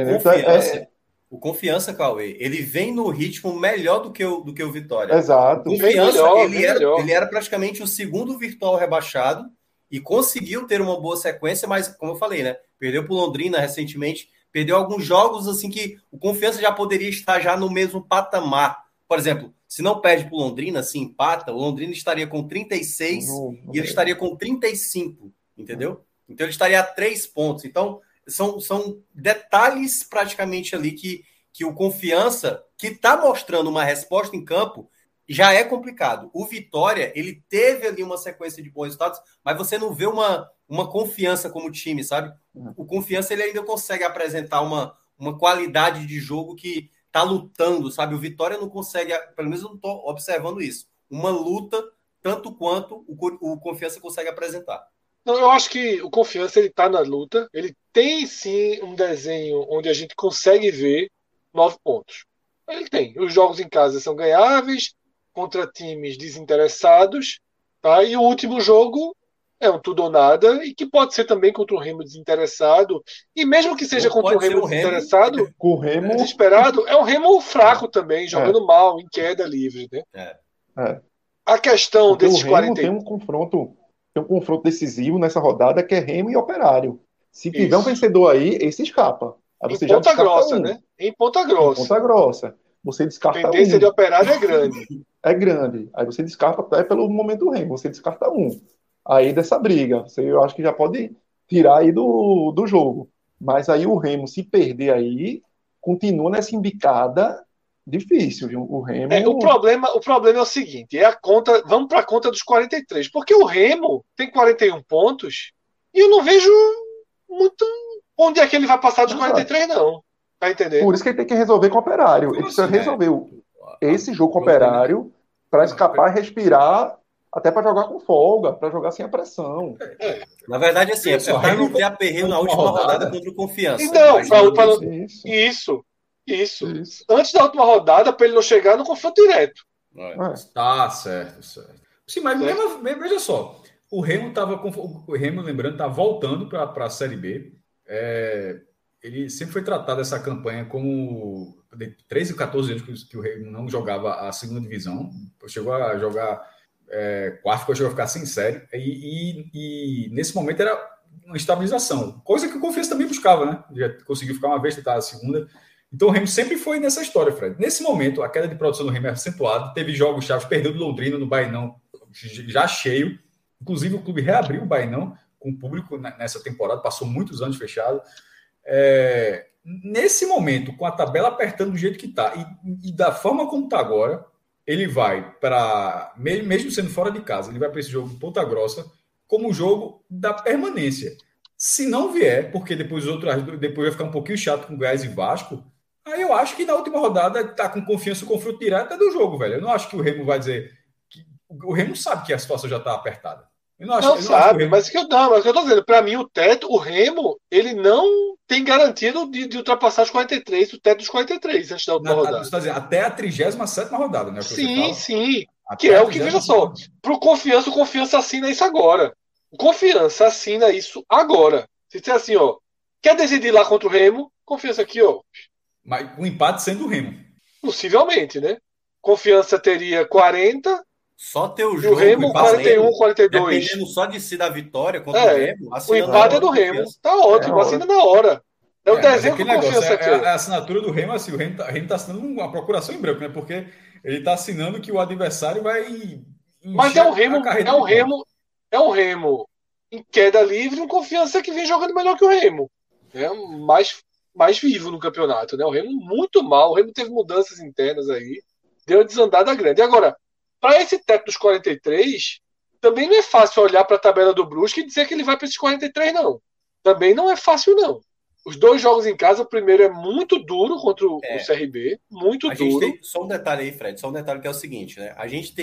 O Confiança, Cauê, ele vem no ritmo melhor do que o Vitória. Exato. O Confiança, ele era praticamente o segundo virtual rebaixado e conseguiu ter uma boa sequência, mas, como eu falei, né? Perdeu para o Londrina recentemente, perdeu alguns jogos assim que o Confiança já poderia estar já no mesmo patamar. Por exemplo, se não perde para o Londrina, se empata, o Londrina estaria com 36 e ele estaria com 35, entendeu? Então ele estaria a 3 pontos. Então, são detalhes praticamente ali que o Confiança, que está mostrando uma resposta em campo, já é complicado. O Vitória, ele teve ali uma sequência de bons resultados, mas você não vê uma confiança como time, sabe? O Confiança, ele ainda consegue apresentar uma qualidade de jogo que tá lutando, sabe? O Vitória não consegue, pelo menos eu não estou observando isso, uma luta tanto quanto o Confiança consegue apresentar. Não, eu acho que o Confiança ele tá na luta, ele tem sim um desenho onde a gente consegue ver 9 pontos. Ele tem. Os jogos em casa são ganháveis, contra times desinteressados, tá? E o último jogo é um tudo ou nada, e que pode ser também contra um Remo desinteressado, e mesmo que seja contra um Remo desinteressado, com o Remo desesperado, é um Remo fraco também, jogando mal, em queda livre, né? A questão porque desses o Remo 40... tem um confronto decisivo nessa rodada que é Remo e Operário. Se tiver um vencedor aí, esse escapa. Aí você em já Ponta Grossa, um. né? Em Ponta Grossa. Em Ponta Grossa. Você descarta A tendência um. de Operário é grande. É grande. Aí você descarta até pelo momento do Remo. Você descarta um. Aí dessa briga. Eu acho que já pode tirar aí do jogo. Mas aí o Remo, se perder aí, continua nessa embicada difícil, viu? O Remo... O problema é o seguinte, vamos para a conta dos 43, porque o Remo tem 41 pontos e eu não vejo muito onde é que ele vai passar dos 43, não. Tá entendendo? Por isso que ele tem que resolver com o Operário. Ele precisa resolver esse jogo com o Operário para escapar e respirar, até para jogar com folga, para jogar sem a pressão. Na verdade, assim, para não ter aperreio na última rodada contra o Confiança. Então, Isso. Antes da última rodada, para ele não chegar no confronto direto. Tá certo. Sim, mas veja só. O Remo lembrando, tá voltando para a Série B. Ele sempre foi tratado essa campanha como 13 ou 14 anos que o Remo não jogava a segunda divisão. Chegou a jogar quarto, chegou a ficar sem série. E nesse momento era uma estabilização. Coisa que o Confiança também buscava, né? Já conseguiu ficar uma vez, tentar a segunda. Então o Remo sempre foi nessa história, Fred. Nesse momento, a queda de produção do Remo é acentuada. Teve jogos chaves, perdeu do Londrina no Bainão, já cheio. Inclusive o clube reabriu o Bainão com o público nessa temporada, passou muitos anos fechado. Nesse momento, com a tabela apertando do jeito que está e da forma como está agora, ele vai para, mesmo sendo fora de casa, ele vai para esse jogo em Ponta Grossa como jogo da permanência. Se não vier, porque depois vai ficar um pouquinho chato com Goiás e Vasco, aí eu acho que na última rodada tá com Confiança o confronto direto do jogo, velho. Eu não acho que o Remo vai dizer... O Remo sabe que a situação já está apertada. Mas o que eu tô dizendo, para mim o Remo, ele não tem garantido de ultrapassar os 43, o teto dos 43 antes da última rodada. Você tá dizendo, até a 37ª rodada, né? Sim. Que é o que, veja só, pro Confiança, o Confiança assina isso agora. O Confiança assina isso agora. Se disser assim, quer decidir lá contra o Remo, Confiança aqui, Mas o empate sendo o Remo. Possivelmente, né? Confiança teria 40... Só ter o jogo. O Remo, 41, 42. Dependendo só de si da vitória contra o Remo. O empate é do Remo. Tá ótimo, assina na hora. É o desenho que Confiança aqui. A assinatura do Remo, assim, o Remo tá assinando uma procuração em branco, né? Porque ele tá assinando que o adversário vai. Mas é um Remo em queda livre, um Confiança que vem jogando melhor que o Remo. É mais vivo no campeonato, né? O Remo muito mal. O Remo teve mudanças internas aí. Deu uma desandada grande. E agora, para esse teto dos 43, também não é fácil olhar para a tabela do Brusque e dizer que ele vai para esses 43, não. Também não é fácil, não. Os 2 jogos em casa, o primeiro é muito duro contra o CRB, muito duro. Gente tem só um detalhe aí, Fred, só um detalhe que é o seguinte, né? A gente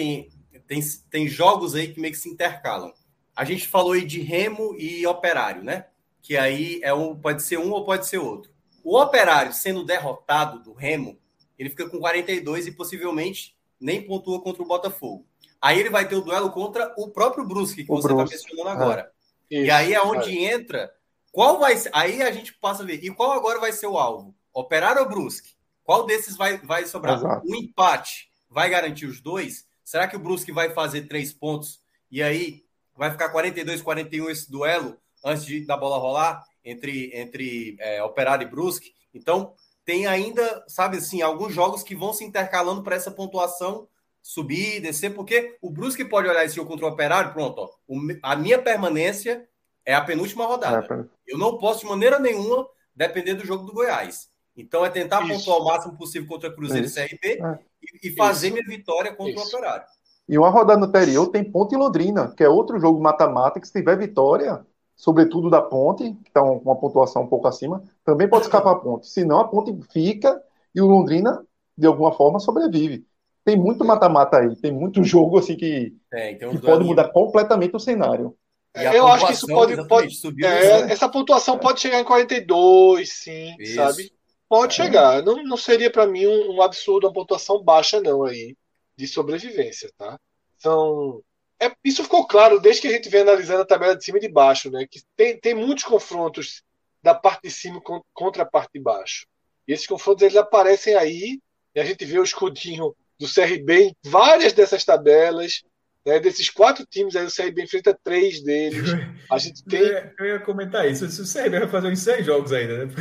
tem jogos aí que meio que se intercalam. A gente falou aí de Remo e Operário, né? que aí pode ser um ou pode ser outro. O Operário, sendo derrotado do Remo, ele fica com 42 e possivelmente nem pontua contra o Botafogo. Aí ele vai ter o duelo contra o próprio Brusque, que você está mencionando agora. E aí é onde entra... Qual vai ser? Aí a gente passa a ver. E qual agora vai ser o alvo? Operário ou Brusque? Qual desses vai sobrar? Exato. O empate vai garantir os dois? Será que o Brusque vai fazer 3 pontos? E aí vai ficar 42-41 esse duelo antes da bola rolar entre Operário e Brusque? Então, tem ainda, sabe assim, alguns jogos que vão se intercalando para essa pontuação subir, descer, porque o Brusque pode olhar esse jogo contra o Operário, pronto, ó, a minha permanência é a penúltima rodada. Eu não posso, de maneira nenhuma, depender do jogo do Goiás. Então, é tentar pontuar o máximo possível contra Cruzeiro e CRB e fazer minha vitória contra o Operário. E uma rodada anterior tem Ponte e Londrina, que é outro jogo matemático, que se tiver vitória, sobretudo da Ponte, que está com uma pontuação um pouco acima, também pode escapar a Ponte. Senão, a Ponte fica e o Londrina, de alguma forma, sobrevive. Tem muito mata-mata aí, tem muito jogo assim que pode mudar completamente o cenário. Eu acho que isso pode subir. Essa pontuação pode chegar em 42, sim, sabe? Pode chegar. Não seria para mim um absurdo, uma pontuação baixa, não, aí, de sobrevivência, tá? Isso ficou claro desde que a gente vem analisando a tabela de cima e de baixo, né? Que tem muitos confrontos da parte de cima contra a parte de baixo. E esses confrontos eles aparecem aí, e a gente vê o escudinho do CRB em várias dessas tabelas, né? Desses 4 times aí, o CRB enfrenta 3 deles. A gente tem... Eu ia comentar isso. Se o CRB vai fazer uns 6 jogos ainda, né?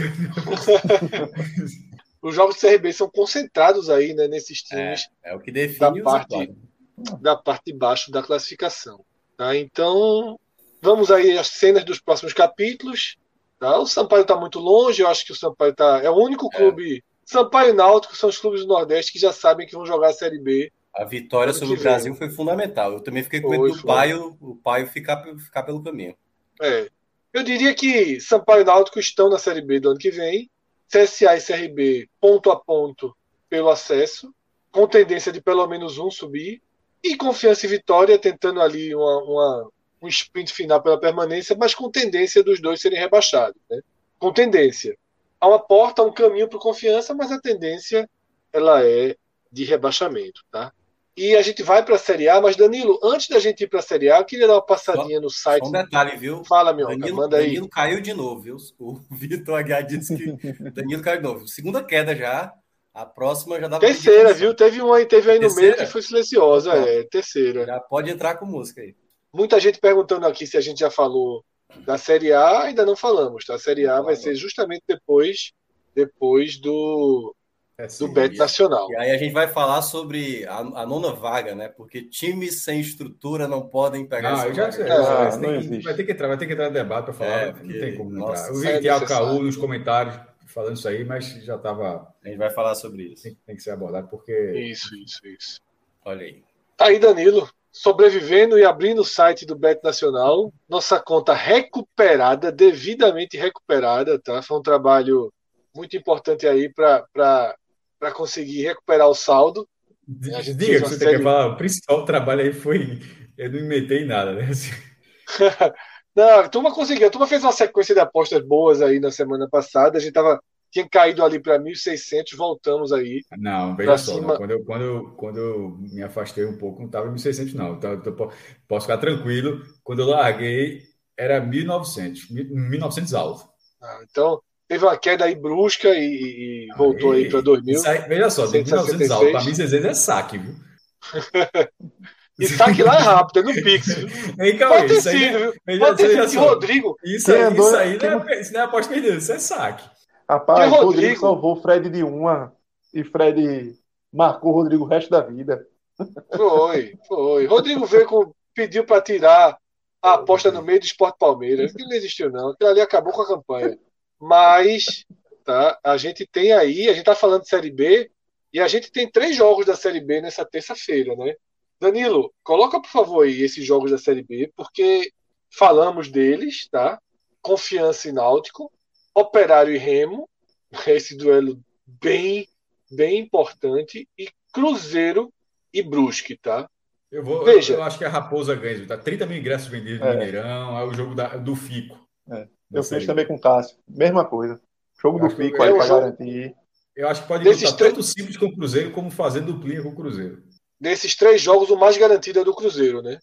Os jogos do CRB são concentrados aí, né, nesses times. É o que define da parte de baixo da classificação. Tá? Então, vamos aí às cenas dos próximos capítulos. Tá? O Sampaio está muito longe. Eu acho que o Sampaio é o único clube... Sampaio e Náutico são os clubes do Nordeste que já sabem que vão jogar a Série B. A vitória sobre o Brasil foi fundamental. Eu também fiquei com medo do Paio ficar pelo caminho. Eu diria que Sampaio e Náutico estão na Série B do ano que vem. CSA e CRB ponto a ponto pelo acesso, com tendência de pelo menos um subir. E Confiança e Vitória tentando ali um sprint final pela permanência, mas com tendência dos dois serem rebaixados. Né? Com tendência. Há uma porta, um caminho para Confiança, mas a tendência ela é de rebaixamento, tá? E a gente vai para a Série A, mas Danilo, antes da gente ir para a Série A, eu queria dar uma passadinha no site. Só um detalhe, viu? Fala, Minhoca, manda aí. Danilo caiu de novo, viu? O Vitor Aguiar disse que Danilo caiu de novo. Segunda queda já, a próxima já dá para... Terceira, viu? Teve aí no meio que foi silenciosa, terceira. Já pode entrar com música aí. Muita gente perguntando aqui se a gente já falou da Série A, ainda não falamos, tá? A Série A vai ser justamente depois do Bet Nacional. E aí a gente vai falar sobre a 9ª vaga, né? Porque times sem estrutura não podem pegar vai ter que entrar no debate para falar. Não tem como não entrar. Eu vi Tiago Caú nos comentários falando isso aí, mas já estava... A gente vai falar sobre isso. Tem que ser abordado, porque... Isso. Olha aí. Tá aí, Danilo. Sobrevivendo e abrindo o site do Bet Nacional. Nossa conta recuperada, devidamente recuperada, tá? Foi um trabalho muito importante aí para conseguir recuperar o saldo. Diga que você quer falar. O principal trabalho aí foi... Eu não inventei nada, né? Não, a turma conseguiu. A turma fez uma sequência de apostas boas aí na semana passada. A gente tinha caído ali para 1.600, voltamos aí. Não, veja só. Cima... Quando eu me afastei um pouco, não estava em 1.600, não. Então, posso ficar tranquilo. Quando eu larguei, era 1.900. 1.900 alto. Então, teve uma queda aí brusca e voltou aí para 2.000. Veja só, de 1.900 alto para 1.600 é saque, viu? E saque lá é rápido, é no Pix. Pode ter sido, viu? Pode ter sido. Rodrigo. Isso aí não é aposta perdida, isso é saque. Rapaz, o Rodrigo salvou o Fred de uma e Fred marcou o Rodrigo o resto da vida. Foi. Rodrigo pediu para tirar a aposta no meio do Sport Palmeiras. Aquilo não existiu, não. Aquilo ali acabou com a campanha. Mas, tá, a gente tá falando de Série B e a gente tem 3 jogos da Série B nessa terça-feira, né? Danilo, coloca, por favor, aí esses jogos da Série B, porque falamos deles, tá? Confiança e Náutico, Operário e Remo, esse duelo bem importante, e Cruzeiro e Brusque, tá? Eu acho que a Raposa ganha, tá? 30 mil ingressos vendidos no Mineirão, é o jogo do Fico. Eu fiz também com o Cássio. Mesma coisa. Jogo do Pico aí para garantir. Eu acho que pode botar tanto simples com o Cruzeiro como fazer duplinha com o Cruzeiro. Desses 3 jogos, o mais garantido é do Cruzeiro, né?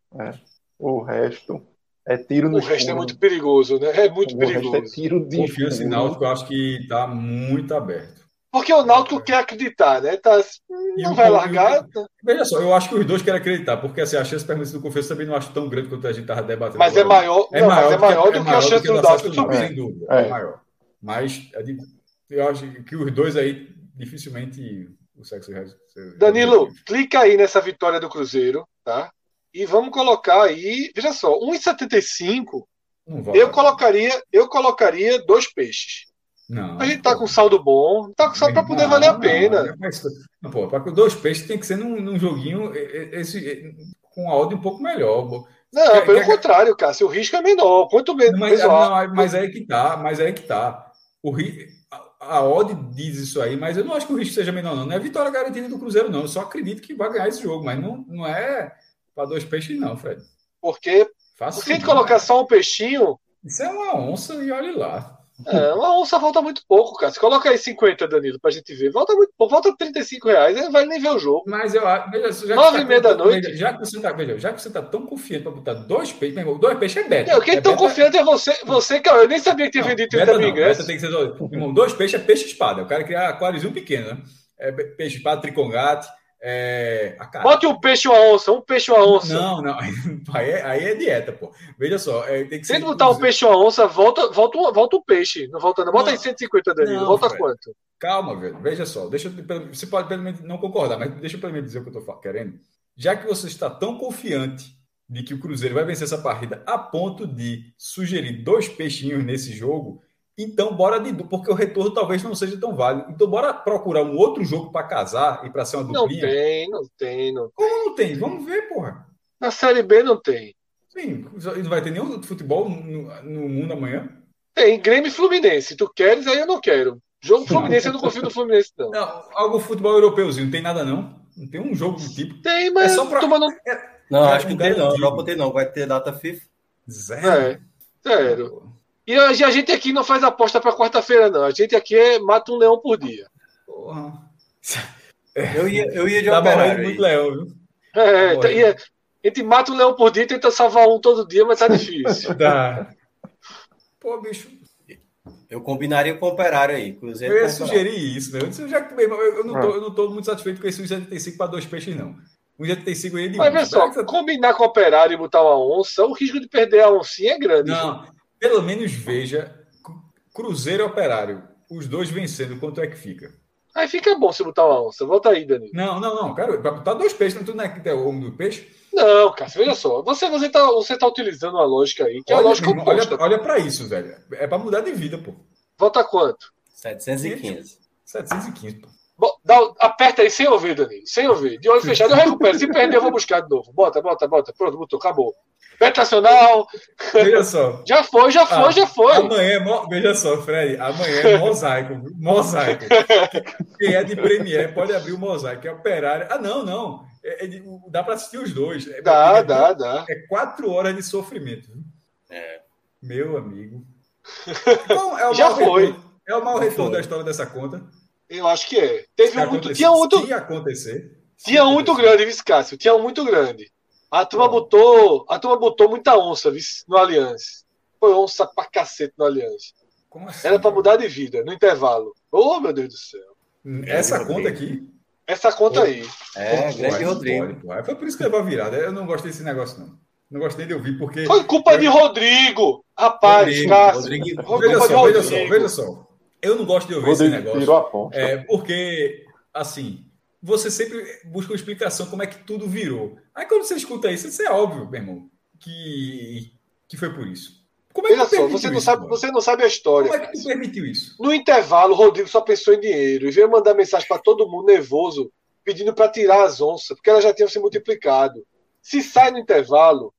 O resto é tiro no escuro. O resto é muito perigoso, né? É muito perigoso. É tiro de Confiança em Náutico, eu acho que está muito aberto. Porque o Náutico quer acreditar, né? Não vai largar. Veja só, eu acho que os dois querem acreditar, porque assim, a chance permanente do Confiança também não acho tão grande quanto a gente estava debatendo. Mas é maior, do que a chance do Náutico subir. Sem dúvida, é maior. Mas eu acho que os dois aí, dificilmente o sexo... Danilo, clica aí nessa vitória do Cruzeiro, tá? E vamos colocar aí, veja só, 1,75. Eu colocaria 2 peixes. Não, a gente tá com saldo bom, tá só para poder valer a pena. Pô, para 2 peixes tem que ser num joguinho com a odd um pouco melhor. Não, pelo contrário, Cássio, o risco é menor. Quanto menos. Mas aí que tá. A odd diz isso aí, mas eu não acho que o risco seja menor, não. Não é vitória garantida do Cruzeiro, não. Eu só acredito que vai ganhar esse jogo, mas não é para 2 peixes, não, Fred. Porque se a gente colocar só um peixinho. Isso é uma onça e olhe lá. Uma onça volta muito pouco, cara. Se coloca aí 50, Danilo, pra gente ver. Volta muito pouco, volta R$35. Ele não vai nem ver o jogo. Mas eu acho. 9h30 da noite. Já que você tá tão confiante pra botar 2 peixes, meu irmão, 2 peixes é beta. Quem tão confiante é você, cara. Eu nem sabia que tinha vendido 30 mil ingressos. Tem que ser. Meu irmão, 2 peixes é peixe-espada. O cara queria aquáriozinho pequeno, né? Peixe-espada, tricongate. Bote um peixe e uma onça, Não. Aí é dieta, pô. Veja só. Tem que se botar um peixe e uma onça, volta um peixe. Não volta, não. Bota aí 150, Danilo. Volta Fred. Quanto? Calma, velho. Veja só. Você pode pelo menos não concordar, mas deixa eu pelo menos dizer o que eu tô querendo. Já que você está tão confiante de que o Cruzeiro vai vencer essa partida a ponto de sugerir 2 peixinhos nesse jogo, então bora porque o retorno talvez não seja tão válido. Então bora procurar um outro jogo para casar e para ser uma duplinha. Não tem. Como não tem? Vamos ver, porra. Na Série B não tem. Sim, não vai ter nenhum futebol no mundo amanhã? Tem, Grêmio e Fluminense. Tu queres, aí eu não quero. Jogo Fluminense, eu não confio no Fluminense, não. Algo futebol europeuzinho, não tem nada, não? Não tem um jogo do tipo? Tem, mas... Não, acho que não tem, não. Europa tem, não. Vai ter data FIFA. Zero. E a gente aqui não faz aposta para quarta-feira, não. A gente aqui mata um leão por dia. Porra. Eu ia de Operário. Muito leão, viu? A gente mata um leão por dia e tenta salvar um todo dia, mas tá difícil. Tá. Pô, bicho. Eu combinaria com o Operário aí. Cruzeiro eu ia sugerir isso, né? Eu não tô muito satisfeito com esse 1,75 para 2 peixes, não. 1,75 aí de mas olha só, combinar com o Operário e botar uma onça, o risco de perder a oncinha é grande. Não, pelo menos veja Cruzeiro e Operário, os dois vencendo, quanto é que fica? Aí fica bom se botar uma onça. Volta aí, Danilo. Não, cara, para botar 2 peixes, tu não é que é o homem do peixe? Não, cara, veja só. Você tá utilizando uma lógica aí, que é a lógica oposta. Olha para isso, velho. É para mudar de vida, pô. Volta quanto? 715. 715, pô. Aperta aí sem ouvir, Danilo. Sem ouvir. De olho fechado, eu recupero. Se perder, eu vou buscar de novo. Bota. Pronto, botou, acabou. Beta Nacional. Veja só. Já foi. Amanhã, veja só, Fred. Amanhã é mosaico. Mosaico. Quem é de Premiere pode abrir o mosaico. É Operário. Não. Dá para assistir os dois. Dá. É 4 horas de sofrimento. Meu amigo. Então, já foi. É o mau retorno da história dessa conta. Eu acho que é. Tinha acontecer. Tinha um muito grande, Viscácio. Tinha um muito grande. A turma botou muita onça, no Allianz. Foi onça pra cacete no Allianz. Como assim? Era pra mudar de vida, no intervalo. Oh, meu Deus do céu. Essa conta aqui? Essa conta aí. Grande Rodrigo. Foi por isso que levou a virada. Eu não gostei desse negócio, não. Não gostei de ouvir, porque... Foi culpa de Rodrigo. Rapaz, Cássio. Veja só. Eu não gosto de ouvir esse negócio. Porque, assim, você sempre busca uma explicação como é que tudo virou. Aí quando você escuta isso é óbvio, meu irmão, que foi por isso. Como é que você não sabe a história. Como é que tu permitiu isso? No intervalo, o Rodrigo só pensou em dinheiro e veio mandar mensagem para todo mundo nervoso, pedindo para tirar as onças, porque elas já tinham se multiplicado. Se sai no intervalo,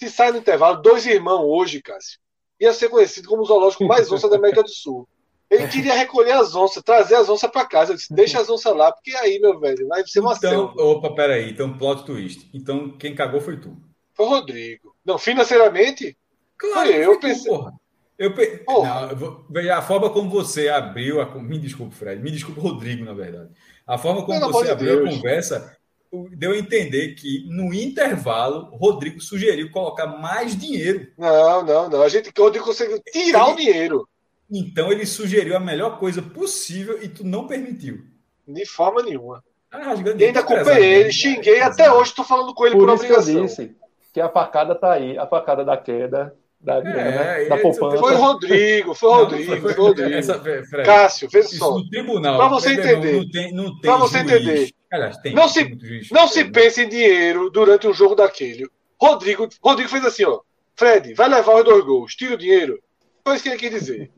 2 irmãos hoje, Cássio, ia ser conhecido como o zoológico mais onça da América do Sul. Ele queria recolher as onças, trazer as onças para casa. Eu disse, deixa as onças lá, porque aí, meu velho, vai ser uma selva. Opa, peraí. Então, plot twist. Então, quem cagou foi tu. Foi o Rodrigo. Não, financeiramente, claro, foi eu. Pensei... Veja, a forma como você abriu me desculpe, Fred. Me desculpe, Rodrigo, na verdade. A forma como você abriu a conversa deu a entender que, no intervalo, o Rodrigo sugeriu colocar mais dinheiro. Não. O Rodrigo conseguiu tirar o dinheiro. Então, ele sugeriu a melhor coisa possível e tu não permitiu. De forma nenhuma. E ainda culpei ele, xinguei. Até hoje estou falando com ele por obrigação. Que eu disse que a facada tá aí. A facada da queda, da grana, da poupança. Foi o Rodrigo. Cássio, veja só. No tribunal. Para você entender. Não tem para você juiz. entender. Aliás, tem. Não se pense em dinheiro durante um jogo daquele. Rodrigo fez assim, ó. Fred, vai levar os 2 gols. Tira o dinheiro. Foi isso que ele quis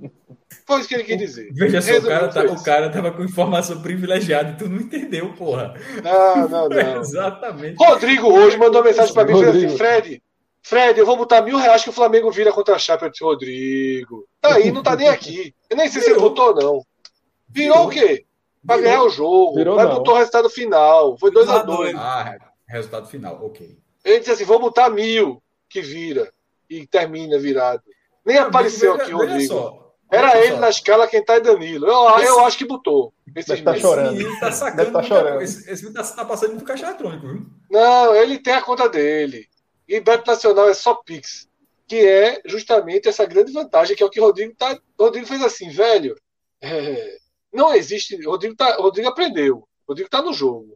dizer. Veja só, o cara tava com informação privilegiada e tu não entendeu, porra. Não. Exatamente. Rodrigo hoje mandou uma mensagem pra mim e falou assim: Fred, eu vou botar R$1.000 que o Flamengo vira contra a Chape. Eu disse: Rodrigo, tá aí, não tá nem aqui. Eu nem sei se ele botou, não. Virou o quê? Pra ganhar o jogo. Mas botou o resultado final. Foi 2-2. Resultado final, ok. Ele disse assim: vou botar 1.000 que vira. E termina virado. Nem apareceu aqui o Rodrigo. Era ele na escala, quem tá é Danilo. Eu acho que botou. Esse tá chorando. Esse tá sacando. Esse tá passando muito caixa eletrônico, viu? Não, ele tem a conta dele. E Beto Nacional é só Pix. Que é justamente essa grande vantagem, que é o que o Rodrigo fez assim, velho. Não existe. Rodrigo aprendeu. Rodrigo tá no jogo.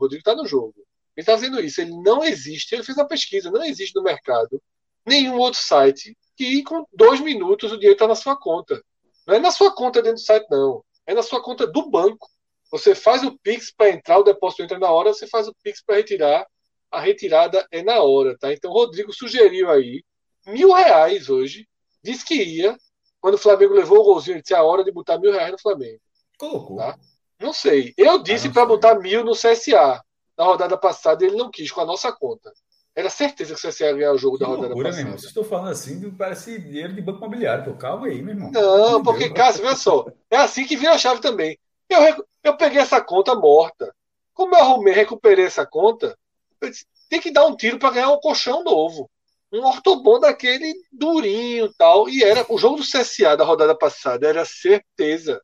Ele tá fazendo isso. Ele não existe. Ele fez uma pesquisa. Não existe no mercado nenhum outro site que com 2 minutos o dinheiro está na sua conta. Não é na sua conta dentro do site, não. É na sua conta do banco. Você faz o Pix para entrar, o depósito entra na hora, você faz o Pix para retirar, a retirada é na hora, tá? Então o Rodrigo sugeriu aí R$1.000 hoje, disse que ia, quando o Flamengo levou o golzinho, ele disse a hora de botar R$1.000 no Flamengo. Colocou. Tá? Não sei. Eu disse para botar 1.000 no CSA. Na rodada passada ele não quis, com a nossa conta. Era certeza que o CSA ia ganhar o jogo da rodada passada. Meu irmão. Vocês estão falando assim, parece dinheiro de banco imobiliário. Pô, calma aí, meu irmão. Não, porque, Cássio, veja só. É assim que vira a chave também. Eu peguei essa conta morta. Como eu recuperei essa conta, eu disse, tem que dar um tiro para ganhar um colchão novo. Um ortobon daquele durinho e tal. E era o jogo do CSA da rodada passada. Era certeza.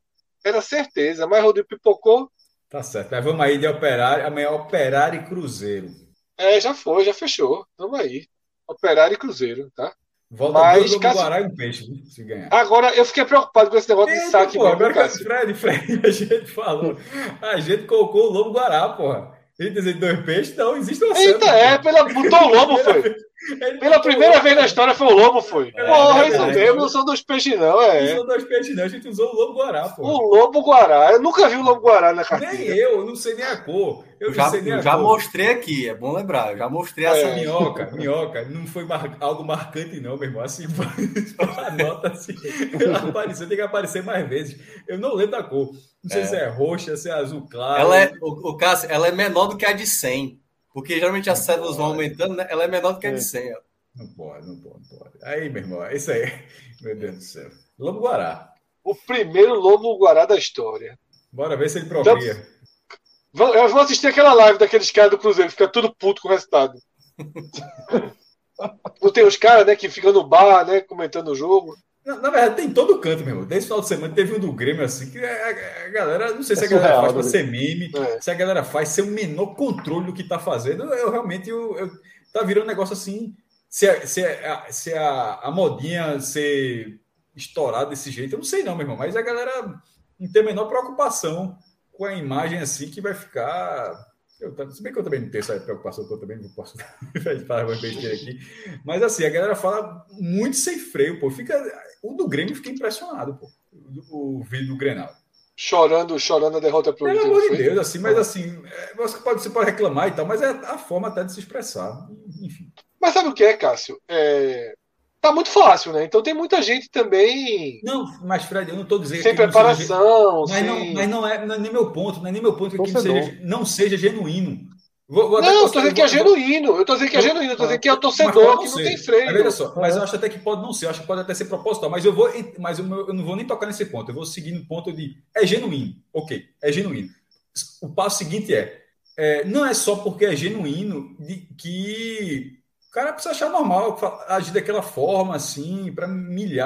Mas Rodrigo pipocou. Tá certo. Mas vamos aí de Operário. Amanhã Operário e Cruzeiro. Já fechou. Vamos aí. Operário e Cruzeiro, tá? Volta mas, dois Guará e um peixe, se ganhar. Agora, eu fiquei preocupado com esse negócio de saque. Agora que Fred, a gente falou. A gente colocou o Lobo Guará, porra. Ele dizer 2 peixes, não, existe uma Eita, botou o Lobo, foi. Pela primeira vez na história foi o Lobo, foi. Porra, isso mesmo, não são 2 peixes, não. Não são 2 peixes, não. A gente usou o Lobo Guará, pô. O Lobo Guará. Eu nunca vi o Lobo Guará na carteira. Nem eu não sei nem a cor. Eu já mostrei aqui, é bom lembrar. Eu já mostrei essa minhoca. Não foi algo marcante, não, meu irmão. Assim, anota assim. Apareceu, tem que aparecer mais vezes. Eu não lembro da cor. Não sei se é roxa, se é azul claro. Cássio, ela é menor do que a de 100. Porque geralmente as cédulas vão aumentando, né? Ela é menor do que a de 100. Ó. Não pode. Aí, meu irmão, é isso aí. Meu Deus do céu. Lobo Guará. O primeiro Lobo Guará da história. Bora ver se ele procria. Então, eu vou assistir aquela live daqueles caras do Cruzeiro, fica tudo puto com o resultado. Não tem os caras, né, que ficam no bar, né, comentando o jogo. Na verdade, tem todo canto, meu irmão. Desde o final de semana teve um do Grêmio assim, que a galera, não sei se a galera faz pra ser meme, se a galera faz sem o menor controle do que tá fazendo. Eu realmente, tá virando um negócio assim, se a modinha ser estourada desse jeito, eu não sei não, meu irmão, mas a galera não tem a menor preocupação com a imagem assim, que vai ficar... Se bem que eu também não tenho essa preocupação, eu também não posso falar uma besteira aqui. Mas assim, a galera fala muito sem freio, pô. O do Grêmio fica impressionado, pô. O vídeo do Grenal. Chorando a derrota pro Inter. Pelo amor de Deus, assim, mas assim, você pode reclamar e tal, mas é a forma até de se expressar. Enfim. Mas sabe o que é, Cássio? Tá muito fácil, né? Então tem muita gente também. Não, mas Fred, eu não estou dizendo sem que preparação. Mas não é nem meu ponto, não é nem meu ponto que aquilo não seja genuíno. Eu tô dizendo que é genuíno. Eu tô dizendo que é genuíno, eu tô dizendo que é o torcedor, que não tem freio. Veja só, mas eu acho até que pode não ser, eu acho que pode até ser proposital, mas eu não vou nem tocar nesse ponto, eu vou seguir no ponto de é genuíno, ok, é genuíno. O passo seguinte não é só porque é genuíno que o cara precisa achar normal agir daquela forma, assim, para milhares,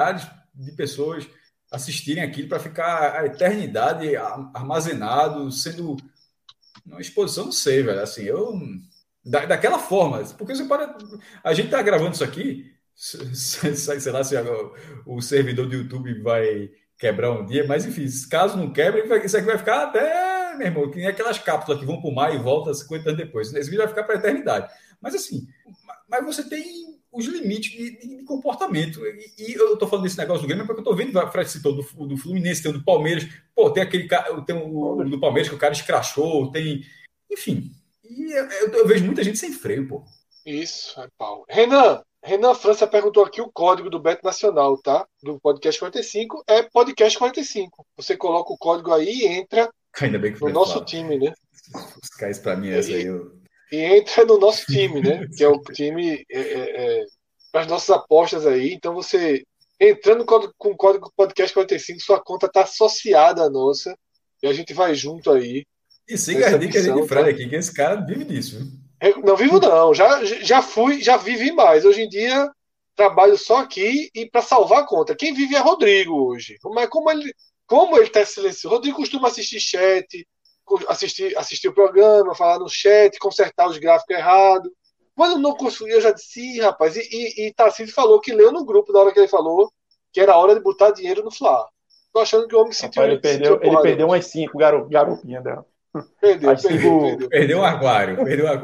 de pessoas assistirem aquilo para ficar a eternidade armazenado, sendo uma exposição, não sei, velho. Assim, daquela forma, porque você pode. A gente tá gravando isso aqui, sei lá se o servidor do YouTube vai quebrar um dia, mas enfim, caso não quebre, isso aqui vai ficar até, meu irmão, que nem aquelas cápsulas que vão para o mar e voltam 50 anos depois. Esse vídeo vai ficar para a eternidade. Mas assim, mas você tem os limites de comportamento. E eu tô falando desse negócio do Grêmio porque eu tô vendo, Fred citou do Fluminense, tem o do Palmeiras, pô, tem aquele cara, tem o do Palmeiras que o cara escrachou, tem. Enfim. E eu vejo muita gente sem freio, pô. Isso, é pau. Renan França perguntou aqui o código do Beto Nacional, tá? Do Podcast 45 é Podcast 45. Você coloca o código aí e entra Ainda bem que no nosso time, né? Se cair isso pra mim, essa aí E entra no nosso time, né? Que é o time para as nossas apostas aí. Então você entrando com o código Podcast 45, sua conta tá associada à nossa e a gente vai junto aí. E siga as dicas de Fred aqui, que esse cara vive disso, viu? Não vivo não, já vivi mais. Hoje em dia trabalho só aqui e para salvar a conta. Quem vive é Rodrigo hoje. Mas como ele está silencioso, Rodrigo costuma assistir chat, assistir o programa, falar no chat, consertar os gráficos errados. Quando não conseguiu, eu já disse, rapaz, e Tarcísio falou que leu no grupo na hora que ele falou que era hora de botar dinheiro no Fla. Tô achando que o homem sentiu. Ele perdeu umas 5 garopinhas dela. Perdeu o aquário.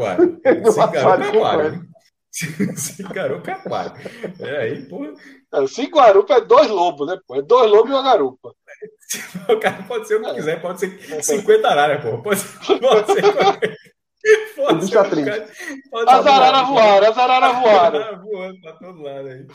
Cinco garupa é aquário. Aí, porra. 5 garupa é 2 lobos, né? Pô? É 2 lobos e uma garupa. O cara pode ser o que quiser, pode ser 50 araras, pô. Pode ser. As araras voaram. As araras voando pra todo lado aí.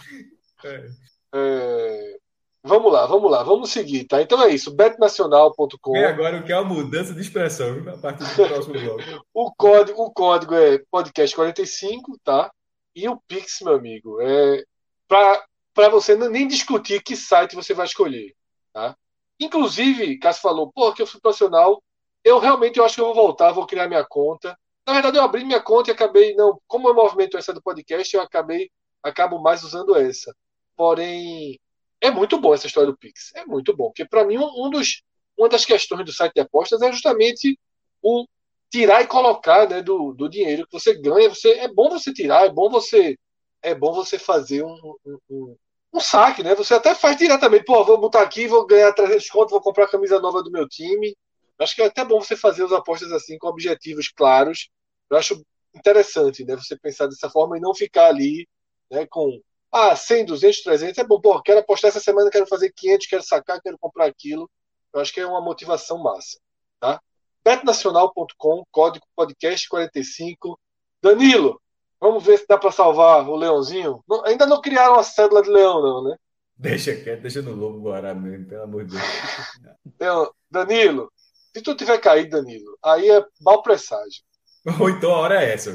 Vamos lá. Vamos seguir, tá? Então é isso, betnacional.com. E agora o que é uma mudança de expressão, viu? A partir do próximo bloco. O código é podcast 45, tá? E o Pix, meu amigo, é para você nem discutir que site você vai escolher, tá? Inclusive, Cássio falou, pô, que eu sou profissional, eu acho que eu vou voltar, vou criar minha conta. Na verdade, eu abri minha conta e acabei, como eu movimento essa do podcast, eu acabo mais usando essa. Porém, é muito bom essa história do Pix. É muito bom. Porque, para mim, uma das questões do site de apostas é justamente o tirar e colocar, né, do dinheiro que você ganha. É bom você tirar, é bom você fazer um saque, né? Você até faz diretamente. Pô, vou botar aqui, vou ganhar 300 conto, vou comprar a camisa nova do meu time. Acho que é até bom você fazer as apostas assim, com objetivos claros. Eu acho interessante, né? Você pensar dessa forma e não ficar ali, né, com 100, 200, 300, é bom, pô, quero apostar essa semana, quero fazer 500, quero sacar, quero comprar aquilo. Eu acho que é uma motivação massa, tá? betnacional.com, código podcast 45. Danilo, vamos ver se dá para salvar o leãozinho. Ainda não criaram a cédula de leão, não, né? Deixa quieto, deixa no lobo guará mesmo, pelo amor de Deus. Danilo, se tu tiver caído, Danilo, aí é mau presságio. Ou então a hora é essa.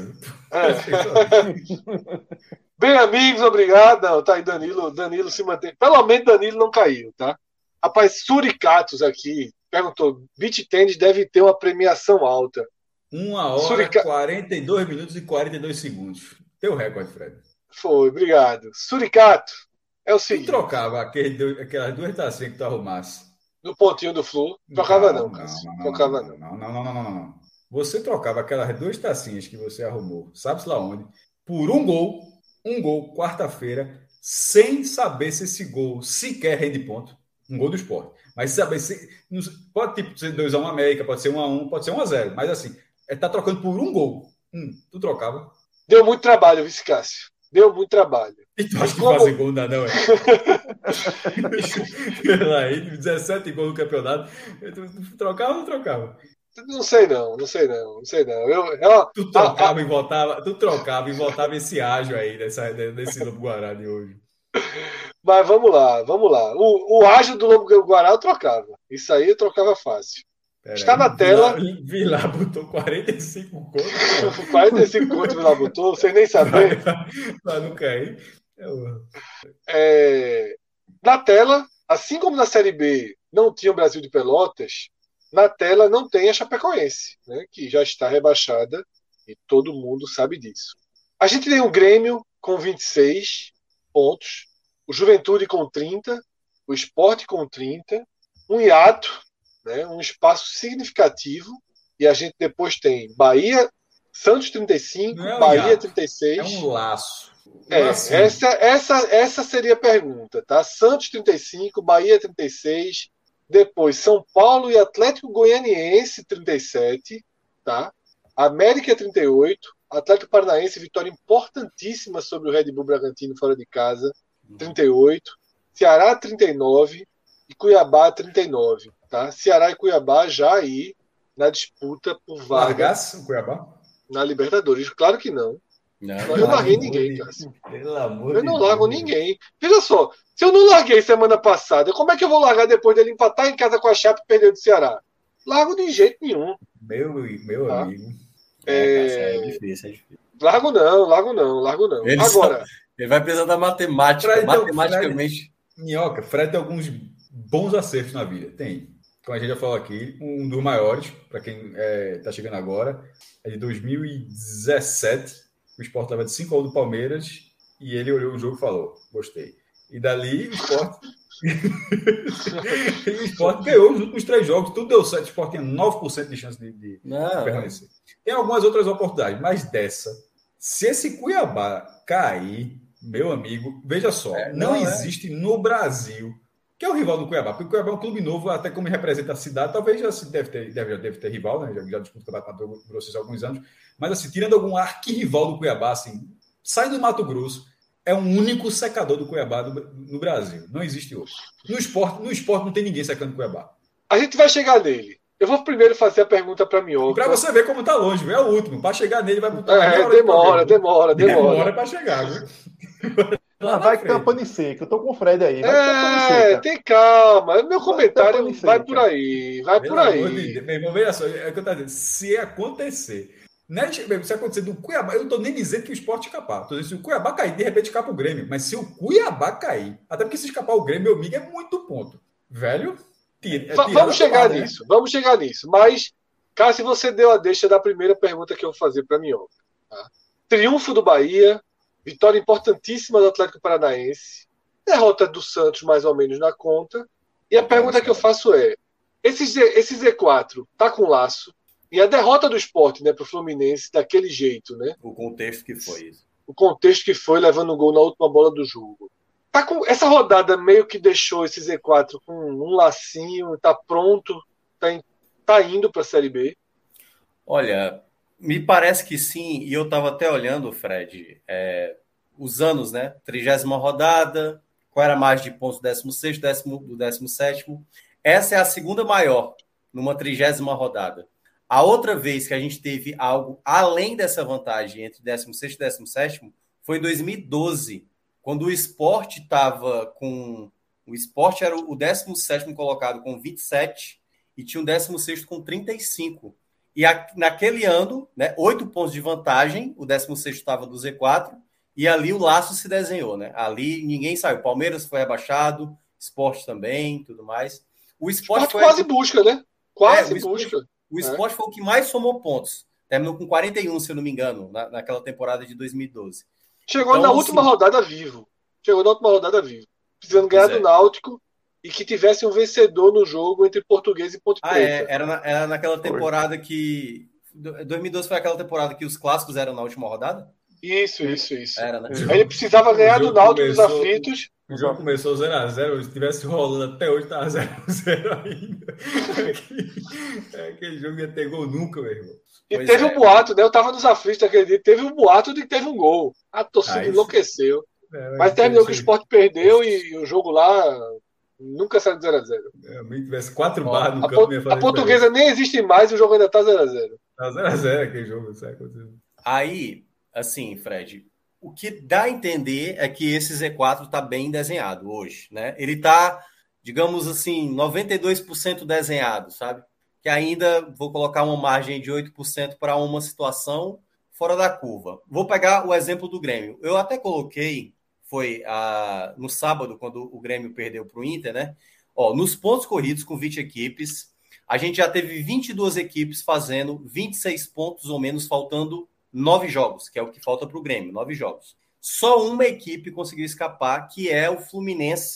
Bem, amigos, obrigado. Não, tá aí, Danilo se mantém. Pelo menos Danilo não caiu, tá? Rapaz, Suricatos aqui perguntou: Beach Tennis deve ter uma premiação alta. 1 hora, 42 minutos e 42 segundos. Teu recorde, Fred. Foi, obrigado. Suricato, é o seguinte. Tu trocava aquelas 2 tacinhas que tu arrumasse? No pontinho do Flu? Trocava não. Não. Você trocava aquelas 2 tacinhas que você arrumou, sabe-se lá onde, por um gol, quarta-feira, sem saber se esse gol sequer rende ponto. Um gol do Sport. Mas saber se. Pode ser 2-1 América, pode ser 1-1, pode ser 1-0. Mas assim, tá trocando por um gol. Tu trocava. Deu muito trabalho, Vice Cássio. Deu muito trabalho. E tu acha que fazer gol não dá, não, é? Aí, 17 gols no campeonato. Tu trocava ou não trocava? Não sei não. Tu trocava e voltava esse ágio aí desse Lobo Guará de hoje. Mas vamos lá. O ágio do Lobo Guará eu trocava. Isso aí eu trocava fácil. Está na tela. Vila botou 45 contos. 45 contos Vila botou, sem nem saber. Pra não cair. Na tela, assim como na Série B não tinha o Brasil de Pelotas, na tela não tem a Chapecoense, né, que já está rebaixada e todo mundo sabe disso. A gente tem o Grêmio com 26 pontos, o Juventude com 30 o Sport com 30, um hiato, né, um espaço significativo, e a gente depois tem Bahia, Santos 35, Bahia 36. É um laço. Essa seria a pergunta, tá? Santos 35, Bahia 36, depois São Paulo e Atlético Goianiense 37, tá? América 38, Atlético Paranaense, vitória importantíssima sobre o Red Bull Bragantino fora de casa, 38, Ceará 39 e Cuiabá 39, tá? Ceará e Cuiabá já aí na disputa por vaga. Largasse o Cuiabá? Na Libertadores, claro que não. Eu não larguei ninguém, Cássio. Eu não largo ninguém. Veja só, se eu não larguei semana passada, como é que eu vou largar depois dele empatar em casa com a Chape e perder do Ceará? Largo de jeito nenhum. Meu tá? amigo. É difícil. Largo não. Agora. Ele vai precisar da matemática. Fred, matematicamente. Minhoca, Fred tem alguns bons acertos na vida. Tem. Como a gente já falou aqui, um dos maiores, para quem está chegando agora, é de 2017. O Sport estava de 5-1 do Palmeiras e ele olhou o jogo e falou: gostei. E dali o Sport ganhou os últimos 3 jogos, tudo deu certo. O Sport tinha 9% de chance de permanecer. Tem algumas outras oportunidades, mas dessa, se esse Cuiabá cair, meu amigo, veja só, não existe no Brasil, que é o rival do Cuiabá, porque o Cuiabá é um clube novo, até como representa a cidade, talvez já deve ter rival, né? Já disputa o Campeonato Mato Grosso há alguns anos, mas assim, tirando algum arquirrival do Cuiabá, assim, sai do Mato Grosso, é um único secador do Cuiabá no Brasil, não existe outro. No esporte não tem ninguém secando o Cuiabá. A gente vai chegar nele. Eu vou primeiro fazer a pergunta para Minhoca. Para você ver como tá longe, viu? É o último. Para chegar nele vai botar demora para chegar, viu? Vai que tem uma pane seca. Eu tô com o Fred aí. Tem calma. Meu comentário vai por aí. Vai por aí. Meu irmão, veja só, é o que eu tô dizendo. Se acontecer, se acontecer do Cuiabá, eu não tô nem dizendo que o Sport escapar. Tô dizendo, se o Cuiabá cair, de repente escapa o Grêmio. Mas se o Cuiabá cair, até porque se escapar o Grêmio, meu amigo, é muito ponto. Velho, vamos chegar nisso. Mas, Cássio, você deu a deixa da primeira pergunta que eu vou fazer para Minhoca. Tá? Triunfo do Bahia, vitória importantíssima do Atlético Paranaense, derrota do Santos mais ou menos na conta. E a pergunta que eu faço é: esse Z4 tá com laço? E a derrota do Sport, né, para o Fluminense daquele jeito, né? O contexto que foi isso. O contexto que foi levando o gol na última bola do jogo. Tá com essa rodada meio que deixou esse Z4 com um lacinho, tá pronto, tá indo para a Série B? Olha, me parece que sim, e eu estava até olhando, Fred, os anos, né? 30ª rodada, qual era a margem de pontos do 16º, do 17º. Essa é a segunda maior numa 30ª rodada. A outra vez que a gente teve algo além dessa vantagem entre 16º e 17º foi em 2012, quando o Sport estava com... O Sport era o 17º colocado com 27 e tinha o 16º com 35. E naquele ano, né, 8 pontos de vantagem, o 16º estava do Z4, e ali o laço se desenhou, né? Ali ninguém saiu. Palmeiras foi abaixado, Sport também, tudo mais. O Sport quase busca, né? Quase busca. O Sport foi o que mais somou pontos. Terminou com 41, se eu não me engano, naquela temporada de 2012. Chegou na última rodada vivo. Precisando ganhar do Náutico e que tivesse um vencedor no jogo entre Português e Ponte Preta. Era naquela temporada que... 2012 foi aquela temporada que os clássicos eram na última rodada? Isso. Era, né? Ele precisava ganhar do Náutico dos aflitos. O jogo começou 0-0, se tivesse rolando até hoje, tava 0-0 ainda. Aquele jogo ia ter gol nunca, meu irmão. E teve um boato, né? Eu tava nos aflitos aquele dia, teve um boato de que teve um gol. A torcida enlouqueceu. Mas terminou que o Sport perdeu e o jogo lá nunca saiu de 0-0. Se tivesse 4 barras no campo... A Portuguesa nem existe mais e o jogo ainda tá 0-0. Tá 0-0 aquele jogo, sabe? Aí, assim, Fred, o que dá a entender é que esse Z4 está bem desenhado hoje, né? Ele está, digamos assim, 92% desenhado, sabe? Que ainda vou colocar uma margem de 8% para uma situação fora da curva. Vou pegar o exemplo do Grêmio. Eu até coloquei, foi no sábado, quando o Grêmio perdeu para o Inter, né? Nos pontos corridos com 20 equipes, a gente já teve 22 equipes fazendo 26 pontos ou menos, faltando 9 jogos, que é o que falta para o Grêmio, 9 jogos. Só uma equipe conseguiu escapar, que é o Fluminense,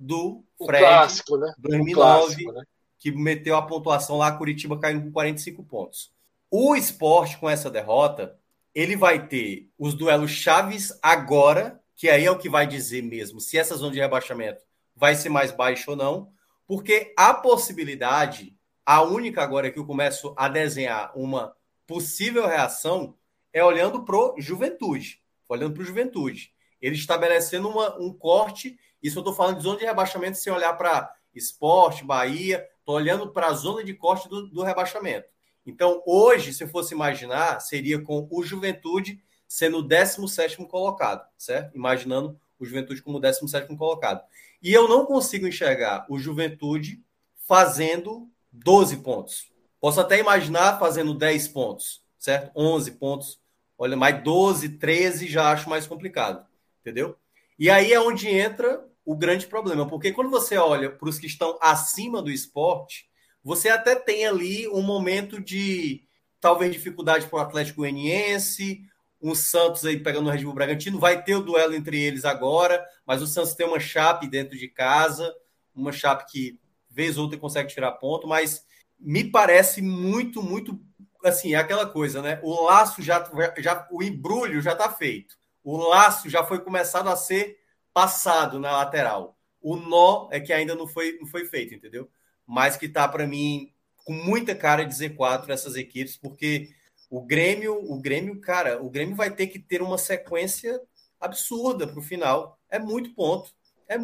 do O Fred, clássico, né? 2009, Clássico, né? que meteu a pontuação lá, Curitiba caindo com 45 pontos. O Sport, com essa derrota, ele vai ter os duelos chaves agora, que aí é o que vai dizer mesmo se essa zona de rebaixamento vai ser mais baixa ou não, porque a possibilidade, a única agora que eu começo a desenhar uma possível reação é olhando para o Juventude. Olhando para o Juventude. Ele estabelecendo um corte, isso eu estou falando de zona de rebaixamento sem olhar para Sport, Bahia, estou olhando para a zona de corte do rebaixamento. Então, hoje, se eu fosse imaginar, seria com o Juventude sendo o 17º colocado, certo? Imaginando o Juventude como o 17º colocado. E eu não consigo enxergar o Juventude fazendo 12 pontos. Posso até imaginar fazendo 10 pontos, certo? 11 pontos. Olha, mais 12, 13 já acho mais complicado, entendeu? E aí é onde entra o grande problema, porque quando você olha para os que estão acima do Sport, você até tem ali um momento de, talvez, dificuldade para o Atlético Goianiense, um Santos aí pegando o Red Bull Bragantino, vai ter o duelo entre eles agora, mas o Santos tem uma Chape dentro de casa, uma Chape que, vez ou outra, consegue tirar ponto, mas me parece muito, muito, assim, é aquela coisa, né? O laço o embrulho já está feito. O laço já foi começado a ser passado na lateral. O nó é que ainda não foi feito, entendeu? Mas que tá, para mim, com muita cara de Z4 essas equipes, porque o Grêmio, cara, o Grêmio vai ter que ter uma sequência absurda para o final. É muito ponto.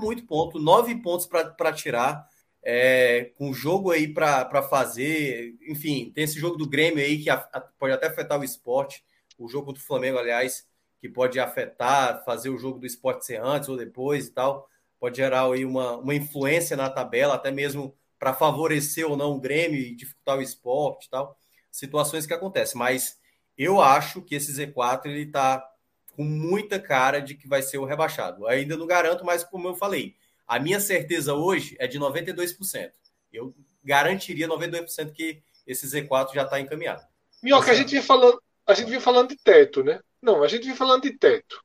9 pontos para tirar, com o jogo aí para fazer. Enfim, tem esse jogo do Grêmio aí que pode até afetar o Sport. O jogo contra o Flamengo, aliás, que pode afetar, fazer o jogo do Sport ser antes ou depois e tal. Pode gerar aí uma influência na tabela, até mesmo para favorecer ou não o Grêmio e dificultar o Sport e tal. Situações que acontecem. Mas eu acho que esse Z4 ele está com muita cara de que vai ser o rebaixado. Ainda não garanto, mas como eu falei, a minha certeza hoje é de 92%. Eu garantiria 92% que esse Z4 já está encaminhado. Minhoca, a gente vinha falando de teto, né? Não, a gente vinha falando de teto.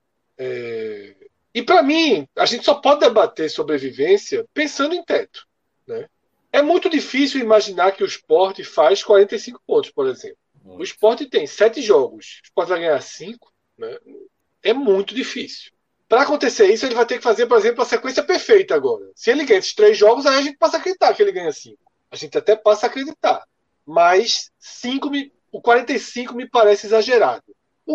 E para mim, a gente só pode debater sobrevivência pensando em teto, né? É muito difícil imaginar que o Sport faz 45 pontos, por exemplo. O Sport tem 7 jogos. O Sport vai ganhar 5, né? É muito difícil. Para acontecer isso, ele vai ter que fazer, por exemplo, a sequência perfeita agora. Se ele ganha esses 3 jogos, aí a gente passa a acreditar que ele ganha 5. A gente até passa a acreditar. Mas o 45 me parece exagerado. O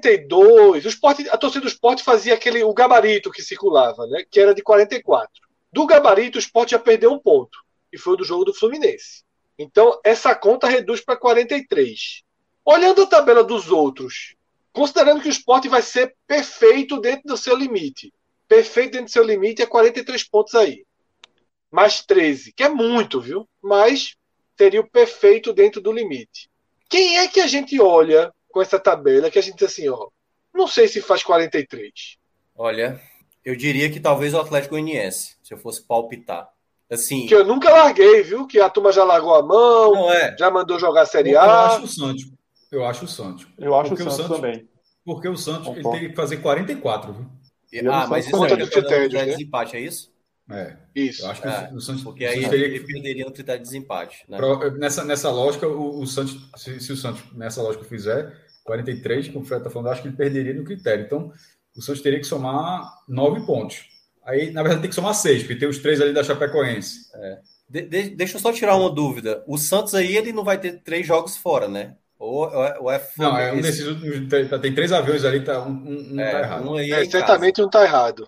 42, a torcida do Sport fazia o gabarito que circulava, né? Que era de 44. Do gabarito, o Sport já perdeu 1 ponto. E foi o do jogo do Fluminense. Então, essa conta reduz para 43. Olhando a tabela dos outros, considerando que o Sport vai ser perfeito dentro do seu limite. Perfeito dentro do seu limite é 43 pontos aí. Mais 13, que é muito, viu? Mas seria o perfeito dentro do limite. Quem é que a gente olha com essa tabela que a gente diz assim, ó, não sei se faz 43. Olha, eu diria que talvez o Atlético Goianiense, se eu fosse palpitar. Assim, que eu nunca larguei, viu? Que a turma já largou a mão, já mandou jogar a Série A. Eu acho o Santos. Eu acho o Santos também. Porque o Santos ele teria que fazer 44, viu? Mas isso conta do critério, né? Desempate, é isso? Isso. Eu acho que o Santos... Porque aí ele perderia no critério de desempate. Né? Nessa lógica, o Santos, se o Santos, nessa lógica, fizer 43, como o Fred está falando, eu acho que ele perderia no critério. Então, o Santos teria que somar 9 pontos. Aí, na verdade, tem que somar 6, porque tem os 3 ali da Chapecoense. Deixa eu só tirar uma dúvida. O Santos aí, ele não vai ter 3 jogos fora, né? Ou é não, um desses últimos. Tem 3 aviões ali, um tá errado. Um aí certamente um tá errado.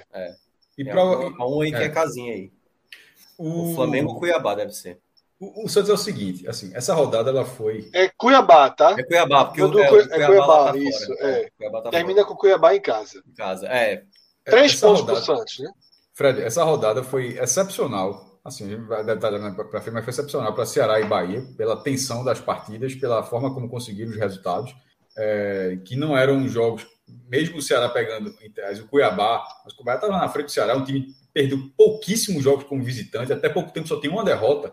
E um aí que é casinha aí. O Flamengo ou Cuiabá deve ser. O Santos é o seguinte, assim, essa rodada ela foi... É Cuiabá, tá? É Cuiabá, porque o Cuiabá tá isso. Cuiabá tá termina com o Cuiabá em casa. 3 pontos pro Santos, né? Fred, essa rodada foi excepcional. Assim, a gente vai detalhar para frente, mas foi excepcional para Ceará e Bahia, pela tensão das partidas, pela forma como conseguiram os resultados, que não eram jogos, mesmo o Ceará pegando o Cuiabá estava na frente do Ceará, um time que perdeu pouquíssimos jogos como visitante, até pouco tempo só tem uma derrota.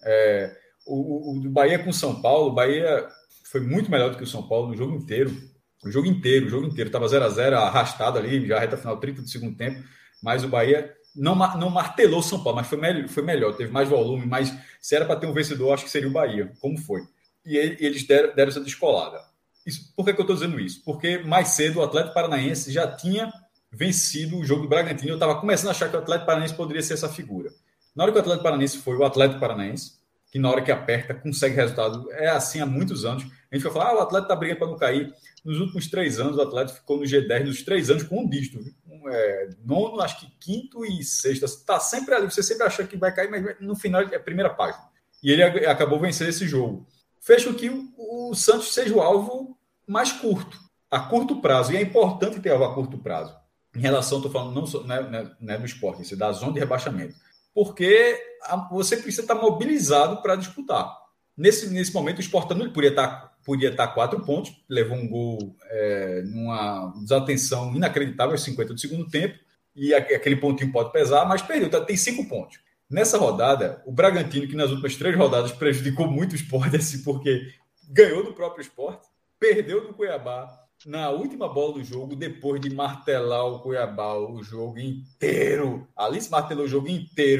O do Bahia com o São Paulo, o Bahia foi muito melhor do que o São Paulo no jogo inteiro. O jogo inteiro estava 0-0, arrastado ali, já reta final 30 do segundo tempo, mas o Bahia não martelou o São Paulo, mas foi melhor, teve mais volume, mas se era para ter um vencedor, acho que seria o Bahia, como foi. E eles deram essa descolada. Por que eu estou dizendo isso? Porque mais cedo o Atlético Paranaense já tinha vencido o jogo do Bragantino. Eu estava começando a achar que o Atlético Paranaense poderia ser essa figura. Na hora que o Atlético Paranaense foi o Atlético Paranaense, que na hora que aperta, consegue resultado. É assim há muitos anos. A gente vai falar, o Atlético está brigando para não cair. Nos últimos 3 anos, o Atlético ficou no G10, nos 3 anos, com um dígito. Nono, acho que quinto e sexto. Está sempre ali. Você sempre acha que vai cair, mas no final é a primeira página. E ele acabou vencendo esse jogo. Fez com que o Santos seja o alvo mais curto, a curto prazo. E é importante ter alvo a curto prazo. Em relação, estou falando não é do esporte, isso é da zona de rebaixamento. Porque você precisa estar mobilizado para disputar. Nesse momento, o Sport também podia estar 4 pontos, levou um gol numa desatenção inacreditável aos 50 do segundo tempo, e aquele pontinho pode pesar, mas perdeu, tem 5 pontos. Nessa rodada, o Bragantino, que nas últimas 3 rodadas prejudicou muito o Sport, assim, porque ganhou do próprio Sport, perdeu do Cuiabá, na última bola do jogo, depois de martelar o Cuiabá o jogo inteiro. Ali se martelou o jogo inteiro,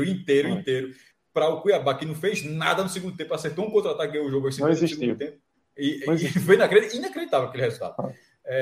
para o Cuiabá, que não fez nada no segundo tempo, acertou um contra-ataque, ganhou o jogo assim, no segundo tempo. E foi inacreditável aquele resultado.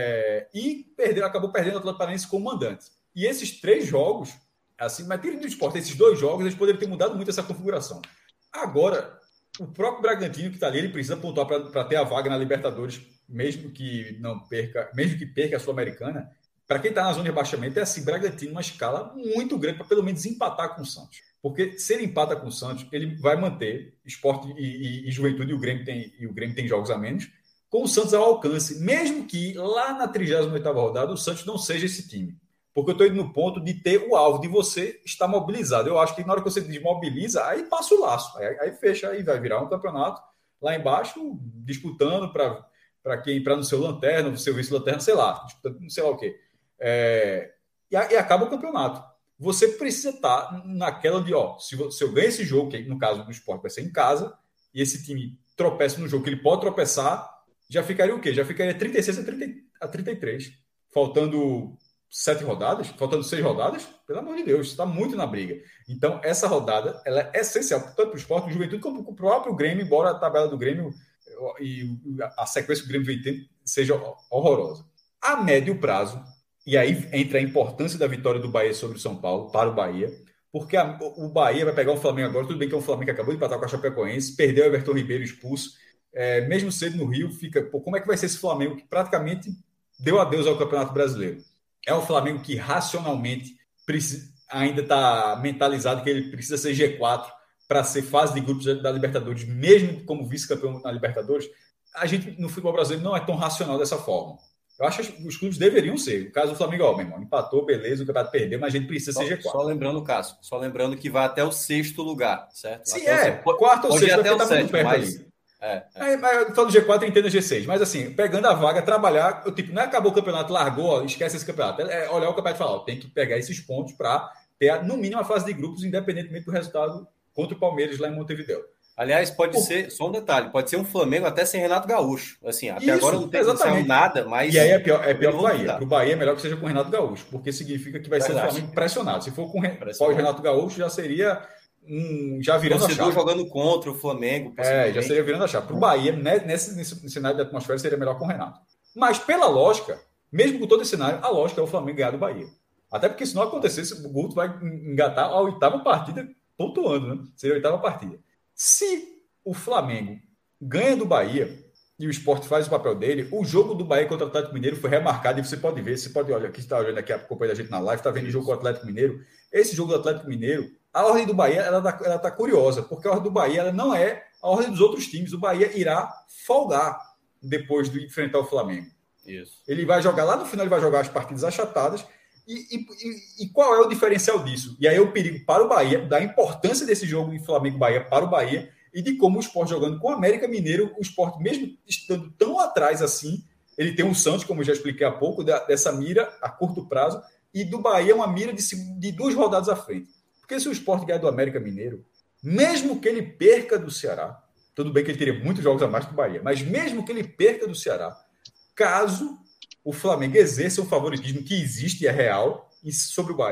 E acabou perdendo o Atlético Paranaense como mandante. E esses 3 jogos, assim, mas tirando do Sport, esses 2 jogos, eles poderiam ter mudado muito essa configuração. Agora, o próprio Bragantino que está ali, ele precisa pontuar para ter a vaga na Libertadores, mesmo que perca a Sul-Americana. Para quem está na zona de rebaixamento, é assim, Bragantino uma escala muito grande para pelo menos empatar com o Santos. Porque se ele empata com o Santos, ele vai manter Sport e Juventude, e o Grêmio tem jogos a menos, com o Santos ao alcance, mesmo que lá na 38ª rodada o Santos não seja esse time. Porque eu estou indo no ponto de ter o alvo, de você estar mobilizado. Eu acho que na hora que você desmobiliza, aí passa o laço. Aí fecha, aí vai virar um campeonato lá embaixo, disputando para no seu lanterna, no seu vice-lanterna, sei lá, disputando não sei lá o quê. E acaba o campeonato. Você precisa estar naquela de, se eu ganho esse jogo, que no caso do Sport vai ser em casa, e esse time tropeça no jogo que ele pode tropeçar, já ficaria o quê? Já ficaria 36 a 33. Faltando 6 rodadas, pelo amor de Deus, está muito na briga. Então, essa rodada ela é essencial, tanto para o Sport, o Juventude, como para o próprio Grêmio, embora a tabela do Grêmio e a sequência que o Grêmio vem tendo seja horrorosa. A médio prazo, e aí entra a importância da vitória do Bahia sobre o São Paulo para o Bahia, porque o Bahia vai pegar o Flamengo agora, tudo bem que é um Flamengo que acabou de empatar com a Chapecoense, perdeu o Everton Ribeiro expulso, mesmo cedo no Rio, como é que vai ser esse Flamengo que praticamente deu adeus ao Campeonato Brasileiro? É o Flamengo que racionalmente ainda está mentalizado que ele precisa ser G4 para ser fase de grupos da Libertadores, mesmo como vice-campeão na Libertadores. A gente, no futebol brasileiro, não é tão racional dessa forma. Eu acho que os clubes deveriam ser. O caso do Flamengo, meu irmão, empatou, beleza, o campeonato perdeu, mas a gente precisa ser G4. Só lembrando, Cássio, que vai até o 6º lugar, certo? Sim, quarto ou sexto, até o 7º, perto mas... ali. Eu falo G4 e entendo G6, mas assim, pegando a vaga, trabalhar, não é acabou o campeonato, largou, esquece esse campeonato. Olhar o campeonato e falar, tem que pegar esses pontos para ter, no mínimo, a fase de grupos, independentemente do resultado contra o Palmeiras lá em Montevidéu. Aliás, pode ser, só um detalhe, pode ser um Flamengo até sem Renato Gaúcho. Assim, até agora não saiu nada, mas... E aí é pior para o Bahia. Para o Bahia é melhor que seja com o Renato Gaúcho, porque significa que vai ser um Flamengo pressionado. Se for com o Renato Gaúcho, já seria... já virando a chave. Jogando contra o Flamengo. Já seria virando a chave. Para o Bahia, nesse cenário de atmosfera, seria melhor com o Renato. Mas, pela lógica, mesmo com todo esse cenário, a lógica é o Flamengo ganhar do Bahia. Até porque, se não acontecesse, o Guto vai engatar a 8ª partida pontuando, né? Seria a 8ª partida. Se o Flamengo ganha do Bahia e o Sport faz o papel dele, o jogo do Bahia contra o Atlético Mineiro foi remarcado e você pode olhar, aqui está olhando aqui, acompanhando a gente na live, está vendo o jogo com o Atlético Mineiro. Esse jogo do Atlético Mineiro, a ordem do Bahia ela tá curiosa, porque a ordem do Bahia ela não é a ordem dos outros times. O Bahia irá folgar depois de enfrentar o Flamengo. Isso. Ele vai jogar lá no final, ele vai jogar as partidas achatadas. E qual é o diferencial disso? E aí é o perigo para o Bahia, da importância desse jogo de Flamengo-Bahia para o Bahia e de como o Sport jogando com o América Mineiro, o Sport, mesmo estando tão atrás assim, ele tem um Santos, como eu já expliquei há pouco, dessa mira a curto prazo, e do Bahia uma mira de 2 rodadas à frente. Porque se o Sport ganhar do América Mineiro, mesmo que ele perca do Ceará, tudo bem que ele teria muitos jogos a mais que o Bahia, mas mesmo que ele perca do Ceará, caso o Flamengo exerça um favoritismo que existe e é real sobre o Bahia,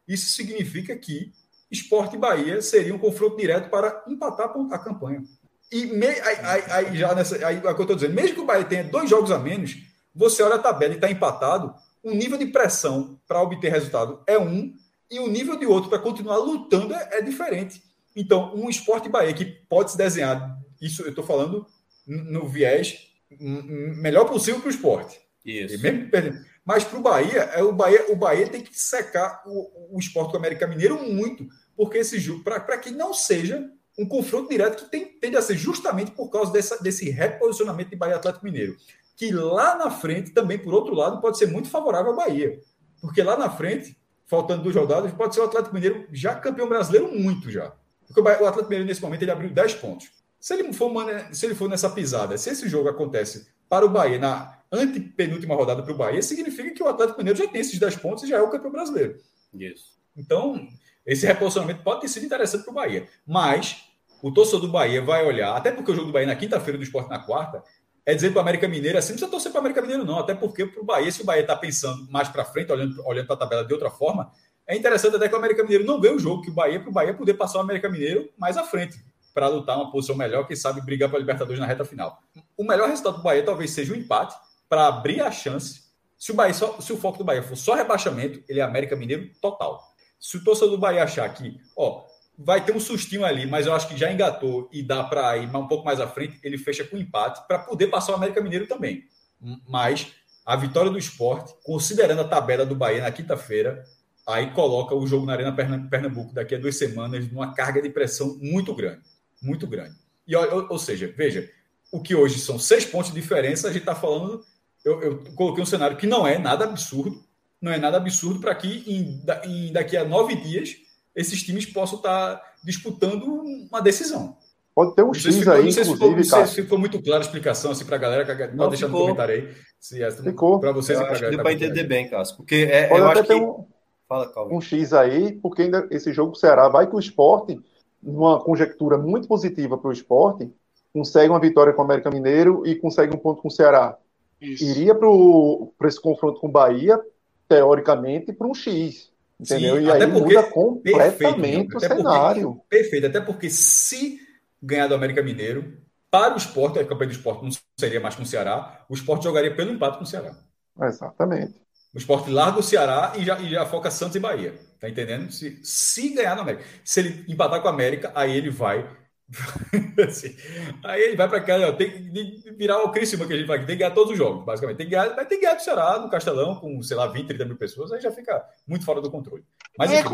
Isso significa que Sport e Bahia seria um confronto direto para empatar a campanha. E aí já nessa, aí é o que eu estou dizendo, mesmo que o Bahia tenha 2 jogos a menos, você olha a tabela e está empatado, o nível de pressão para obter resultado é um, e o nível de outro para continuar lutando é diferente. Então, um Sport e Bahia que pode se desenhar, isso eu estou falando no viés melhor possível para o Sport. Isso. Mesmo perdendo. Mas para o Bahia tem que secar o Sport do América Mineiro muito, porque esse jogo, para que não seja um confronto direto que tende a ser justamente por causa desse reposicionamento de Bahia Atlético Mineiro, que lá na frente também, por outro lado, pode ser muito favorável ao Bahia, porque lá na frente, faltando 2 rodadas, pode ser o Atlético Mineiro já campeão brasileiro muito já, porque o Atlético Mineiro nesse momento ele abriu 10 pontos. Se ele for nessa pisada, se esse jogo acontece para o Bahia na antepenúltima rodada para o Bahia, significa que o Atlético Mineiro já tem esses 10 pontos e já é o campeão brasileiro. Isso. Então, esse reposicionamento pode ter sido interessante para o Bahia. Mas o torcedor do Bahia vai olhar, até porque o jogo do Bahia na quinta-feira, do Sport na quarta, é dizer para o América Mineiro assim, não precisa torcer para o América Mineiro não, até porque para o Bahia, se o Bahia está pensando mais para frente, olhando para a tabela de outra forma, é interessante até que o América Mineiro não ganhe o jogo, que para o Bahia poder passar o América Mineiro mais à frente, para lutar uma posição melhor, quem sabe brigar para a Libertadores na reta final. O melhor resultado do Bahia talvez seja um empate, para abrir a chance. Se o foco do Bahia for só rebaixamento, ele é América Mineiro total. Se o torcedor do Bahia achar que vai ter um sustinho ali, mas eu acho que já engatou e dá para ir um pouco mais à frente, ele fecha com empate para poder passar o América Mineiro também. Mas a vitória do Sport, considerando a tabela do Bahia na quinta-feira, aí coloca o jogo na Arena Pernambuco daqui a 2 semanas numa carga de pressão muito grande. Muito grande. E, ou seja, veja, o que hoje são 6 pontos de diferença, a gente está falando... Eu coloquei um cenário que não é nada absurdo para que daqui a 9 dias esses times possam estar disputando uma decisão. Pode ter um X aí, inclusive, Não sei se ficou muito clara a explicação assim, para a galera, pode deixar no comentário aí. Ficou. Para vocês eu e para a galera. Deu para entender bem, Cássio. Porque pode eu até acho ter que... Fala, Calvin. um X aí, porque ainda esse jogo do Ceará vai que o Sport, numa conjectura muito positiva para o Sport, consegue uma vitória com o América Mineiro e consegue um ponto com o Ceará. Isso. Iria para esse confronto com o Bahia, teoricamente, para um X. Entendeu? Sim, e aí muda completamente o cenário. Perfeito, até porque se ganhar do América Mineiro, para o Sport, a campanha do Sport não seria mais com o Ceará, o Sport jogaria pelo empate com o Ceará. Exatamente. O Sport larga o Ceará e já foca Santos e Bahia. Tá entendendo? Se ganhar no América. Se ele empatar com o América, aí ele vai... Aí ele vai para cá, tem que virar o Criciúma que a gente vai, tem que ganhar todos os jogos, basicamente. Tem que ganhar do Ceará, no Castelão, com, sei lá, 20, 30 mil pessoas, aí já fica muito fora do controle. Mas enfim,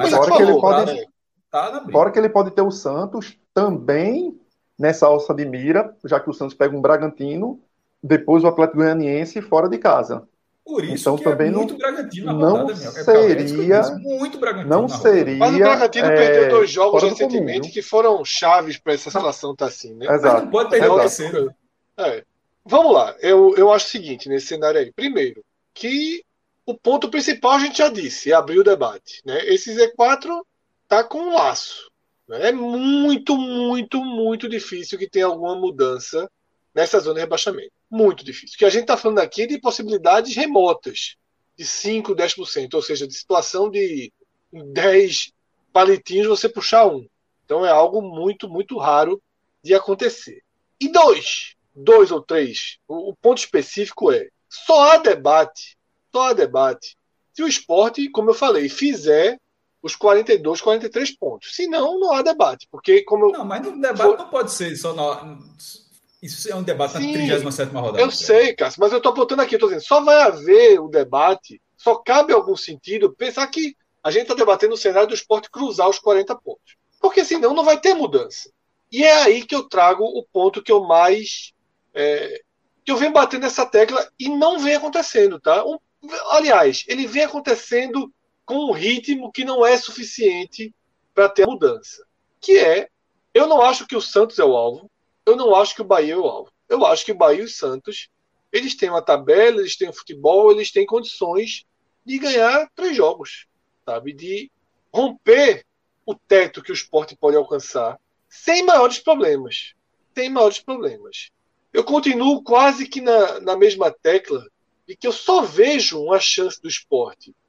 fora que ele pode ter o Santos também nessa alça de mira, já que o Santos pega um Bragantino, depois o Atlético Goianiense fora de casa. Por isso então, que também é muito Bragantino na não rodada, seria, muito Bragantino não seria. Mas o Bragantino perdeu 2 jogos recentemente que foram chaves para essa situação estar assim, né? Exato. Mas não pode perder o terceiro. Vamos lá, eu acho o seguinte nesse cenário aí. Primeiro, que o ponto principal a gente já disse, é abrir o debate, né? Esse Z4 tá com um laço, né? É muito, muito, muito difícil que tenha alguma mudança nessa zona de rebaixamento. Muito difícil. O que a gente está falando aqui é de possibilidades remotas, de 5%, 10%, ou seja, de situação de 10 palitinhos você puxar um. Então é algo muito, muito raro de acontecer. E 2 ou 3, o ponto específico é, só há debate se o Sport, como eu falei, fizer os 42, 43 pontos. Senão, não há debate. Porque Não, mas o debate não pode ser só Isso é um debate na 37ª rodada. Eu sei, Cássio, mas eu estou apontando aqui, eu estou dizendo, só vai haver o debate, só cabe algum sentido pensar que a gente está debatendo o cenário do Sport cruzar os 40 pontos. Porque senão não vai ter mudança. E é aí que eu trago o ponto que eu mais... que eu venho batendo nessa tecla e não vem acontecendo, tá? Aliás, ele vem acontecendo com um ritmo que não é suficiente para ter a mudança. Que é, eu não acho que o Santos é o alvo, eu não acho que o Bahia é o alvo. Eu acho que o Bahia e o Santos, eles têm uma tabela, eles têm um futebol, eles têm condições de ganhar 3 jogos, sabe? De romper o teto que o Sport pode alcançar sem maiores problemas. Sem maiores problemas. Eu continuo quase que na mesma tecla de que eu só vejo uma chance do Sport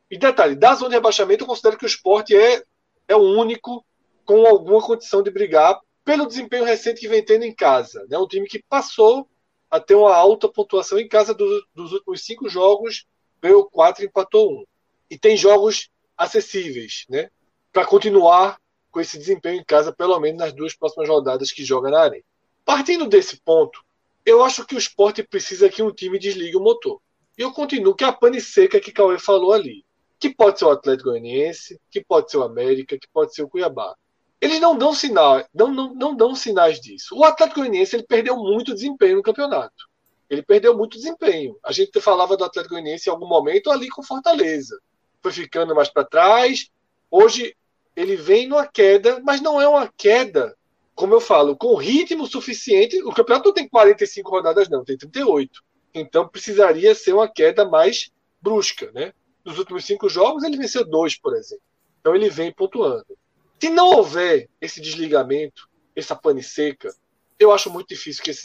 E detalhe, da zona de rebaixamento, eu considero que o Sport é o único com alguma condição de brigar pelo desempenho recente que vem tendo em casa. Né? Um time que passou a ter uma alta pontuação em casa dos últimos 5 jogos, ganhou 4 e empatou 1. E tem jogos acessíveis, né? Para continuar com esse desempenho em casa, pelo menos nas 2 próximas rodadas que joga na Arena. Partindo desse ponto, eu acho que o Sport precisa que um time desligue o motor. E eu continuo que a pane seca que Cauê falou ali, que pode ser o Atlético Goianiense, que pode ser o América, que pode ser o Cuiabá. Eles não dão sinal, não dão sinais disso. O Atlético Goianiense ele perdeu muito desempenho no campeonato. Ele perdeu muito desempenho. A gente falava do Atlético Goianiense em algum momento ali com Fortaleza. Foi ficando mais para trás. Hoje ele vem numa queda, mas não é uma queda, como eu falo, com ritmo suficiente. O campeonato não tem 45 rodadas, não, tem 38. Então precisaria ser uma queda mais brusca, né? Nos últimos 5 jogos ele venceu 2, por exemplo. Então ele vem pontuando. Se não houver esse desligamento, essa pane seca, eu acho muito difícil que esse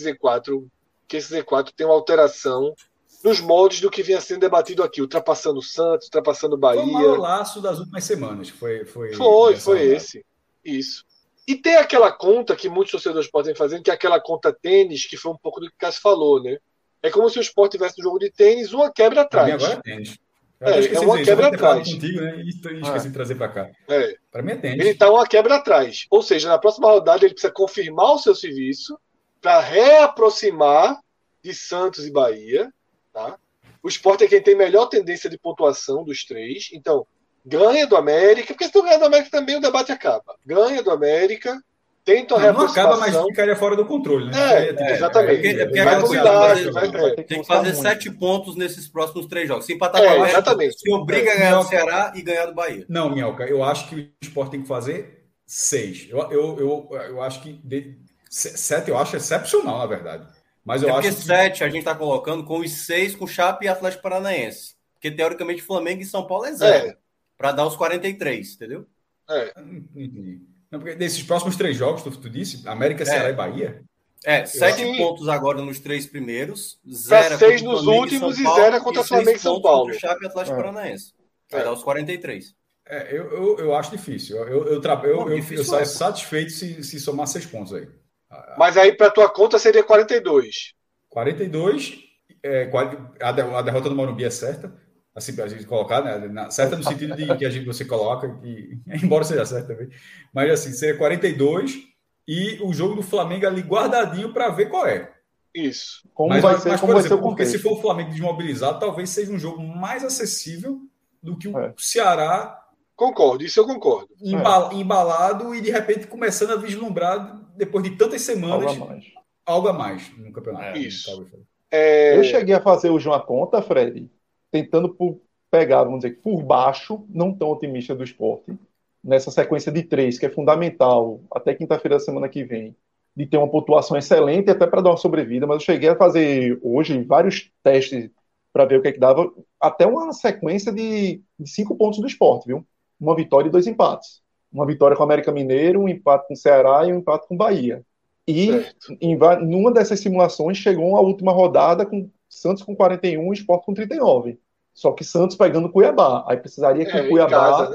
Z4 tenha uma alteração nos moldes do que vinha sendo debatido aqui, ultrapassando o Santos, ultrapassando o Bahia. Foi o maior laço das últimas semanas. Foi esse. Isso. E tem aquela conta que muitos torcedores podem fazer, que é aquela conta tênis, que foi um pouco do que o Cássio falou, né? É como se o Sport tivesse no jogo de tênis uma quebra atrás. Pra mim agora é tênis. É uma quebra atrás. Contigo, né? E esqueci de trazer para cá. Para mim é tênis. Ele está uma quebra atrás. Ou seja, na próxima rodada ele precisa confirmar o seu serviço para reaproximar de Santos e Bahia. Tá? O Sport é quem tem melhor tendência de pontuação dos 3. Então, ganha do América. Porque se tu ganhar do América também o debate acaba. Ganha do América. Tenta a reaproximação. Não acaba, mas ficaria fora do controle, né? Exatamente. Tem que fazer 7 pontos nesses próximos 3 jogos. Se empatar com a América, se obriga a ganhar do Ceará e ganhar do Bahia. Não, Minhoca, eu acho que o Sport tem que fazer 6. Eu acho que 7 eu acho excepcional, na verdade. Mas eu acho que 7 a gente está colocando com os 6 com Chape e Atlético Paranaense. Porque, teoricamente, Flamengo e São Paulo é 0. Para dar os 43, entendeu? Entendi. Não, porque desses próximos 3 jogos, tu disse, América, Ceará e Bahia? 7 pontos agora nos 3 primeiros, 0 6 nos últimos e 0 contra Flamengo e São Paulo. Contra o Chape e Atlético Paranaense. Vai dar os 43. Eu acho difícil. Eu saio satisfeito se somar 6 pontos aí. Mas aí, para tua conta, seria 42. 42, a derrota do Morumbi é certa. Assim, para a gente colocar, né? Certa no sentido de que você coloca, embora seja certo também. Mas assim, seria 42 e o jogo do Flamengo ali guardadinho para ver qual é. Isso. Como vai ser porque se for o Flamengo desmobilizado, talvez seja um jogo mais acessível do que o Ceará. Concordo, isso eu concordo. Embalado e de repente começando a vislumbrar, depois de tantas semanas, algo a mais no campeonato. Isso. Eu cheguei a fazer hoje uma conta, Fred, tentando pegar, vamos dizer, por baixo, não tão otimista do Sport, nessa sequência de 3, que é fundamental, até quinta-feira da semana que vem, de ter uma pontuação excelente, até para dar uma sobrevida, mas eu cheguei a fazer hoje vários testes para ver o que é que dava, até uma sequência de 5 pontos do Sport, viu? Uma vitória e 2 empates. Uma vitória com o América Mineiro, um empate com o Ceará e um empate com o Bahia. E numa dessas simulações chegou a última rodada com Santos com 41 e Sport com 39. Só que Santos pegando o Cuiabá. Aí precisaria que o Cuiabá...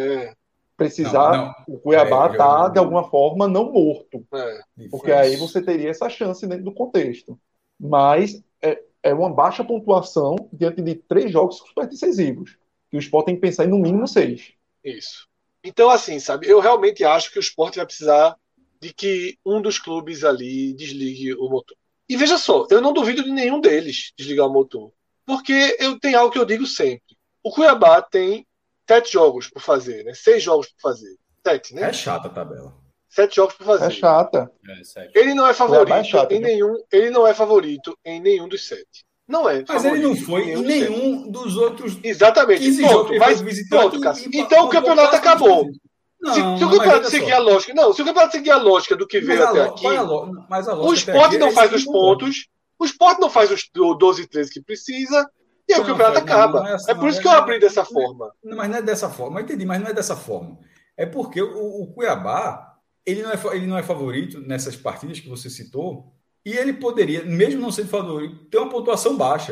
O Cuiabá tá, de alguma forma, não morto. Porque aí você teria essa chance dentro do contexto. Mas é uma baixa pontuação diante de 3 jogos super decisivos. Que o Sport tem que pensar em no mínimo 6. Isso. Então, assim, sabe, eu realmente acho que o Sport vai precisar de que um dos clubes ali desligue o motor. E veja só, eu não duvido de nenhum deles desligar o motor. Porque eu tenho algo que eu digo sempre. O Cuiabá tem 7 jogos por fazer, né? 6 jogos por fazer. 7, né? É chata a tabela. 7 jogos por fazer. É chata. Ele não é favorito em nenhum. Ele não é favorito em nenhum dos 7. Não é. Mas ele não foi em nenhum dos outros. Exatamente. 15 jogos. Mas pronto, Cássio. Então o campeonato acabou. Se o campeonato seguir a lógica. Não, se o campeonato seguir a lógica do que veio até aqui. O Sport não faz os pontos. O Sport não faz os 12 e 13 que precisa. E aí o campeonato acaba. É por isso que eu abri dessa forma. Mas não é dessa forma. Eu entendi, mas não é dessa forma. É porque o Cuiabá, ele não é favorito nessas partidas que você citou. E ele poderia, mesmo não sendo favorito, ter uma pontuação baixa.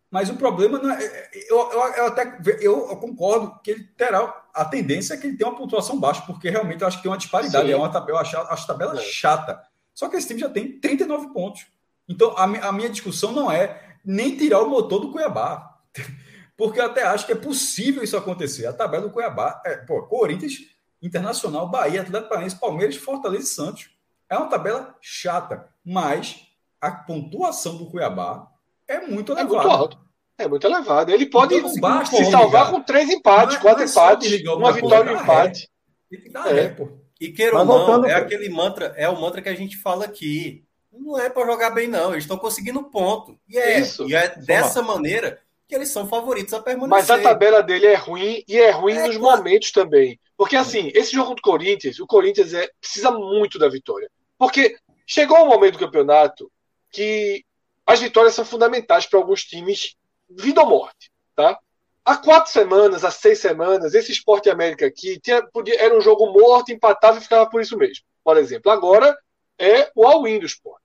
Mas o problema não é. Eu concordo que ele terá. A tendência é que ele tenha uma pontuação baixa, porque realmente eu acho que tem uma disparidade. Sim. Eu acho a tabela chata. Só que esse time já tem 39 pontos. Então a minha discussão não é nem tirar o motor do Cuiabá. Porque eu até acho que é possível isso acontecer. A tabela do Cuiabá Corinthians, Internacional, Bahia, Atlético Paranaense, Palmeiras, Fortaleza e Santos. É uma tabela chata, mas a pontuação do Cuiabá é muito elevada. É muito alto. É muito elevado. Ele pode então, se salvar com 3 empates, 4 empates, uma vitória e um empate. E queira ou não, é aquele mantra, é o mantra que a gente fala aqui. Não é para jogar bem, não. Eles estão conseguindo ponto. E é dessa maneira que eles são favoritos a permanecer. Mas a tabela dele é ruim, e é ruim nos momentos também. Porque, assim, esse jogo contra o Corinthians precisa muito da vitória. Porque chegou um momento do campeonato que as vitórias são fundamentais para alguns times, vida ou morte, tá? Há 4 semanas, há 6 semanas, esse Sport América aqui era um jogo morto, empatava e ficava por isso mesmo. Por exemplo, agora é o all-in do Sport.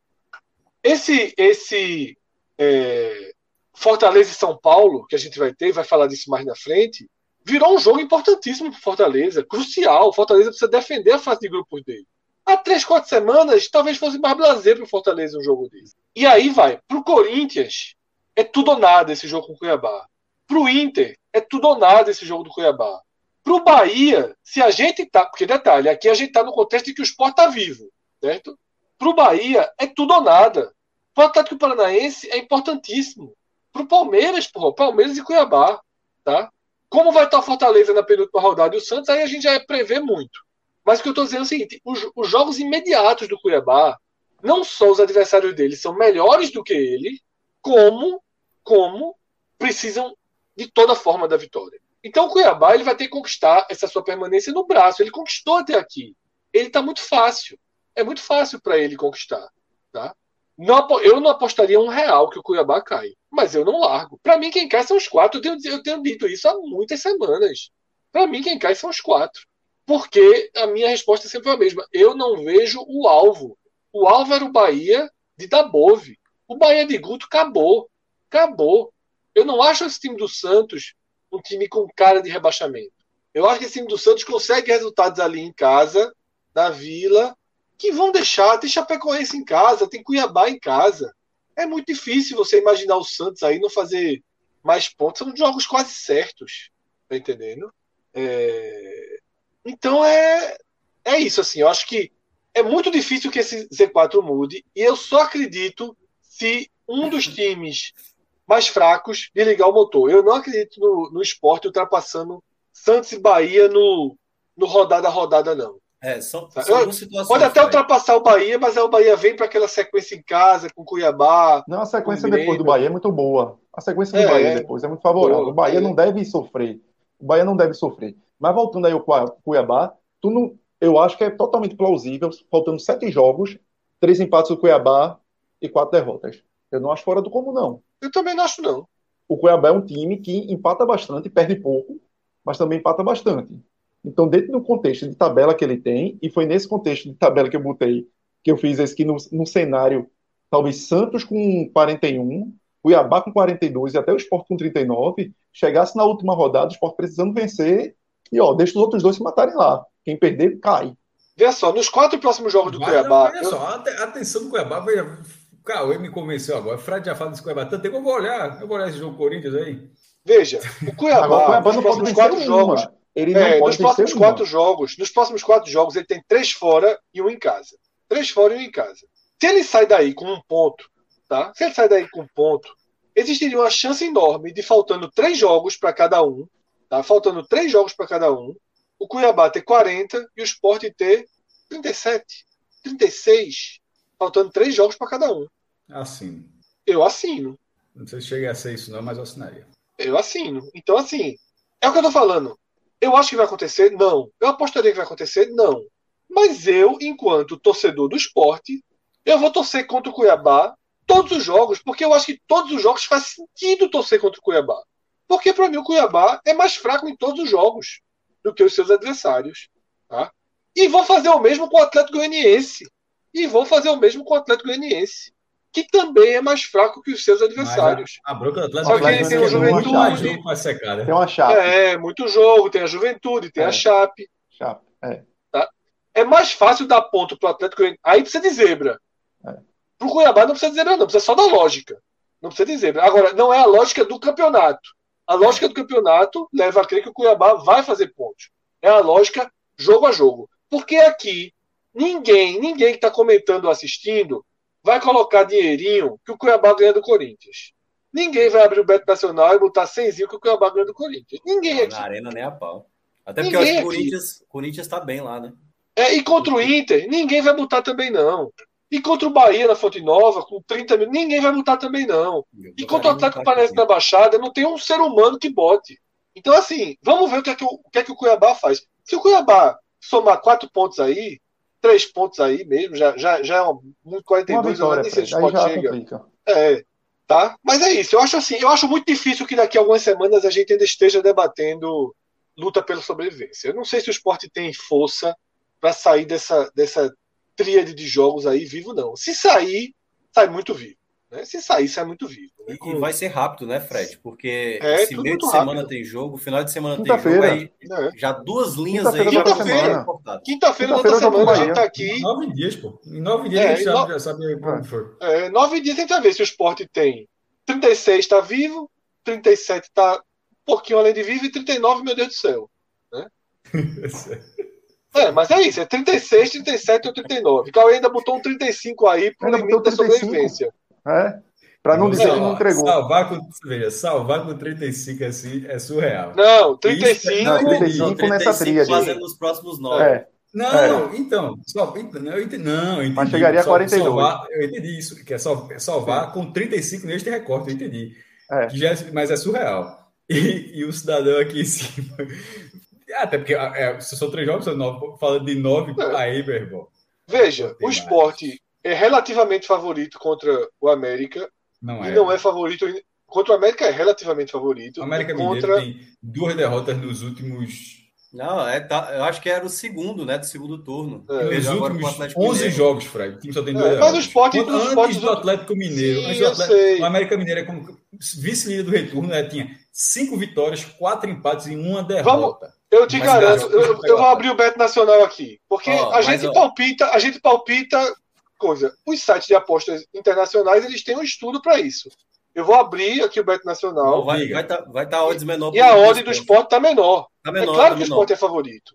Esse Fortaleza e São Paulo, que a gente vai falar disso mais na frente, virou um jogo importantíssimo para Fortaleza, crucial. O Fortaleza precisa defender a fase de grupos dele. Há 3, 4 semanas, talvez fosse mais blazer para o Fortaleza um jogo desse. E aí vai. Para o Corinthians, é tudo ou nada esse jogo com o Cuiabá. Para o Inter, é tudo ou nada esse jogo do Cuiabá. Para o Bahia, se a gente tá... Porque, detalhe, aqui a gente está no contexto de que o Sport está vivo, certo? Para o Bahia, é tudo ou nada. Para o Atlético Paranaense, é importantíssimo. Para o Palmeiras, Palmeiras e Cuiabá, tá? Como vai estar o Fortaleza na penúltima rodada e o Santos, aí a gente já prevê muito. Mas o que eu estou dizendo é o seguinte, os jogos imediatos do Cuiabá, não só os adversários dele são melhores do que ele, como precisam de toda forma da vitória. Então o Cuiabá ele vai ter que conquistar essa sua permanência no braço. Ele conquistou até aqui. Ele está muito fácil. É muito fácil para ele conquistar. Tá? Eu não apostaria R$1 que o Cuiabá cai. Mas eu não largo. Para mim, quem cai são os 4. Eu tenho dito isso há muitas semanas. Para mim, quem cai são os 4. Porque a minha resposta sempre foi a mesma. Eu não vejo o alvo. O alvo era o Bahia de Dabove. O Bahia de Guto acabou. Acabou. Eu não acho esse time do Santos um time com cara de rebaixamento. Eu acho que esse time do Santos consegue resultados ali em casa, na Vila, que vão deixar. Tem Chapecoense em casa, tem Cuiabá em casa. É muito difícil você imaginar o Santos aí não fazer mais pontos. São jogos quase certos. Tá entendendo? Então é isso. Assim, eu acho que é muito difícil que esse Z4 mude. E eu só acredito se um dos times mais fracos de ligar o motor. Eu não acredito no Sport ultrapassando Santos e Bahia no rodada a rodada, não. São duas situações. Pode até ultrapassar o Bahia, mas aí o Bahia vem para aquela sequência em casa, com Cuiabá. Não, a sequência depois do Bahia é muito boa. A sequência do Bahia depois é muito favorável. O Bahia não deve sofrer. O Bahia não deve sofrer. Mas voltando aí ao Cuiabá, eu acho que é totalmente plausível, faltando 7 jogos, 3 empates do Cuiabá e 4 derrotas. Eu não acho fora do comum, não. Eu também não acho, não. O Cuiabá é um time que empata bastante, perde pouco, mas também empata bastante. Então, dentro do contexto de tabela que ele tem, e foi nesse contexto de tabela que eu botei, que eu fiz esse aqui no cenário, talvez Santos com 41, Cuiabá com 42 e até o Sport com 39, chegasse na última rodada, o Sport precisando vencer, e deixa os outros dois se matarem lá. Quem perder, cai. Veja só, nos 4 próximos jogos do Cuiabá... Olha só, a atenção do Cuiabá, o Cauê me convenceu agora. O Fred já fala desse Cuiabá tanto tempo. Eu vou olhar esse jogo Corinthians aí. Veja, o Cuiabá nos próximos 4 jogos... Ele não pode nos próximos 4 jogos, ele tem 3 fora e 1 em casa. 3 fora e 1 em casa. Se ele sai daí com 1 ponto, tá? Se ele sai daí com 1 ponto, existiria uma chance enorme de, faltando 3 jogos para cada um, tá? Faltando 3 jogos para cada um, o Cuiabá ter 40 e o Sport ter 37, 36, faltando 3 jogos para cada um. Assino. Eu assino. Não sei se chega a ser isso não, mas eu assinaria. Eu assino. Então, assim, é o que eu tô falando. Eu acho que vai acontecer? Não. Eu apostaria que vai acontecer? Não. Mas eu, enquanto torcedor do Sport, eu vou torcer contra o Cuiabá todos os jogos, porque eu acho que todos os jogos faz sentido torcer contra o Cuiabá. Porque, para mim, o Cuiabá é mais fraco em todos os jogos do que os seus adversários. Tá? E vou fazer o mesmo com o Atlético Goianiense. que também é mais fraco que os seus adversários. A bronca do Atlético Só que ele tem o Juventude. Tem uma Chape. Muito jogo, tem a Juventude, tem a Chape. Tá? É mais fácil dar ponto pro Atlético. Aí precisa de zebra. Pro Cuiabá não precisa de zebra, não. Precisa só da lógica. Não precisa de zebra. Agora, não é a lógica do campeonato. A lógica do campeonato leva a crer que o Cuiabá vai fazer pontos. É a lógica jogo a jogo. Porque aqui, ninguém que está comentando ou assistindo vai colocar dinheirinho que o Cuiabá ganha do Corinthians. Ninguém vai abrir o Beto Nacional e botar 100zinho que o Cuiabá ganha do Corinthians. Ninguém aqui. Na arena nem a pau. Até porque eu acho que o Corinthians está bem lá, né? E contra o Inter, ninguém vai botar também, não. E contra o Bahia na Fonte Nova, com 30 mil, ninguém vai botar também, não. E contra o Atlético Paranaense na Baixada, não tem um ser humano que bote. Então, assim, vamos ver o que é que o Cuiabá faz. Se o Cuiabá somar 4 pontos aí, 3 pontos aí mesmo, já é muito 42, eu nem sei se o Sport chega. Tá? Mas é isso. Eu acho muito difícil que daqui a algumas semanas a gente ainda esteja debatendo luta pela sobrevivência. Eu não sei se o Sport tem força para sair dessa tríade de jogos aí vivo, não. Se sair, sai muito vivo. Né? Se sair, sai muito vivo. Né? E vai ser rápido, né, Fred? Porque se meio de semana rápido. Tem jogo, final de semana tem jogo, aí já 2 linhas aí. Quinta-feira da outra semana a gente tá aqui. 9 dias, pô. Em 9 dias a gente já sabe como for. 9 dias a gente vai ver se o Sport tem 36 está vivo, 37 está um pouquinho além de vivo e 39, meu Deus do céu. Né? Mas é isso, é 36, 37 ou 39. O Cauê ainda botou um 35 aí pro limite da sobrevivência. Para não dizer que não entregou. Salvar com 35 assim é surreal. Não, 35. Não, 35 nessa tríade. Fazendo nos próximos 9. Então. Eu entendi. Mas chegaria a 42. Eu entendi isso, que é salvar com 35 neste recorte, eu entendi. Mas é surreal. E o cidadão aqui em cima. Até porque se são 3 jogos, são 9. Falando de 9, aí, meu irmão. Veja, o Sport é relativamente favorito contra o América. Não é favorito. Contra o América é relativamente favorito. O América Mineiro tem 2 derrotas nos últimos. Não, eu acho que era o segundo, né? Do segundo turno. Nos últimos 11 jogos, Fred. O time só tem 2 derrotas. Mas o Sport antes do Atlético Mineiro. O América Mineiro é como vice-líder do retorno, né? Tinha 5 vitórias, 4 empates e 1 derrota. Eu te garanto, eu vou abrir o Beto Nacional aqui. Porque a gente palpita coisa. Os sites de apostas internacionais, eles têm um estudo para isso. Eu vou abrir aqui o Beto Nacional. Vai estar a odds menor. E a odd do Sport está menor. É claro que o Sport é favorito.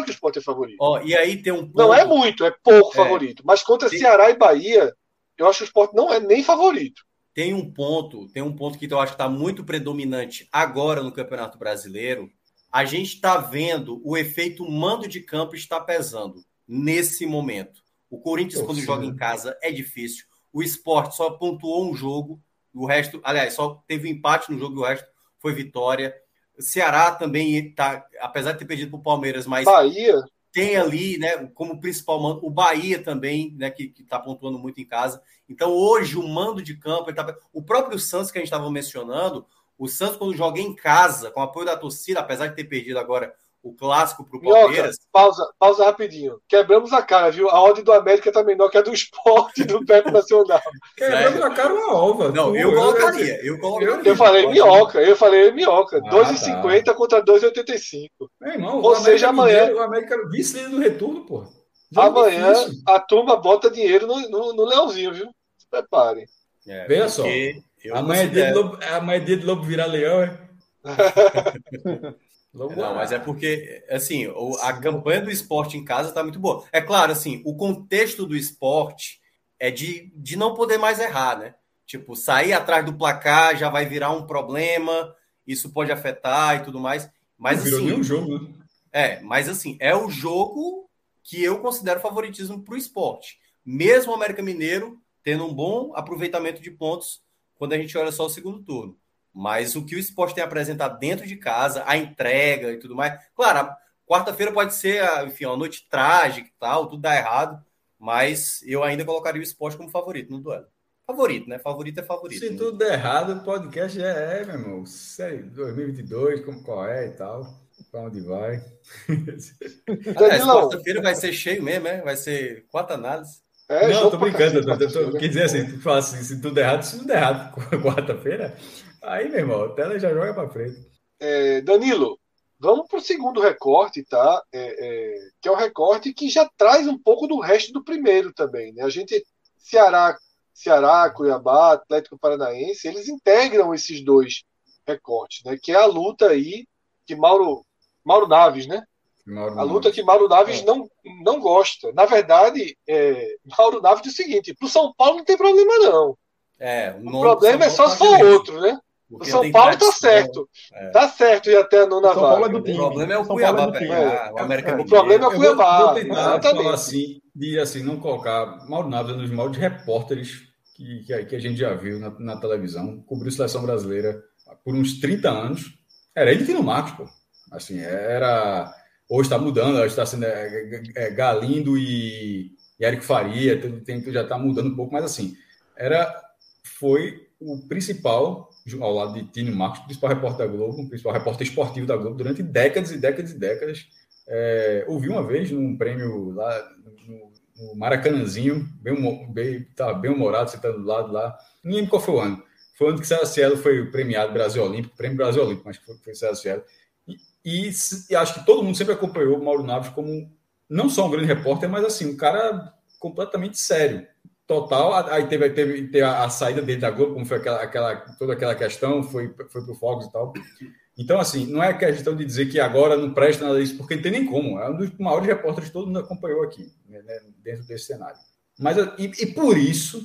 E aí tem um ponto... Não é muito, é pouco favorito. Mas contra Ceará e Bahia, eu acho que o Sport não é nem favorito. Tem um ponto que eu acho que está muito predominante agora no Campeonato Brasileiro. A gente está vendo o efeito mando de campo está pesando nesse momento. O Corinthians, quando joga em casa, é difícil. O Sport só pontuou um jogo, o resto, aliás, só teve um empate no jogo e o resto foi vitória. O Ceará também está, apesar de ter perdido para o Palmeiras, mas Bahia tem ali, né, como principal mando, o Bahia também, né, que está pontuando muito em casa. Então, hoje, o mando de campo, o próprio Santos que a gente estava mencionando, o Santos, quando joga em casa, com o apoio da torcida, apesar de ter perdido agora o clássico para o Palmeiras... Pausa rapidinho. Quebramos a cara, viu? A odd do América está menor que a do Sport do Beto Nacional. Quebramos a cara uma ova. Não, eu colocaria. Eu falei minhoca. 2,50 contra 2,85. Meu irmão, ou seja, amanhã... O América vice-líder do retorno, pô. Amanhã a turma bota dinheiro no Leãozinho, viu? Se preparem. Veja só. Amanhã é dia de lobo virar leão, é? Não, mas é porque, assim, a campanha do Sport em casa está muito boa. É claro, assim, o contexto do Sport é de não poder mais errar, né? Tipo, sair atrás do placar já vai virar um problema, isso pode afetar e tudo mais. Mas, não virou assim, nenhum jogo, né? Mas assim, é o jogo que eu considero favoritismo para o Sport. Mesmo o América Mineiro tendo um bom aproveitamento de pontos quando a gente olha só o segundo turno. Mas o que o Sport tem apresentado dentro de casa, a entrega e tudo mais... Claro, quarta-feira pode ser, enfim, uma noite trágica e tal, tudo dá errado, mas eu ainda colocaria o Sport como favorito no duelo. Favorito, né? Favorito é favorito. Se tudo der errado, o podcast já meu irmão. Sério, 2022, como qual é e tal. Pra onde vai. Quarta-feira vai ser cheio mesmo, né? Vai ser 4 análises. Não, tô brincando. Quer dizer assim, tu fala assim, se tudo errado, quarta-feira, aí, meu irmão, a tela já joga para frente. Danilo, vamos para o segundo recorte, tá? Que é o recorte que já traz um pouco do resto do primeiro também, né? A gente, Ceará, Cuiabá, Atlético Paranaense, eles integram esses dois recortes, né? Que é a luta aí que Mauro Naves, né? A luta que Mauro Naves não gosta. Na verdade, Mauro Naves diz o seguinte: pro São Paulo não tem problema, não. O problema é só o outro, né? O São Paulo tá certo. Tá certo ir até a nona vaga. O problema é o Cuiabá pegar. O problema é o Cuiabá. Vou tentar falar assim, não colocar Mauro Naves nos moldes de repórteres que a gente já viu na televisão. Cobriu a seleção brasileira por uns 30 anos. Era ele que no Marcos, pô. Assim, era... Hoje está mudando, hoje está sendo Galindo e Érico Faria, já está mudando um pouco, mas assim, foi o principal, ao lado de Tino Marcos, o principal repórter da Globo, o principal repórter esportivo da Globo durante décadas e décadas e décadas. Ouvi uma vez num prêmio lá no Maracanãzinho, estava bem humorado, sentado do lado lá, não lembro qual foi o ano. Foi o ano que César Cielo foi premiado Brasil Olímpico, prêmio Brasil Olímpico, mas foi César Cielo. E acho que todo mundo sempre acompanhou o Mauro Naves como não só um grande repórter, mas assim, um cara completamente sério. Total. Aí teve a saída dele da Globo, como foi toda aquela questão, foi pro Fox e tal. Então, assim, não é questão de dizer que agora não presta nada disso, porque não tem nem como. É um dos maiores repórteres que todo mundo acompanhou aqui, né, dentro desse cenário. Mas, por isso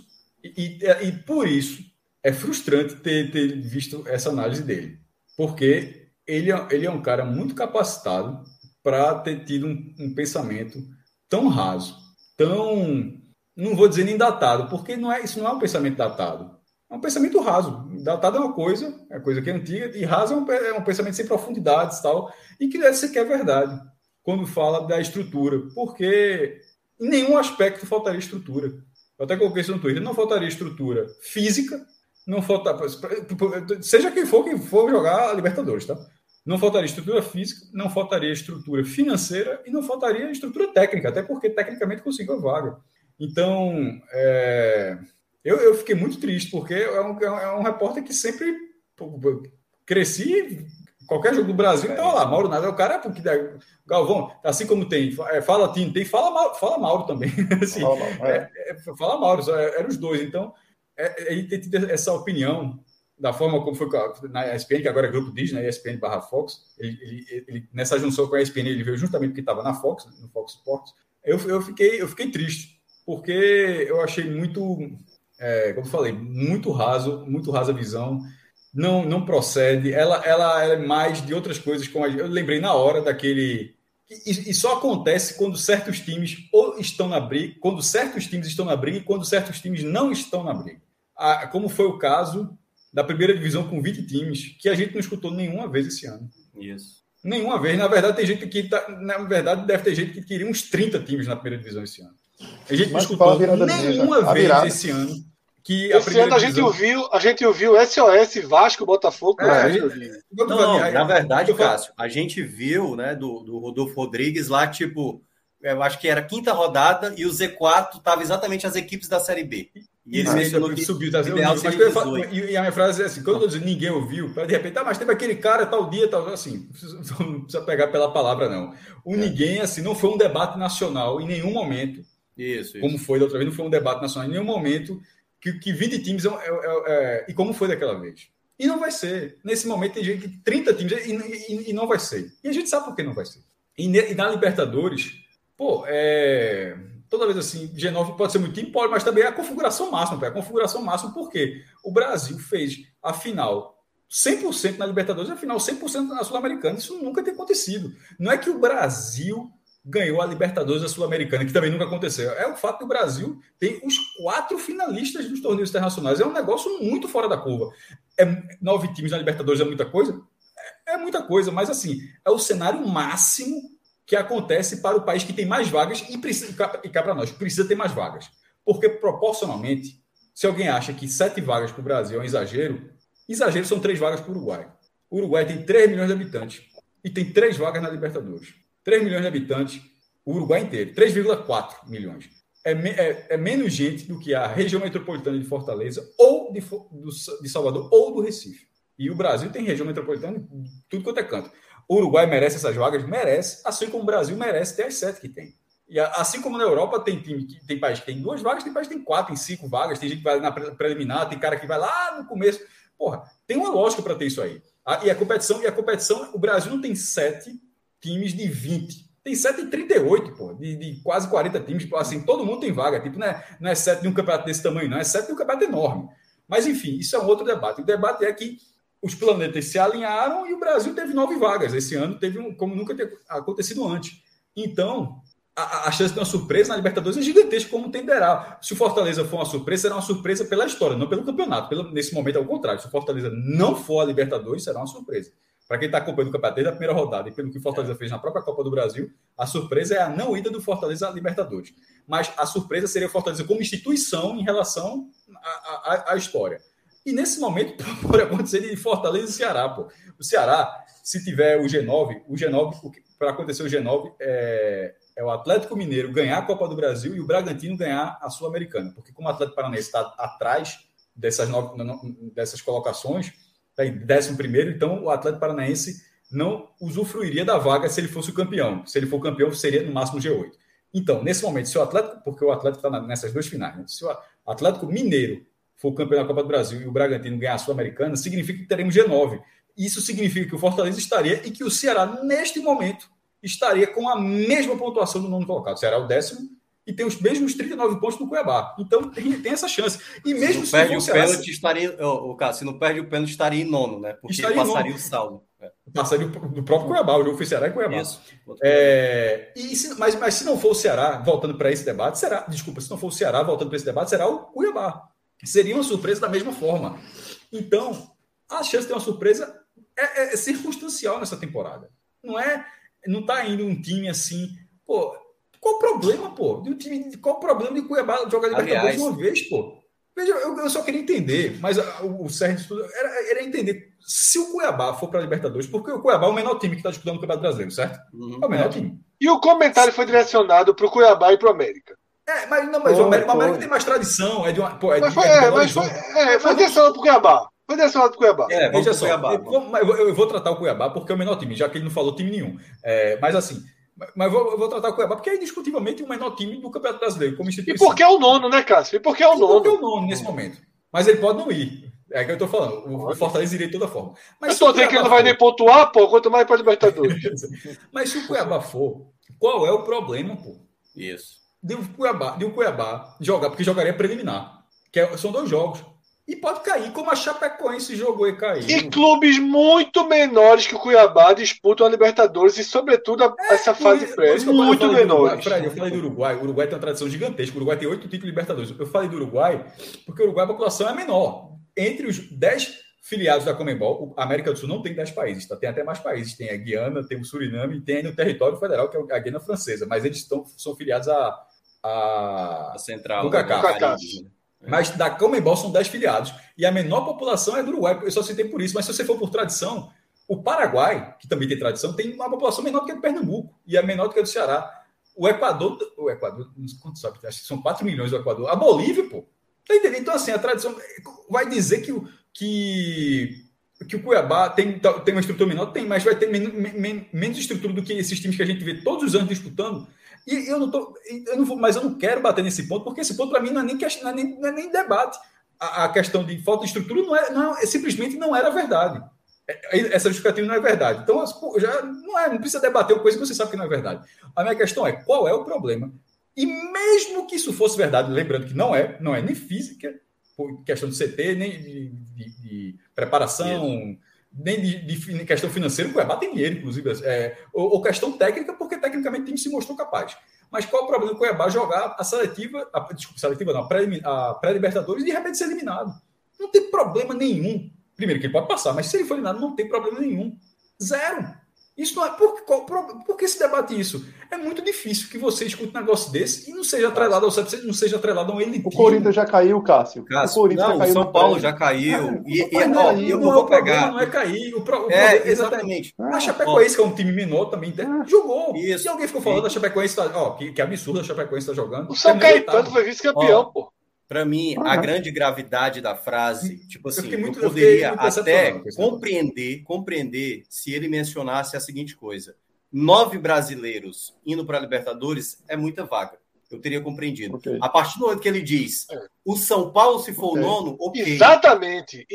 é frustrante ter visto essa análise dele. Porque ele é um cara muito capacitado para ter tido um pensamento tão raso, tão... Não vou dizer nem datado, porque isso não é um pensamento datado. É um pensamento raso. Datado é uma coisa que é antiga, e raso é um pensamento sem profundidades e tal, e que deve ser que é verdade, quando fala da estrutura, porque em nenhum aspecto faltaria estrutura. Eu até coloquei isso no Twitter, não faltaria estrutura física, não faltaria... Seja quem for jogar a Libertadores, tá? Não faltaria estrutura física, não faltaria estrutura financeira e não faltaria estrutura técnica, até porque tecnicamente conseguiu a vaga. Então, eu fiquei muito triste, porque é um repórter que sempre cresci, qualquer jogo do Brasil, então lá, Mauro Naves é o cara, porque Galvão, assim como tem, fala Tino, tem, fala Mauro também. Assim, fala Mauro, eram os dois. Então, ele tem tido essa opinião, da forma como foi na ESPN, que agora é Grupo Disney, né, ESPN/Fox, ele, nessa junção com a ESPN, ele veio justamente porque estava na Fox, no Fox Sports. Eu fiquei triste, porque eu achei muito, como eu falei, muito raso a visão, não procede, ela é mais de outras coisas, como eu lembrei na hora daquele... E só acontece quando certos times estão na briga, quando certos times estão na briga e quando certos times não estão na briga. Como foi o caso da primeira divisão com 20 times, que a gente não escutou nenhuma vez esse ano. Isso. Nenhuma vez. Na verdade, tem gente que na verdade, deve ter gente que queria uns 30 times na primeira divisão esse ano. A gente não escutou nenhuma vez esse ano. Esse ano a gente ouviu SOS, Vasco, Botafogo. Na verdade, Cássio, a gente viu, né, do Rodolfo Rodrigues lá, tipo, eu acho que era a quinta rodada e o Z4 estava exatamente as equipes da Série B. E eles mencionou que subiu, tá? E a minha frase é assim, quando eu digo ninguém ouviu, de repente, mas teve aquele cara tal dia, tal, assim, não precisa pegar pela palavra, não. Ninguém, assim, não foi um debate nacional em nenhum momento, como foi da outra vez, não foi um debate nacional em nenhum momento, que 20 times, e como foi daquela vez. E não vai ser. Nesse momento tem gente que 30 times, e não vai ser. E a gente sabe por que não vai ser. E na Libertadores, toda vez assim, G9 pode ser muito time, pode, mas também é a configuração máxima. A configuração máxima porque o Brasil fez a final 100% na Libertadores e a final 100% na Sul-Americana. Isso nunca tem acontecido. Não é que o Brasil ganhou a Libertadores da Sul-Americana, que também nunca aconteceu. É o fato que o Brasil tem os 4 finalistas dos torneios internacionais. É um negócio muito fora da curva. 9 times na Libertadores é muita coisa? É muita coisa, mas assim, é o cenário máximo que acontece para o país que tem mais vagas e cá para nós, precisa ter mais vagas. Porque, proporcionalmente, se alguém acha que 7 vagas para o Brasil é um exagero são 3 vagas para o Uruguai. O Uruguai tem 3 milhões de habitantes e tem 3 vagas na Libertadores. 3 milhões de habitantes, o Uruguai inteiro, 3,4 milhões. é menos gente do que a região metropolitana de Fortaleza, ou de Salvador, ou do Recife. E o Brasil tem região metropolitana de tudo quanto é canto. O Uruguai merece essas vagas? Merece, assim como o Brasil merece ter as 7 que tem. E assim como na Europa tem país que tem 2 vagas, tem país que tem 4, tem 5 vagas, tem gente que vai na preliminar, tem cara que vai lá no começo. Porra, tem uma lógica para ter isso aí. E a competição, o Brasil não tem 7 times de 20. Tem 7 de 38, pô, de quase 40 times. Assim, todo mundo tem vaga. Tipo, não é 7 de um campeonato desse tamanho, não. É 7 de um campeonato enorme. Mas, enfim, isso é um outro debate. O debate é que os planetas se alinharam e o Brasil teve 9 vagas. Esse ano teve como nunca tinha acontecido antes. Então, a chance de uma surpresa na Libertadores é gigantesca, como tenderá. Se o Fortaleza for uma surpresa, será uma surpresa pela história, não pelo campeonato. Nesse momento, é o contrário. Se o Fortaleza não for a Libertadores, será uma surpresa. Para quem está acompanhando o campeonato desde a primeira rodada e pelo que o Fortaleza fez na própria Copa do Brasil, a surpresa é a não ida do Fortaleza à Libertadores. Mas a surpresa seria o Fortaleza como instituição em relação à história. E nesse momento pode acontecer de Fortaleza e Ceará. Pô. O Ceará, se tiver o G9 para acontecer o G9 é o Atlético Mineiro ganhar a Copa do Brasil e o Bragantino ganhar a Sul-Americana. Porque como o Atlético Paranaense está atrás dessas colocações, está em 11º, então o Atlético Paranaense não usufruiria da vaga se ele fosse o campeão. Se ele for campeão, seria no máximo G8. Então, nesse momento, se o Atlético, porque o Atlético está nessas 2 finais, né? Se o Atlético Mineiro for campeão da Copa do Brasil e o Bragantino ganhar a Sul-Americana, significa que teremos G9. Isso significa que o Fortaleza estaria e que o Ceará, neste momento, estaria com a mesma pontuação do 9º colocado. O Ceará é o 10º e tem os mesmos 39 pontos no Cuiabá. Então, tem essa chance. E mesmo se não perde o pênalti, estaria... se não perde o pênalti, estaria em 9º, né? Porque passaria o saldo. Passaria do próprio Cuiabá. O jogo foi Ceará e Cuiabá. Isso. Mas se não for o Ceará, voltando para esse debate, se não for o Ceará, voltando para esse debate, será o Cuiabá. Seria uma surpresa da mesma forma. Então, a chance de ter uma surpresa é circunstancial nessa temporada. Não está indo um time assim... Pô, qual o problema, pô? Qual o problema de Cuiabá jogar Libertadores uma vez, pô? Veja, eu só queria entender, mas o Sérgio de tudo era entender se o Cuiabá for para a Libertadores, porque o Cuiabá é o menor time que está disputando o Campeonato Brasileiro, certo? É o menor time. E o comentário foi direcionado para o Cuiabá e para o América. Mas o América tem mais tradição. Foi direcionado para o Cuiabá. Foi direcionado para o Cuiabá. Veja só, eu vou tratar o Cuiabá porque é o menor time, já que ele não falou time nenhum. Mas assim... Mas eu vou tratar o Cuiabá, porque é indiscutivelmente o menor time do Campeonato Brasileiro, como instituição. E porque é o 9º, né, Cássio? E porque é o 9º. Porque é o 9º nesse momento. Mas ele pode não ir. É que eu estou falando. O Fortaleza iria de toda forma. Mas eu estou dizendo que ele não vai nem pontuar, pô, quanto mais para Libertadores. Mas se o Cuiabá for, qual é o problema, pô? Isso. De o Cuiabá jogar, porque jogaria preliminar. São 2 jogos. E pode cair, como a Chapecoense jogou e caiu. E clubes muito menores que o Cuiabá disputam a Libertadores e, sobretudo, essa fase prévia. Muito menores. Eu falei do Uruguai. O Uruguai tem uma tradição gigantesca. O Uruguai tem 8 títulos de Libertadores. Eu falei do Uruguai porque o Uruguai, a população é menor. Entre os 10 filiados da Conmebol, a América do Sul não tem 10 países. Tá? Tem até mais países. Tem a Guiana, tem o Suriname e tem ainda o território federal, que é a Guiana Francesa. Mas eles são filiados a Central. O CACAF. Mas da Conmebol são 10 filiados. E a menor população é do Uruguai. Eu só citei por isso. Mas se você for por tradição, o Paraguai, que também tem tradição, tem uma população menor do que a do Pernambuco. E é menor do que a do Ceará. O Equador, quanto sabe? Acho que são 4 milhões do Equador. A Bolívia, pô. Tá entendendo? Então, assim, a tradição vai dizer que o Cuiabá tem uma estrutura menor? Tem, mas vai ter menos estrutura do que esses times que a gente vê todos os anos disputando. E eu não quero bater nesse ponto, porque esse ponto, para mim, não é nem debate. A questão de falta de estrutura simplesmente não era verdade. Essa justificativa não é verdade. Então, já não precisa debater uma coisa que você sabe que não é verdade. A minha questão é, qual é o problema? E mesmo que isso fosse verdade, lembrando que não é nem física, por questão de CT, nem de preparação, nem de questão financeira, o Cuiabá tem dinheiro, inclusive, ou questão técnica, porque tecnicamente o time se mostrou capaz. Mas qual é o problema do Cuiabá jogar a pré-Libertadores e de repente ser eliminado? Não tem problema nenhum. Primeiro que ele pode passar, mas se ele for eliminado, não tem problema nenhum. Zero. Isso não é. Por que se debate isso? É muito difícil que você escute um negócio desse e não seja atrelado ao CEP, não seja atrelado a um elitismo. O Corinthians já caiu, Cássio. O São Paulo já caiu. Eu vou pegar. Não é cair. Exatamente. A Chapecoense, que é um time menor também, jogou. Isso. E alguém ficou falando da Chapecoense, que absurdo a Chapecoense está jogando. O São Caetano foi vice-campeão, pô. Para mim, a grande gravidade da frase, tipo assim, eu muito poderia até compreender se ele mencionasse a seguinte coisa: 9 brasileiros indo para a Libertadores é muita vaga. Eu teria compreendido. Okay. A partir do momento que ele diz o São Paulo, se for o nono, ok. Exatamente.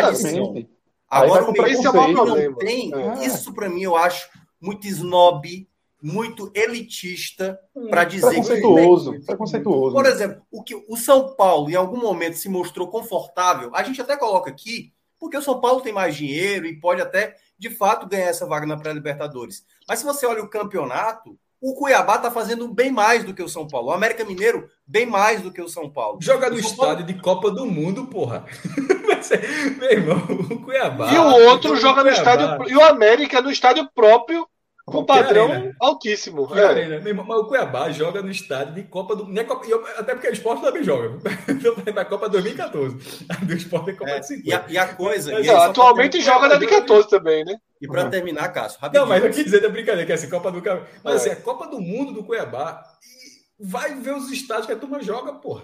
Agora, o esse é o maior problema. Isso para mim eu acho muito snob, muito elitista para dizer preconceituoso. Por exemplo, o São Paulo em algum momento se mostrou confortável, a gente até coloca aqui, porque o São Paulo tem mais dinheiro e pode até, de fato, ganhar essa vaga na pré-Libertadores. Mas se você olha o campeonato, o Cuiabá está fazendo bem mais do que o São Paulo. O América Mineiro, bem mais do que o São Paulo. Joga no estádio de Copa do Mundo, porra. Meu irmão, o Cuiabá... E o outro joga no estádio... E o América no estádio próprio, com padrão altíssimo. Mas o Cuiabá joga no estádio de Copa do... Até porque o Sport também joga. Na Copa 2014. Do Sport é Copa de 50. E a coisa... atualmente joga na de 14 também, né? E para terminar, Cássio, rapidinho. Não, mas eu quis dizer da brincadeira, que é assim, Copa do... Mas assim, a Copa do Mundo do Cuiabá, e vai ver os estádios que a turma joga, porra.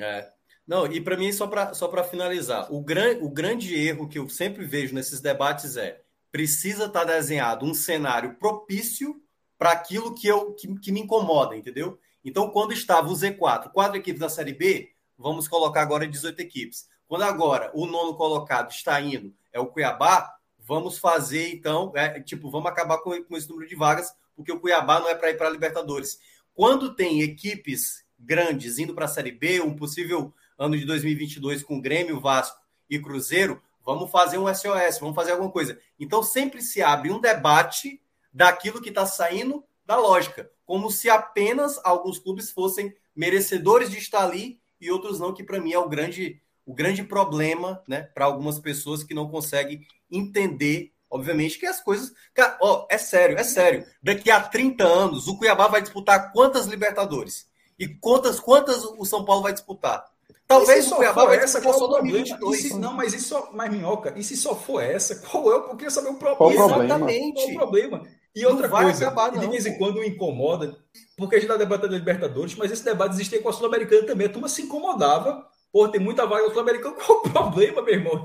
Não, e para mim, só para finalizar, o grande erro que eu sempre vejo nesses debates precisa estar desenhado um cenário propício para aquilo que me incomoda, entendeu? Então, quando estava o Z4, 4 equipes da Série B, vamos colocar agora 18 equipes. Quando agora o 9º colocado está indo, é o Cuiabá, vamos fazer, então, vamos acabar com esse número de vagas, porque o Cuiabá não é para ir para a Libertadores. Quando tem equipes grandes indo para a Série B, um possível ano de 2022 com Grêmio, Vasco e Cruzeiro, vamos fazer um SOS, vamos fazer alguma coisa. Então, sempre se abre um debate daquilo que está saindo da lógica, como se apenas alguns clubes fossem merecedores de estar ali e outros não, que para mim é o grande problema, né, para algumas pessoas que não conseguem entender, obviamente, que as coisas... Cara, é sério. Daqui a 30 anos, o Cuiabá vai disputar quantas Libertadores? E quantas o São Paulo vai disputar? Talvez o Cuiabá vai disputar só 2022. Mas Minhoca, e se só for essa, qual é? Eu queria saber o problema. Qual o problema? Exatamente. Qual o problema? E outra coisa, de vez em quando incomoda, porque a gente está debatendo a Libertadores, mas esse debate existia com a Sul-Americana também. A turma se incomodava. Pô, tem muita vaga no Sul-Americano. Qual o problema, meu irmão?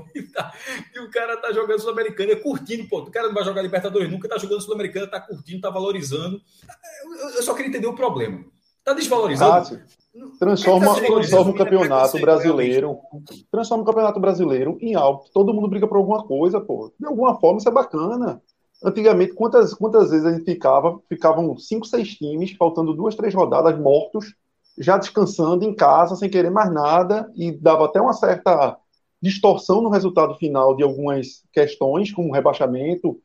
E o cara tá jogando Sul-Americana, curtindo, pô. O cara não vai jogar Libertadores nunca, tá jogando Sul-Americana, tá curtindo, tá valorizando. Eu só queria entender o problema. Tá desvalorizando? Transforma o campeonato brasileiro. Transforma o campeonato brasileiro em algo que todo mundo briga por alguma coisa, pô. De alguma forma isso é bacana. Antigamente, quantas vezes a gente ficavam 5, 6 times, faltando 2, 3 rodadas, mortos, já descansando em casa, sem querer mais nada, e dava até uma certa distorção no resultado final de algumas questões, como o rebaixamento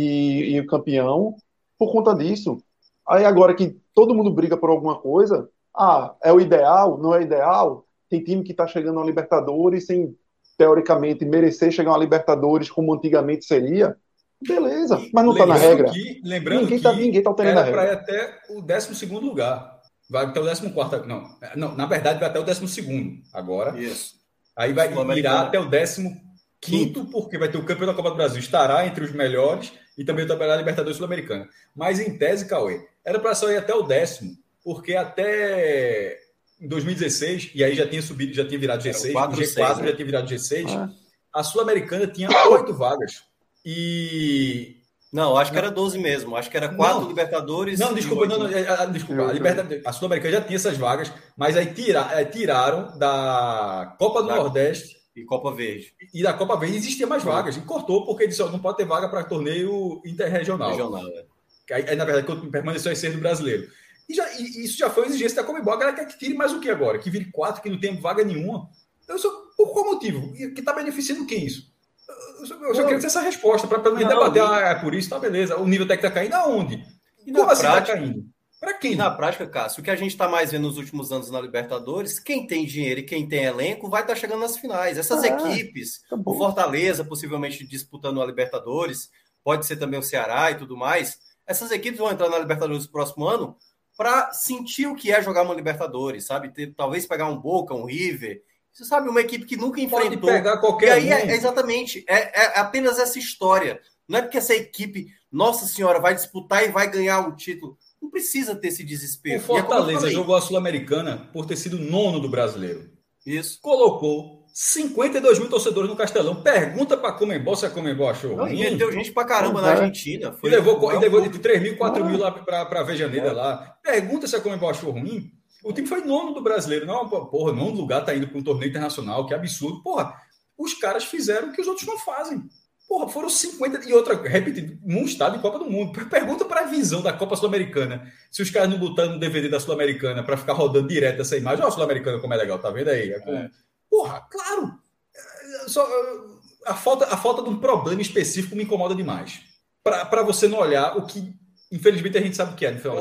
e o campeão, por conta disso. Aí agora que todo mundo briga por alguma coisa, é o ideal, não é ideal? Tem time que está chegando a Libertadores sem, teoricamente, merecer chegar a Libertadores como antigamente seria. Beleza, mas não está na regra. Ninguém está alterando a regra. Era para ir até o 12º lugar. Vai até o 14º. Não, na verdade vai até o 12º agora. Isso. Aí vai virar até o 15º, porque vai ter o campeão da Copa do Brasil, estará entre os melhores, e também o Campeonato Libertadores Sul-Americana. Mas em tese, Cauê, era para só ir até o 10º, porque até em 2016, e aí já tinha subido, já tinha virado G6, o G4 já tinha virado G6, a Sul-Americana tinha 8 vagas. E... Não, acho que era 12 mesmo. Acho que era 4 Libertadores. Não, desculpa. A Sul-Americana já tinha essas vagas, mas aí tiraram da Copa do Nordeste e Copa Verde. E da Copa Verde existia mais vagas. E cortou, porque disse, não pode ter vaga para torneio interregional. Aí, na verdade, permaneceu a ser do brasileiro. E isso já foi exigência da Conmebol. A galera quer que tire mais o que agora? Que vire 4, que não tem vaga nenhuma. Por qual motivo? Que está beneficiando quem isso? Eu só queria ter essa resposta para não debater. É por isso, tá beleza. O nível técnico está caindo aonde? E como assim está caindo? Para quem? E na prática, Cássio, o que a gente está mais vendo nos últimos anos na Libertadores, quem tem dinheiro e quem tem elenco vai estar chegando nas finais. Essas equipes, o Fortaleza possivelmente disputando a Libertadores, pode ser também o Ceará e tudo mais. Essas equipes vão entrar na Libertadores no próximo ano para sentir o que é jogar uma Libertadores, sabe? Talvez pegar um Boca, um River. Você sabe, uma equipe que nunca enfrentou. Pode pegar qualquer e aí, exatamente, é apenas essa história. Não é porque essa equipe, nossa senhora, vai disputar e vai ganhar o título. Não precisa ter esse desespero. O Fortaleza jogou a Sul-Americana por ter sido nono do brasileiro. Isso. Colocou 52 mil torcedores no Castelão. Pergunta para a Conmebol se a Conmebol achou ruim. E meteu gente pra caramba na Argentina. E levou de 3 mil, 4 mil lá para Vejaneira lá. Pergunta se a Conmebol achou ruim. O time foi nono do brasileiro. Não, porra, nono lugar tá indo para um torneio internacional. Que absurdo. Porra, os caras fizeram o que os outros não fazem. Porra, foram 50 e outra, repetido, num estado de Copa do Mundo. Pergunta para a visão da Copa Sul-Americana. Se os caras não botaram no DVD da Sul-Americana para ficar rodando direto essa imagem. Olha a Sul-Americana como é legal, tá vendo aí? Porra, claro. Só, a falta de um problema específico me incomoda demais. Para você não olhar o que, infelizmente, a gente sabe o que é no final.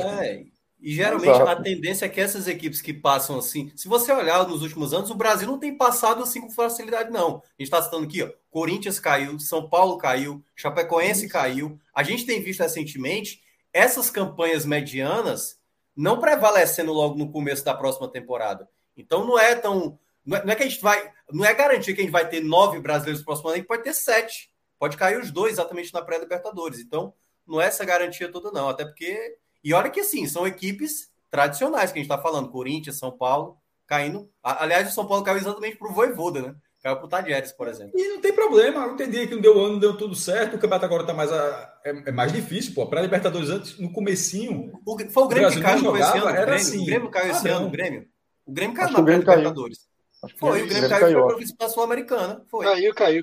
E geralmente a tendência é que essas equipes que passam assim, se você olhar nos últimos anos, o Brasil não tem passado assim com facilidade, não. A gente está citando aqui, ó, Corinthians caiu, São Paulo caiu, Chapecoense caiu. A gente tem visto recentemente essas campanhas medianas não prevalecendo logo no começo da próxima temporada. Então não é tão. Não é que a gente vai. Não é garantir que a gente vai ter 9 brasileiros no próximo ano, a gente pode ter 7. Pode cair os 2 exatamente na pré-Libertadores. Então, não é essa garantia toda, não. Até porque. E olha que assim, são equipes tradicionais que a gente está falando. Corinthians, São Paulo, caindo. Aliás, o São Paulo caiu exatamente para o Voivoda, né? Caiu para o Tadieres, por exemplo. E não tem problema. Eu entendi que não deu ano, deu tudo certo. O campeonato agora está mais, é mais difícil, pô. Para a Libertadores antes, no comecinho. Foi o Grêmio que caiu esse ano. Assim, o Grêmio caiu esse ano, o Grêmio. O Grêmio caiu na pré-Libertadores. Foi, o Grêmio caiu para a Sul-Americana. Foi. Caiu.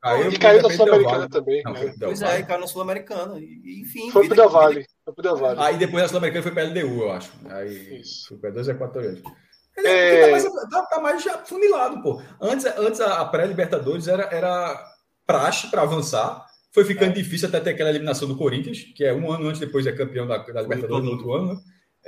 E caiu na Sul-Americana também. Pois é, caiu na Sul-Americana. Enfim. Foi pro Del Valle. Aí depois a Sul-Americana foi para a LDU, eu acho. Aí foi para 2 equatorianos. Tá mais já funilado, pô. Antes a pré-Libertadores era praxe para avançar. Foi ficando difícil até ter aquela eliminação do Corinthians, que é um ano antes, depois é campeão da Libertadores no outro ano.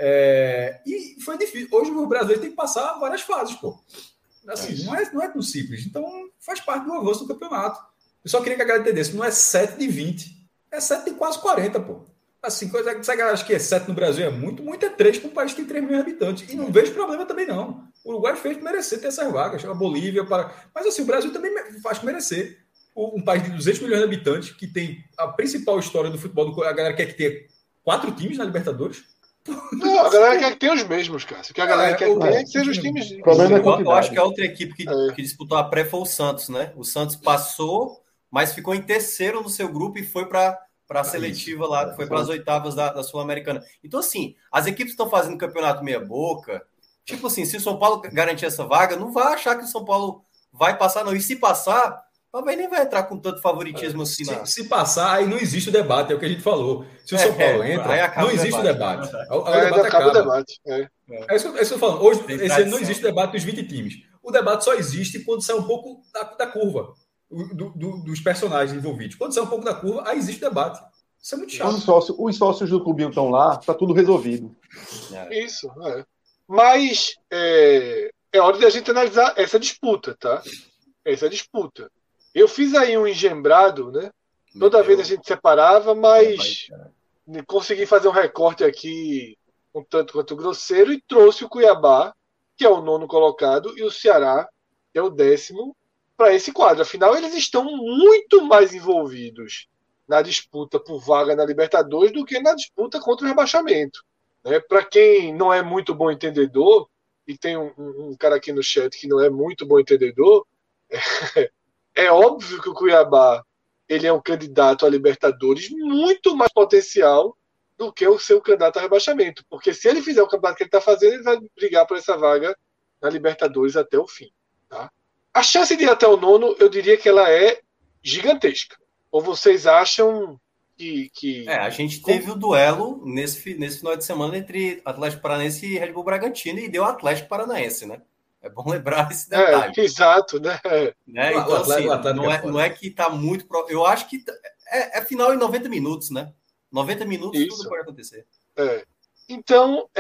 Né? E foi difícil. Hoje o brasileiro tem que passar várias fases, pô. Assim, não é tão simples. Então, faz parte do avanço do campeonato. Eu só queria que a galera entendesse. Não é 7 de 20. É 7 de quase 40, pô. Assim, coisa que a galera acha que é 7 no Brasil é muito é 3 para um país que tem 3 milhões de habitantes. E não vejo problema também, não. O Uruguai fez merecer ter essas vagas. A Bolívia, Mas assim, o Brasil também faz merecer. Um país de 200 milhões de habitantes, que tem a principal história do futebol. A galera quer que tenha 4 times na Libertadores. Não, a galera quer que tenha os mesmos, cara. O que a galera quer que tenha é que sejam os times. Eu acho que a outra equipe que disputou a pré foi o Santos, né? O Santos passou, mas ficou em terceiro no seu grupo e foi para a seletiva lá, foi para as oitavas da Sul-Americana. Então, assim, as equipes estão fazendo campeonato meia-boca. Tipo assim, se o São Paulo garantir essa vaga, não vai achar que o São Paulo vai passar, não. E se passar, talvez nem vai entrar com tanto favoritismo assim. Se passar, aí não existe o debate, é o que a gente falou. Se o São Paulo entra, não existe o debate. O debate acaba. O debate. É isso que eu estou falando. Hoje, esse ano não existe o debate dos 20 times. O debate só existe quando sai um pouco da curva dos personagens envolvidos. Quando sai um pouco da curva, aí existe o debate. Isso é muito chato. Os sócios do clubinho estão lá, está tudo resolvido. Isso, Mas é hora de a gente analisar essa disputa, tá? Essa disputa. Eu fiz aí um engembrado, né? Toda vez a gente separava, mas consegui fazer um recorte aqui um tanto quanto grosseiro e trouxe o Cuiabá, que é o 9º colocado, e o Ceará, que é o 10º, para esse quadro. Afinal, eles estão muito mais envolvidos na disputa por vaga na Libertadores do que na disputa contra o rebaixamento. Né? Para quem não é muito bom entendedor, e tem um cara aqui no chat que não é muito bom entendedor, é óbvio que o Cuiabá ele é um candidato a Libertadores muito mais potencial do que o seu candidato a rebaixamento. Porque se ele fizer o campeonato que ele está fazendo, ele vai brigar por essa vaga na Libertadores até o fim. Tá? A chance de ir até o 9º, eu diria que ela é gigantesca. Ou vocês acham que... A gente teve o duelo nesse final de semana entre Atlético Paranaense e Red Bull Bragantino e deu Atlético Paranaense, né? É bom lembrar esse detalhe. Exato, né? Então, assim, não é que está muito... Eu acho que é final em 90 minutos, né? 90 minutos, tudo pode acontecer. Então,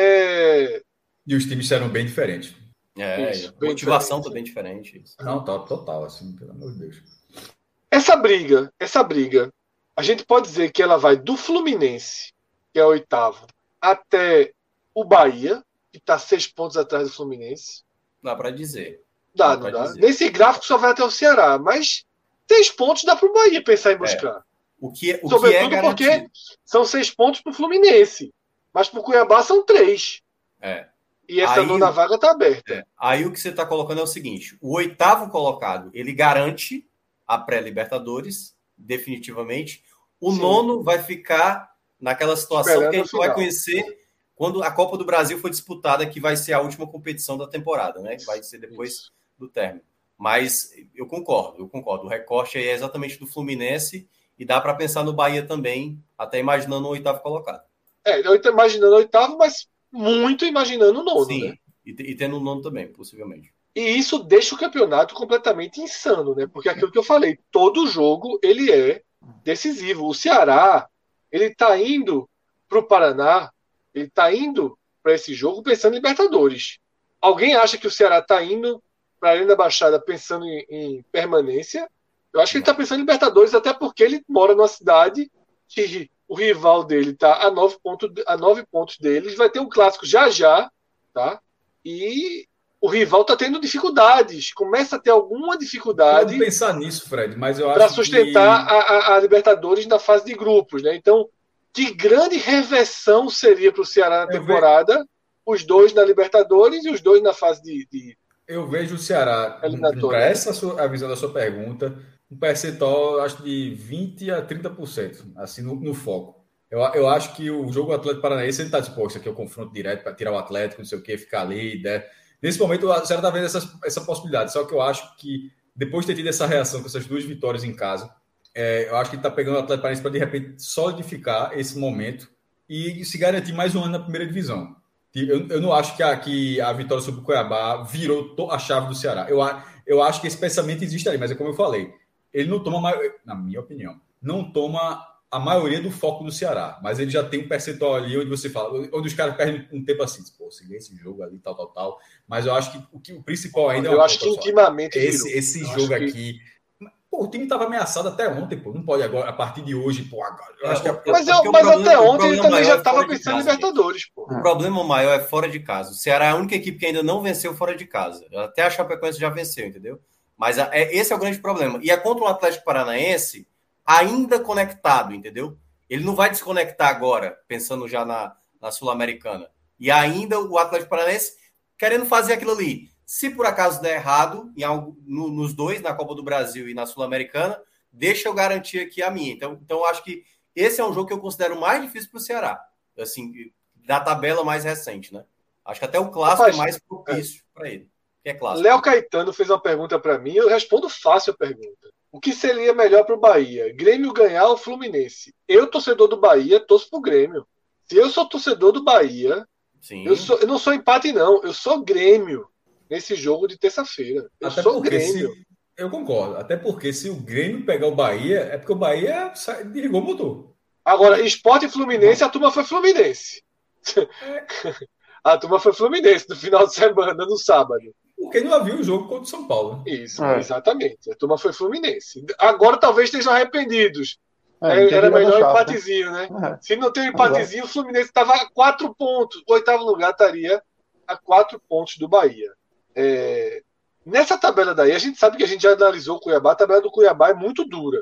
E os times serão bem diferentes. A motivação também diferente. Não, total, assim, pelo amor de Deus. Essa briga, a gente pode dizer que ela vai do Fluminense, que é o 8º, até o Bahia, que está 6 pontos atrás do Fluminense. Dá para dizer. Não dá. Nesse gráfico só vai até o Ceará, mas 6 pontos dá para o Bahia pensar em buscar. Sobretudo porque são 6 pontos para o Fluminense, mas para o Cuiabá são 3. E essa nona vaga está aberta. Aí o que você está colocando é o seguinte: o 8º colocado, ele garante a pré-Libertadores, definitivamente. O nono vai ficar naquela situação esperando que a gente vai conhecer quando a Copa do Brasil for disputada, que vai ser a última competição da temporada, né? Vai ser depois do término. Mas eu concordo. O recorte aí é exatamente do Fluminense e dá para pensar no Bahia também, até imaginando o 8º colocado. Eu estou imaginando o 8º, mas muito imaginando o 9º. Sim, né? E tendo o 9º também, possivelmente. E isso deixa o campeonato completamente insano, né? Porque aquilo que eu falei, todo jogo ele é decisivo. O Ceará, ele está indo para o Paraná, ele está indo para esse jogo pensando em Libertadores. Alguém acha que o Ceará está indo para a Arena da Baixada pensando em permanência? Eu acho que ele está pensando em Libertadores, até porque ele mora numa cidade que o rival dele está a 9 pontos deles. Vai ter um clássico já, tá? E o rival está tendo dificuldades. Começa a ter alguma dificuldade. Pode pensar nisso, Fred, mas eu acho para sustentar a Libertadores na fase de grupos, né? Então, que grande reversão seria para o Ceará na temporada, os 2 na Libertadores e os 2 na fase de eu vejo o Ceará, para essa a visão da sua pergunta, um percentual, acho, de 20% a 30%, assim, no foco. Eu acho que o jogo Atlético Paranaense, ele está disposto aqui ao confronto direto para tirar o Atlético, não sei o quê, ficar ali, né? Nesse momento, o Ceará está vendo essa possibilidade, só que eu acho que, depois de ter tido essa reação com essas 2 vitórias em casa, eu acho que ele está pegando o Atlético Paranaense para, de repente, solidificar esse momento e se garantir mais um ano na primeira divisão. Eu não acho que a vitória sobre o Cuiabá virou a chave do Ceará. Eu acho que esse pensamento existe ali, mas é como eu falei, ele não toma, na minha opinião, não toma a maioria do foco do Ceará, mas ele já tem um percentual ali onde você fala, onde os caras perdem um tempo assim, pô, se esse jogo ali, tal. Mas eu acho que o principal ainda eu acho que intimamente esse jogo aqui. Pô, o time estava ameaçado até ontem, pô. Não pode agora, a partir de hoje, pô, agora. Eu acho que mas até ontem ele também já estava pensando em Libertadores, pô. O problema maior é fora de casa. O Ceará é a única equipe que ainda não venceu fora de casa. Até a Chapecoense já venceu, entendeu? Mas esse é o grande problema. E é contra o Atlético Paranaense ainda conectado, entendeu? Ele não vai desconectar agora, pensando já na Sul-Americana. E ainda o Atlético Paranaense querendo fazer aquilo ali. Se por acaso der errado, nos 2, na Copa do Brasil e na Sul-Americana, deixa eu garantir aqui a minha. Então eu acho que esse é um jogo que eu considero mais difícil para o Ceará. Assim, da tabela mais recente, né? Acho que até o clássico é mais propício para ele. Que é clássico. Léo Caetano fez uma pergunta para mim, eu respondo fácil a pergunta. O que seria melhor para o Bahia? Grêmio ganhar ou Fluminense? Eu, torcedor do Bahia, torço pro Grêmio. Se eu sou torcedor do Bahia, eu não sou empate, não. Eu sou Grêmio nesse jogo de terça-feira. Eu sou Grêmio. Eu concordo. Até porque se o Grêmio pegar o Bahia, é porque o Bahia desligou o motor. Agora, Sport e Fluminense, a turma foi Fluminense. A turma foi Fluminense no final de semana, no sábado. Porque não havia o jogo contra o São Paulo. Isso, exatamente. A turma foi Fluminense. Agora talvez estejam arrependidos. Era melhor um empatezinho, né? Se não tem um empatezinho, o Fluminense estava a 4 pontos. O 8º lugar estaria a 4 pontos do Bahia. Nessa tabela daí, a gente sabe que a gente já analisou o Cuiabá. A tabela do Cuiabá é muito dura.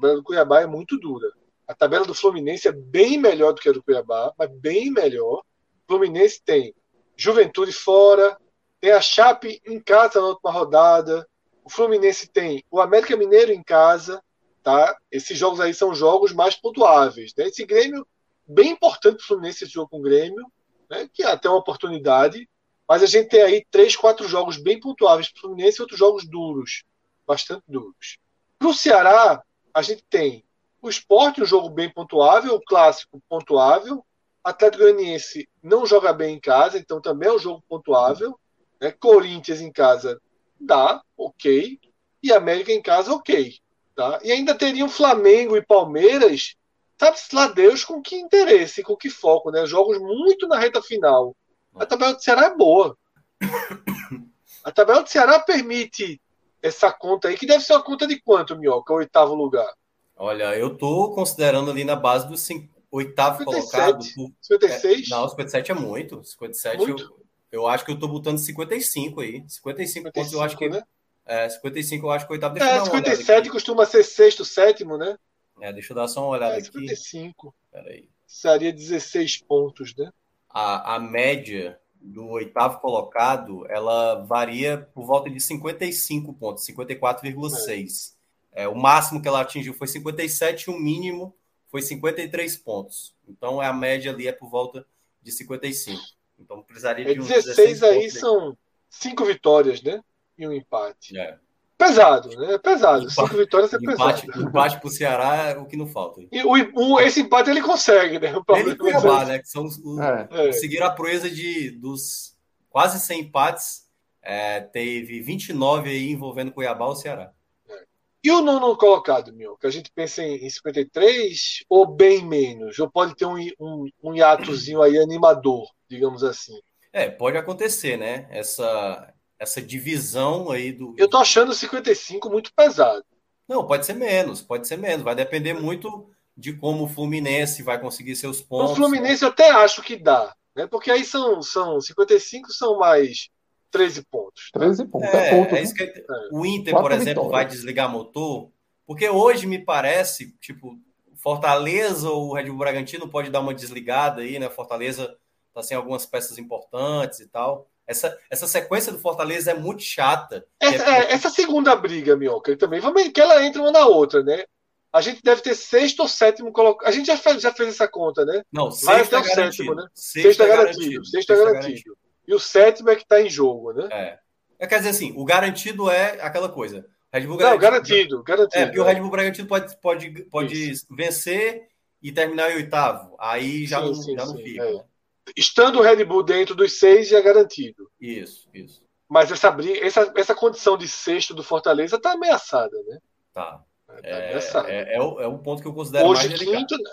A tabela do Fluminense é bem melhor do que a do Cuiabá, mas bem melhor. O Fluminense tem Juventude fora, tem a Chape em casa na última rodada. O Fluminense tem o América Mineiro em casa. Tá? Esses jogos aí são jogos mais pontuáveis. Né? Esse Grêmio, bem importante para o Fluminense esse jogo com o Grêmio, né? Que é até uma oportunidade. Mas a gente tem aí 3, 4 jogos bem pontuáveis para o Fluminense e outros jogos duros, bastante duros. Para o Ceará, a gente tem o Sport, um jogo bem pontuável, o Clássico pontuável. Atlético Goianiense não joga bem em casa, então também é um jogo pontuável. Né? Corinthians em casa dá, ok. E América em casa, ok. Tá? E ainda teriam Flamengo e Palmeiras, sabe-se lá Deus com que interesse, com que foco. Né? Jogos muito na reta final. A tabela do Ceará é boa. A tabela do Ceará permite essa conta aí, que deve ser uma conta de quanto, Minhoca? O 8º lugar. Olha, eu tô considerando ali na base do oitavo 57. colocado. 56? Não, 57 é muito. 57 Muito? eu acho que eu tô botando 55 aí. 55 pontos eu acho que... né? 55 eu acho que o oitavo. Deixa eu dar uma olhada 57 aqui. costuma ser sexto, sétimo, né? Deixa eu dar só uma olhada aqui. 55. Peraí. Seria 16 pontos, né? A média do oitavo colocado, ela varia por volta de 55 pontos, 54,6. O máximo que ela atingiu foi 57 e o mínimo foi 53 pontos. Então, a média ali é por volta de 55. Então, precisaria de uns 16 aí pontos. são 5 vitórias, né? E um empate. É. Pesado, né? Pesado. 5 vitórias é pesado. Empate para o Ceará é o que não falta. E esse empate ele consegue, né? O Ele e Cuiabá, né? Que são conseguiram a proeza dos quase 100 empates. Teve 29 aí envolvendo Cuiabá ou Ceará. E o nono colocado, meu? Que a gente pensa em 53 ou bem menos? Ou pode ter um hiatozinho aí animador, digamos assim? Pode acontecer, né? Essa divisão aí do... Eu tô achando 55 muito pesado. Não, pode ser menos. Vai depender muito de como o Fluminense vai conseguir seus pontos. O Fluminense, né? Eu até acho que dá, né? Porque aí são 55, são mais 13 pontos. Tá? 13 pontos, ponto. Isso que o Inter, por exemplo, vai desligar motor, porque hoje me parece, tipo, Fortaleza ou o Red Bull Bragantino pode dar uma desligada aí, né? Fortaleza tá sem algumas peças importantes e tal. Essa sequência do Fortaleza é muito chata. Essa segunda briga, Minhoca, também, que ela entra uma na outra, né? A gente deve ter sexto ou sétimo colocado. A gente já fez essa conta, né? Não, sexto até é garantido. Sétimo, né? Sexto é garantido. Sexto é garantido. E o sétimo é que está em jogo, né? Quer dizer assim, o garantido é aquela coisa. Red Bull garantido. Porque o Red Bull Bragantino pode vencer e terminar em oitavo. Aí já não fica. Né? Estando o Red Bull dentro dos 6, já é garantido. Isso. Mas essa condição de sexto do Fortaleza está ameaçada, né? Tá. É um ponto que eu considero hoje mais delicado. Quinto,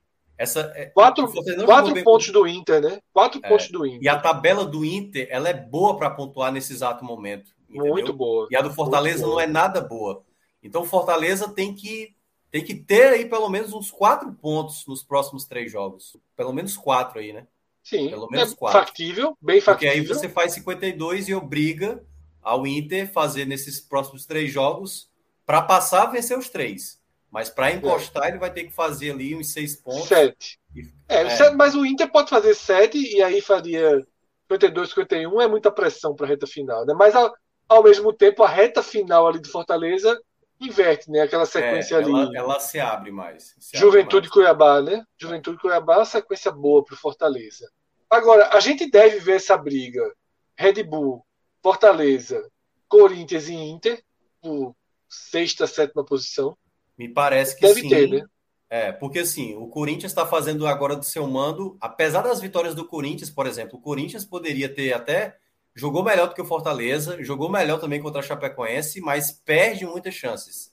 quatro pontos do Inter, né? 4 pontos do Inter. E a tabela do Inter, ela é boa para pontuar nesse exato momento. Entendeu? Muito boa. E a do Fortaleza não é nada boa. Então o Fortaleza tem que ter aí pelo menos uns 4 pontos nos próximos 3 jogos. Pelo menos 4 aí, né? Sim, pelo menos 4. Factível, bem factível. Porque aí você faz 52 e obriga ao Inter fazer nesses próximos 3 jogos para passar a vencer os 3. Mas para encostar, ele vai ter que fazer ali uns 6 pontos. 7. Mas o Inter pode fazer 7 e aí faria 52, 51. É muita pressão para a reta final, né? Mas ao mesmo tempo, a reta final ali de Fortaleza inverte, né? Aquela sequência ali. Ela se abre mais. Juventude e Cuiabá, né? Juventude e Cuiabá é uma sequência boa para o Fortaleza. Agora, a gente deve ver essa briga Red Bull, Fortaleza, Corinthians e Inter por 6ª, 7ª posição. Me parece que deve sim. Ter, né? Porque assim, o Corinthians está fazendo agora do seu mando, apesar das vitórias do Corinthians, por exemplo, o Corinthians poderia ter até jogou melhor do que o Fortaleza, jogou melhor também contra a Chapecoense, mas perde muitas chances.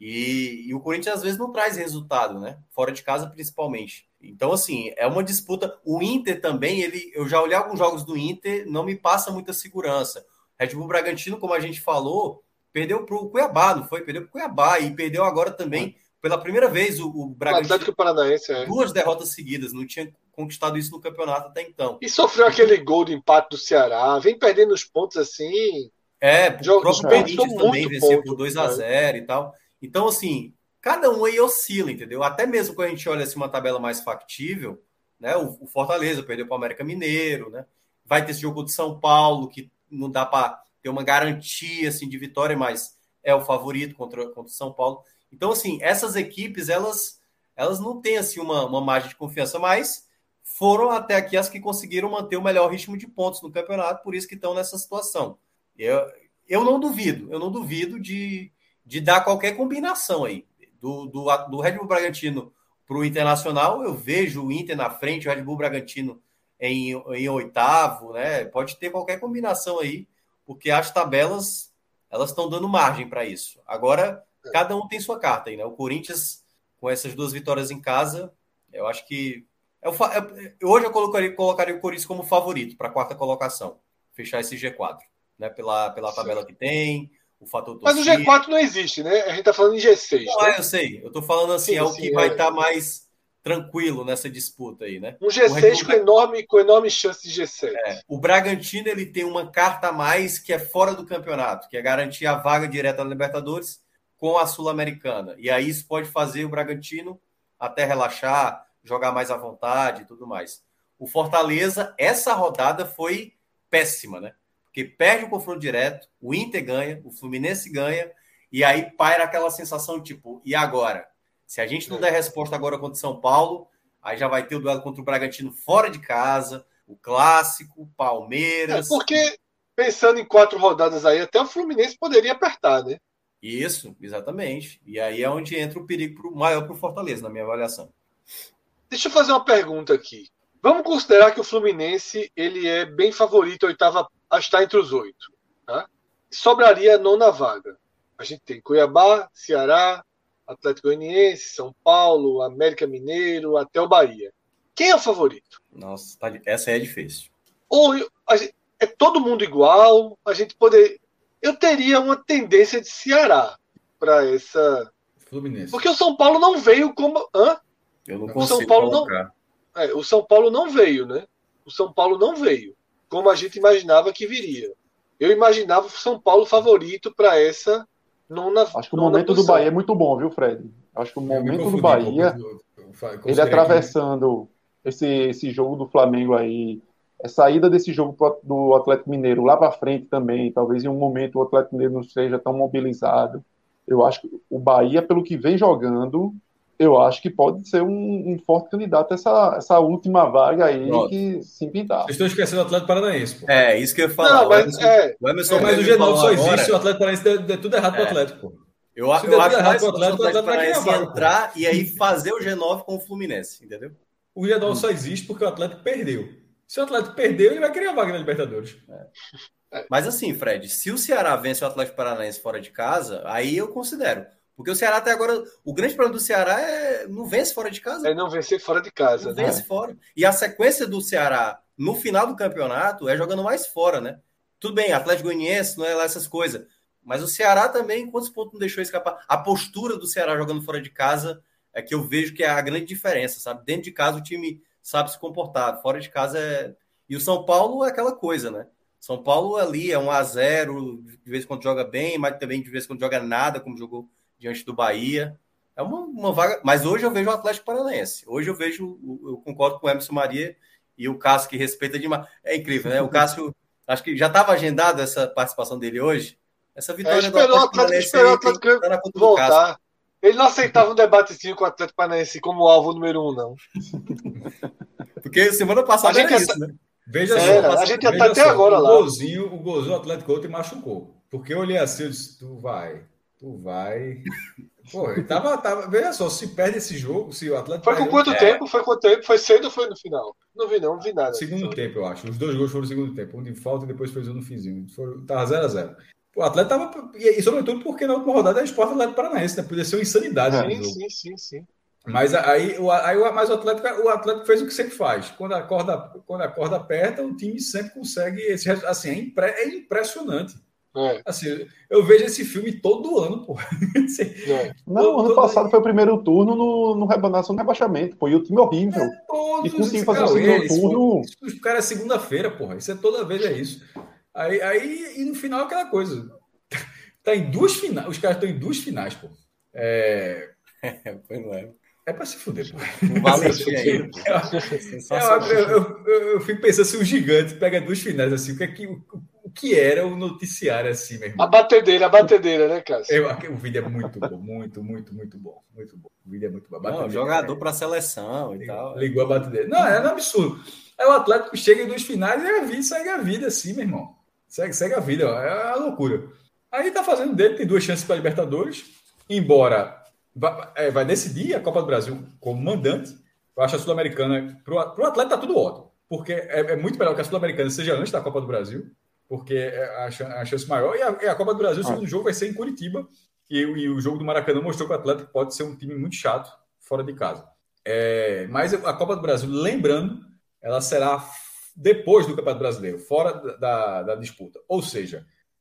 E o Corinthians às vezes não traz resultado, né? Fora de casa principalmente. Então, assim, é uma disputa. O Inter também, eu já olhei alguns jogos do Inter, não me passa muita segurança. Red Bull Bragantino, como a gente falou, perdeu para o Cuiabá, não foi? Perdeu para o Cuiabá e perdeu agora também, pela primeira vez, o Bragantino. Atlético Paranaense, 2 derrotas seguidas, não tinha conquistado isso no campeonato até então. E sofreu aquele gol de empate do Ceará, vem perdendo os pontos assim. O próprio Corinthians também venceu por 2-0 e tal. Então, assim, cada um aí oscila, entendeu? Até mesmo quando a gente olha assim, uma tabela mais factível, né? O Fortaleza perdeu para o América Mineiro, né? Vai ter esse jogo de São Paulo, que não dá para ter uma garantia assim, de vitória, mas é o favorito contra o São Paulo. Então, assim, essas equipes, elas não têm assim, uma margem de confiança, mas foram até aqui as que conseguiram manter o melhor ritmo de pontos no campeonato, por isso que estão nessa situação. Eu não duvido de dar qualquer combinação aí. Do Red Bull Bragantino para o Internacional, eu vejo o Inter na frente, o Red Bull Bragantino em oitavo, né? Pode ter qualquer combinação aí, porque as tabelas elas estão dando margem para isso. Agora, cada um tem sua carta aí, né? O Corinthians, com essas 2 vitórias em casa, eu acho que... hoje eu colocaria o Corinthians como favorito para a 4ª colocação, fechar esse G4, né? Pela tabela que tem. o fator Mas o torcida. G4 não existe, né? A gente tá falando em G6. Não, né? eu sei. Eu tô falando assim, Sim, é o sim, que vai estar mais tranquilo nessa disputa aí, né? Um G6 com enorme chance de G7. O Bragantino ele tem uma carta a mais que é fora do campeonato, que é garantir a vaga direta na Libertadores com a Sul-Americana. E aí isso pode fazer o Bragantino até relaxar, jogar mais à vontade e tudo mais. O Fortaleza, essa rodada foi péssima, né? Porque perde o confronto direto, o Inter ganha, o Fluminense ganha, e aí paira aquela sensação tipo, e agora? Se a gente não der resposta agora contra o São Paulo, aí já vai ter o duelo contra o Bragantino fora de casa, o Clássico, Palmeiras... Porque, pensando em 4 rodadas aí, até o Fluminense poderia apertar, né? Isso, exatamente. E aí é onde entra o perigo maior para o Fortaleza, na minha avaliação. Deixa eu fazer uma pergunta aqui. Vamos considerar que o Fluminense ele é bem favorito a estar entre os 8. Tá? Sobraria a 9ª vaga. A gente tem Cuiabá, Ceará, Atlético Goianiense, São Paulo, América Mineiro, até o Bahia. Quem é o favorito? Nossa, essa aí é difícil. Ou é todo mundo igual? A gente poder. Eu teria uma tendência de Ceará para essa. Fluminense. Porque o São Paulo não veio como. Hã? Eu não O consigo São Paulo colocar. o São Paulo não veio, né? O São Paulo não veio como a gente imaginava que viria. Eu imaginava o São Paulo favorito para essa nona. Acho que o momento posição. do Bahia é muito bom, viu, Fred? Acho que o momento do Bahia, ele atravessando esse jogo do Flamengo aí, a saída desse jogo do Atlético Mineiro lá para frente também, talvez em um momento o Atlético Mineiro não seja tão mobilizado. Eu acho que o Bahia, pelo que vem jogando, eu acho que pode ser um forte candidato a essa última vaga aí. Pronto. Que se pintar. Vocês estão esquecendo o Atlético Paranaense, pô. É, isso que eu ia falar. Não, mas, mas o G9 só existe se o Atlético Paranaense der tudo errado pro Atlético, pô. Eu acho que o Atlético Paranaense entrar e aí fazer o G9 com o Fluminense, entendeu? O G9 só existe porque o Atlético perdeu. Se o Atlético perdeu, ele vai criar vaga na Libertadores. Mas assim, Fred, se o Ceará vence o Atlético Paranaense fora de casa, aí eu considero. Porque o Ceará até agora, o grande problema do Ceará é não vence fora de casa. É não vencer fora de casa. Não vence fora. E a sequência do Ceará no final do campeonato é jogando mais fora, né? Tudo bem, Atlético Goianiense, não é lá essas coisas. Mas o Ceará também, quantos pontos não deixou escapar? A postura do Ceará jogando fora de casa é que eu vejo que é a grande diferença, sabe? Dentro de casa o time sabe se comportar, fora de casa é... E o São Paulo é aquela coisa, né? São Paulo ali é 1-0, de vez em quando joga bem, mas também de vez em quando joga nada, como jogou diante do Bahia. É uma vaga... Mas hoje eu vejo o Atlético Paranaense. Hoje eu vejo, eu concordo com o Emerson Maria e o Cássio, que respeita demais. É incrível, né? O Cássio, acho que já estava agendado essa participação dele hoje. Essa vitória do Atlético Paranaense voltar. Ele não aceitava um debatezinho com o Atlético Paranaense como alvo número 1, não. Porque semana passada era isso, né? Veja só. A gente já está até agora lá. O golzinho do Atlético ontem machucou. Porque eu olhei assim, eu disse, tu vai. Pô, ele tava... Veja só, se perde esse jogo, se o Atlético... Foi com quanto tempo? Foi quanto tempo? Foi cedo ou foi no final? Não vi nada. Segundo tempo, eu acho. Os 2 gols foram no segundo tempo. Um de falta e depois fez um no finzinho. Tava 0-0. O Atlético tava... E sobretudo porque na última rodada é Sport Atlético Paranaense, né? Podia ser uma insanidade. Sim. Mas mas o Atlético fez o que sempre faz. Quando a corda aperta, o time sempre consegue... Assim, é impressionante. Assim, eu vejo esse filme todo ano, pô. Não, ano passado foi o primeiro turno no rebaixamento, pô, e o time horrível. E conseguiu fazer o segundo turno. Os caras é segunda-feira, porra. Isso é toda vez isso. Aí no final aquela coisa. Tá em 2 finais. Os caras estão em 2 finais, pô. É pra se fuder, pô. Um Valentim aí. Eu fico pensando se o gigante pega 2 finais assim, o que era o noticiário assim, meu irmão? A batedeira, né, Cássio? O vídeo é muito bom, muito bom. O vídeo é muito bom. Não, jogador para seleção e tal. Ligou a batedeira. Não, é um absurdo. Aí o Atlético chega em 2 finais e segue a vida assim, meu irmão. Segue a vida, ó. É uma loucura. Aí tá fazendo dele, tem 2 chances para Libertadores, embora vai decidir a Copa do Brasil como mandante. Eu acho a Sul-Americana, pro Atlético tá tudo ótimo, porque é muito melhor que a Sul-Americana seja antes da Copa do Brasil, porque é a chance maior, e a Copa do Brasil, o segundo jogo vai ser em Curitiba, e o jogo do Maracanã mostrou que o Atlético pode ser um time muito chato fora de casa. Mas a Copa do Brasil, lembrando, ela será depois do Campeonato Brasileiro, fora da disputa. Ou seja,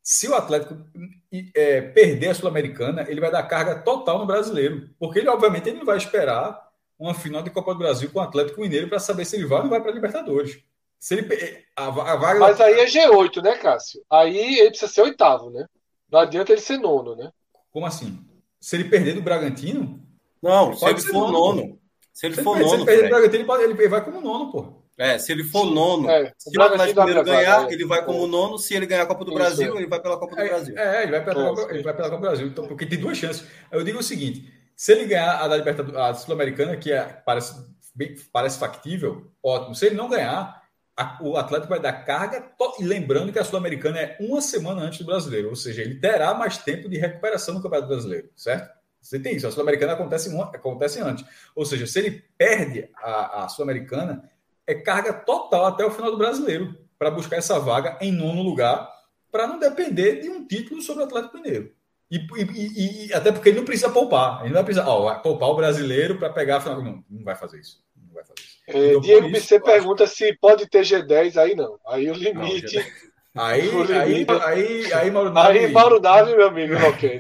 Se o Atlético perder a Sul-Americana, ele vai dar carga total no brasileiro. Porque ele, obviamente, ele não vai esperar uma final de Copa do Brasil com o Atlético Mineiro para saber se ele vai ou não vai para a Libertadores. Se ele, a vaga... Mas aí é G8, né, Cássio? Aí ele precisa ser oitavo, né? Não adianta ele ser nono, né? Como assim? Se ele perder do Bragantino? Não, se ele for nono. Se ele for nono, se ele perder do Bragantino, ele vai como nono, pô. Se ele for nono, se o Atlético Mineiro ganhar, ele vai como nono. Se ele ganhar a Copa do Brasil, ele vai pela Copa do Brasil. Ele vai pela Copa do Brasil. Então, porque tem duas chances. Eu digo o seguinte: se ele ganhar a da Libertadores, a Sul-Americana, que parece factível, ótimo. Se ele não ganhar, o Atlético vai dar carga. E lembrando que a Sul-Americana é uma semana antes do brasileiro, ou seja, ele terá mais tempo de recuperação no Campeonato Brasileiro, certo? Você tem isso. A Sul-Americana acontece antes. Ou seja, se ele perde a Sul-Americana, é carga total até o final do brasileiro para buscar essa vaga em nono lugar, para não depender de um título sobre o Atlético Mineiro. E até porque ele não precisa poupar. Ele não vai precisar vai poupar o brasileiro para pegar a final. Não vai fazer isso. Não vai fazer isso. Então, Diego BC pergunta se pode ter G10, aí não. Aí o limite. Aí Mauro Navi, meu amigo, ok.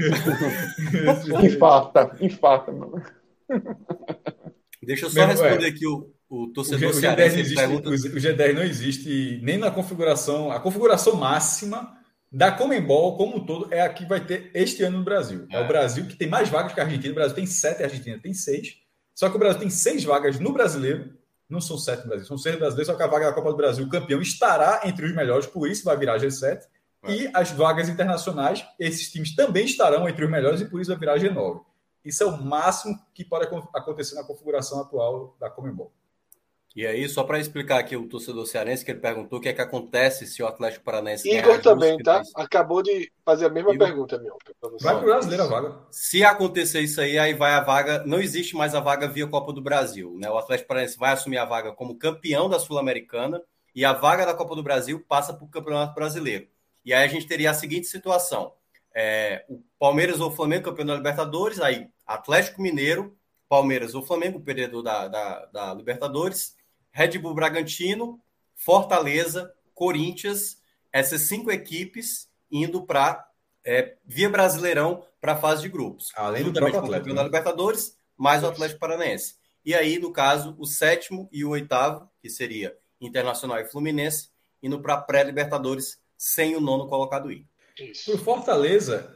Infarta, mano. Deixa eu só responder aqui o torcedor cearense. O G10 não existe nem na configuração. A configuração máxima da Conmebol como um todo é a que vai ter este ano no Brasil. É o Brasil que tem mais vagas que a Argentina. O Brasil tem 7, a Argentina tem 6. Só que o Brasil tem 6 vagas no brasileiro. Não são 7 no Brasil, são 6 brasileiros, só que a vaga da Copa do Brasil, o campeão, estará entre os melhores, por isso vai virar G7. E as vagas internacionais, esses times também estarão entre os melhores e por isso vai virar G9. Isso é o máximo que pode acontecer na configuração atual da Conmebol. E aí, só para explicar aqui o torcedor cearense, que ele perguntou o que é que acontece se o Atlético Paranaense... Igor também, tá? Acabou de fazer a mesma pergunta, meu. Vai para o brasileiro a vaga. Se acontecer isso aí vai a vaga... Não existe mais a vaga via Copa do Brasil, né? O Atlético Paranaense vai assumir a vaga como campeão da Sul-Americana e a vaga da Copa do Brasil passa para o Campeonato Brasileiro. E aí a gente teria a seguinte situação. O Palmeiras ou o Flamengo, campeão da Libertadores, aí Atlético Mineiro, Palmeiras ou Flamengo, perdedor da Libertadores, Red Bull Bragantino, Fortaleza, Corinthians, essas 5 equipes indo para via Brasileirão para a fase de grupos. Além do próprio Atlético, campeão da Libertadores, mais o Atlético Paranaense. E aí, no caso, o 7º e o 8º, que seria Internacional e Fluminense, indo para pré-Libertadores sem o 9º colocado ir. Para o Fortaleza,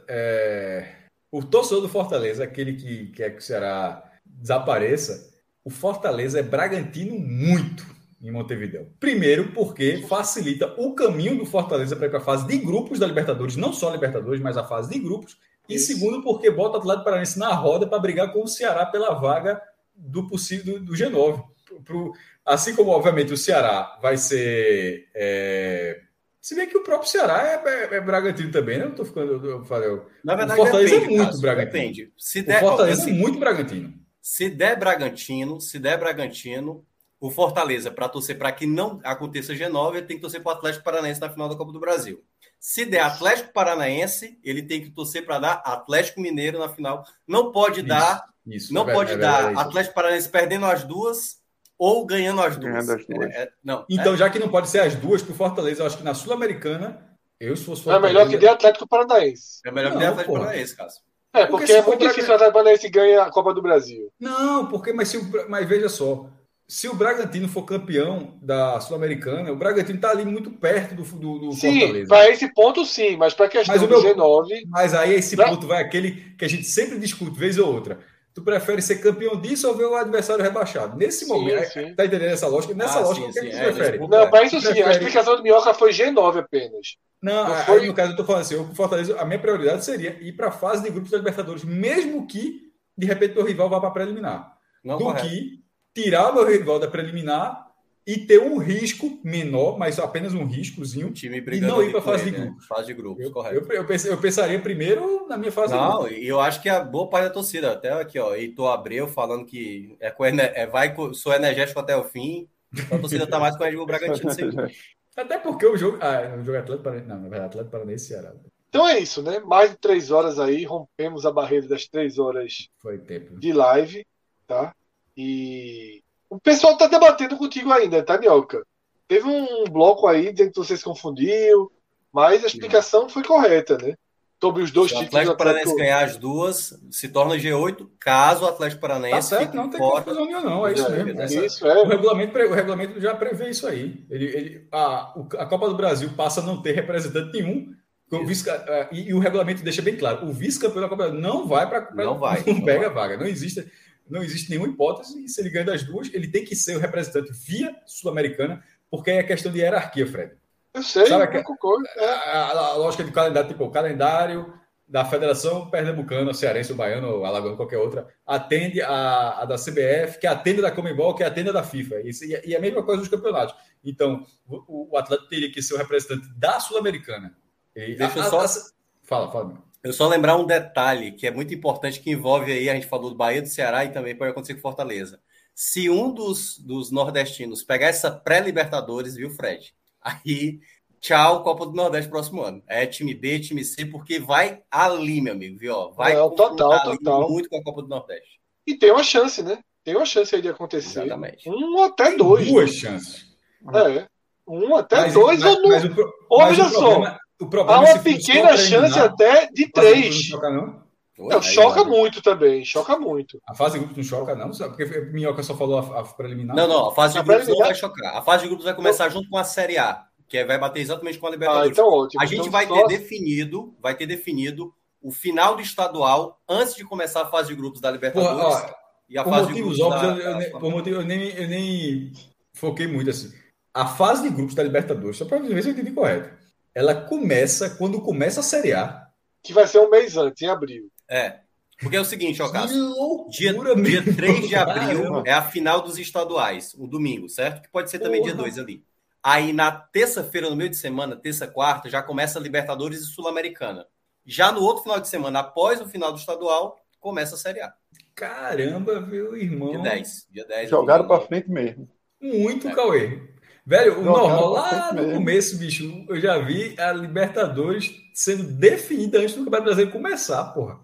o torcedor do Fortaleza, aquele que quer que o Ceará desapareça, o Fortaleza é Bragantino muito em Montevidéu. Primeiro, porque facilita o caminho do Fortaleza para ir para a fase de grupos da Libertadores, não só a Libertadores, mas a fase de grupos. E segundo, porque bota o Atlético Paranaense na roda para brigar com o Ceará pela vaga do possível do G9. Assim como, obviamente, o Ceará vai ser... Se bem que o próprio Ceará é Bragantino também, né? Eu tô ficando... Na verdade, o Fortaleza depende, é muito Bragantino. Depende. O Fortaleza é muito Bragantino. Se der Bragantino, o Fortaleza, para torcer para que não aconteça G9, ele tem que torcer para o Atlético Paranaense na final da Copa do Brasil. Se der Atlético Paranaense, ele tem que torcer para dar Atlético Mineiro na final. Não pode dar Atlético Paranaense perdendo as duas ou ganhando as duas. Então, já que não pode ser as duas para o Fortaleza, eu acho que na Sul-Americana, se fosse Fortaleza... É melhor que dê Atlético Paranaense. É melhor que dê Atlético Paranaense, Cássio. Porque é muito difícil o Atlético Paranaense ganhar a Copa do Brasil. Não, mas veja só, se o Bragantino for campeão da Sul-Americana, o Bragantino está ali muito perto do Fortaleza. Sim, para esse ponto sim, mas para a questão do G9... Mas aí esse ponto vai aquele que a gente sempre discute, vez ou outra. Tu prefere ser campeão disso ou ver o adversário rebaixado? Nesse momento, tá entendendo essa lógica? Nessa lógica, o que você prefere? Não, para isso sim, a explicação do Minhoca foi G9 apenas. Não, aí, no caso eu tô falando assim, o Fortaleza, a minha prioridade seria ir para a fase de grupos da Libertadores, mesmo que, de repente, o rival vá para a preliminar. Que tirar o meu rival da preliminar e ter um risco menor, mas apenas um riscozinho, e não ir para a fase de grupos. Fase de grupos, correto. Eu pensaria primeiro na minha fase de grupos. Não, e eu acho que a boa parte da torcida, até aqui, ó, Heitor Abreu falando que sou energético até o fim, a torcida tá mais com o Red Bull Bragantino sem dúvida. Até porque o jogo é Atlético Paranaense. Não, na verdade, Atlético Paranaense e Ceará. Então é isso, né? Mais de 3 horas aí, rompemos a barreira das 3 horas de live, tá? E o pessoal tá debatendo contigo ainda, tá, Minhoca? Teve um bloco aí dizendo que você se confundiu, Mas a explicação foi correta, né? Sobre os dois Se o títulos do Atlético Paranaense Atlético. ganhar as duas, se torna G8, caso o Atlético Tá Paranaense certo, fique não tem fora. confusão nenhuma, não. É isso mesmo. Isso é. O regulamento já prevê isso aí. A Copa do Brasil passa a não ter representante nenhum. E o regulamento deixa bem claro: o vice-campeão da Copa do Brasil não vai para. Não vai. Não pega a vaga. Não existe nenhuma hipótese. E se ele ganha das duas, ele tem que ser o representante via Sul-Americana, porque é questão de hierarquia, Fred. Eu sei, Sabe eu concordo. a lógica de calendário, tipo, o calendário da Federação Pernambucana, Cearense, Baiano, Alagoano, qualquer outra, atende a da CBF, que atende a da Conmebol, que atende a da FIFA. E a mesma coisa dos campeonatos. Então, o Atlético teria que ser o representante da Sul-Americana. Deixa eu só... Fala. Eu só lembrar um detalhe que é muito importante, que envolve aí, a gente falou do Bahia, do Ceará e também pode acontecer com Fortaleza. Se um dos nordestinos pegar essa pré-Libertadores, viu, Fred? Aí, tchau, Copa do Nordeste próximo ano. É time B, time C, porque vai ali, meu amigo, viu? Vai total. muito com a Copa do Nordeste. E tem uma chance, né? Tem uma chance aí de acontecer. Exatamente. Um até dois. Duas chances. Um até dois ou não. Ou veja só, há uma pequena chance até de três. Não choca, não? Choca muito também, choca muito. A fase de grupos não choca, não? Porque o Minhoca só falou a preliminar. Não, a fase de grupos não vai chocar. A fase de grupos vai começar junto com a Série A, que vai bater exatamente com a Libertadores. Então, ótimo. A gente vai ter definido o final do estadual antes de começar a fase de grupos da Libertadores. E a fase de grupos por motivos óbvios, eu nem foquei muito assim. A fase de grupos da Libertadores, só para ver se eu entendi correto, ela começa quando começa a Série A. Que vai ser um mês antes, em abril. Porque é o seguinte, Cássio, dia 3 de abril é a final dos estaduais, um domingo, certo? Que pode ser também dia 2 ali. Aí na terça-feira, no meio de semana, terça, quarta, já começa a Libertadores e Sul-Americana. Já no outro final de semana, após o final do estadual, começa a Série A. Caramba, meu irmão. Dia 10. Jogaram para frente mesmo. Muito, Cauê. Velho, o normal lá no começo, bicho, eu já vi a Libertadores sendo definida antes do Campeonato Brasileiro começar, porra.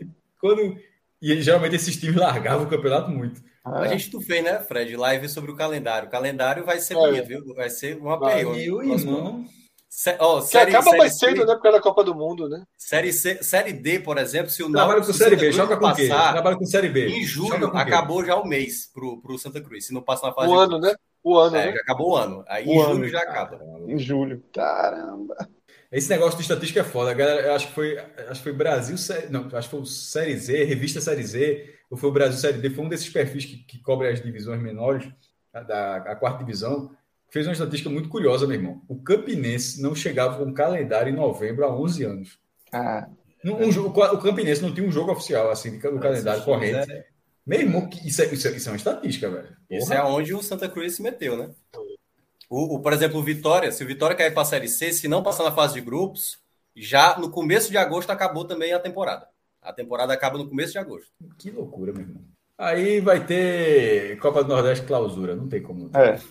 E geralmente esses times largavam o campeonato muito. A gente fez, né, Fred, live sobre o calendário. O calendário vai ser bonito, viu? Vai ser uma perreira. Meu irmão. Que acaba mais cedo, né? Por causa da Copa do Mundo, né? Série D, por exemplo, se o Trabalho com Série B, joga com quê? Trabalho com Série B. Em julho, acabou já o mês pro Santa Cruz. Se não passa na fase o ano, né? Já acabou o ano. Aí em julho já acaba. Em julho. Caramba. Esse negócio de estatística é foda. Galera, eu acho que foi Brasil... Não, acho que foi o Série Z, Revista Série Z, ou foi o Brasil Série D. Foi um desses perfis que cobre as divisões menores, a quarta divisão. Fez uma estatística muito curiosa, meu irmão. O Campinense não chegava com um calendário em novembro há 11 anos. O Campinense não tinha um jogo oficial assim do calendário corrente. Meu irmão, isso é uma estatística, velho. Isso é onde o Santa Cruz se meteu, né? Por exemplo, o Vitória, se o Vitória cair para a Série C, se não passar na fase de grupos, já no começo de agosto acabou também a temporada. A temporada acaba no começo de agosto. Que loucura, meu irmão. Aí vai ter Copa do Nordeste clausura, não tem como. Não ter.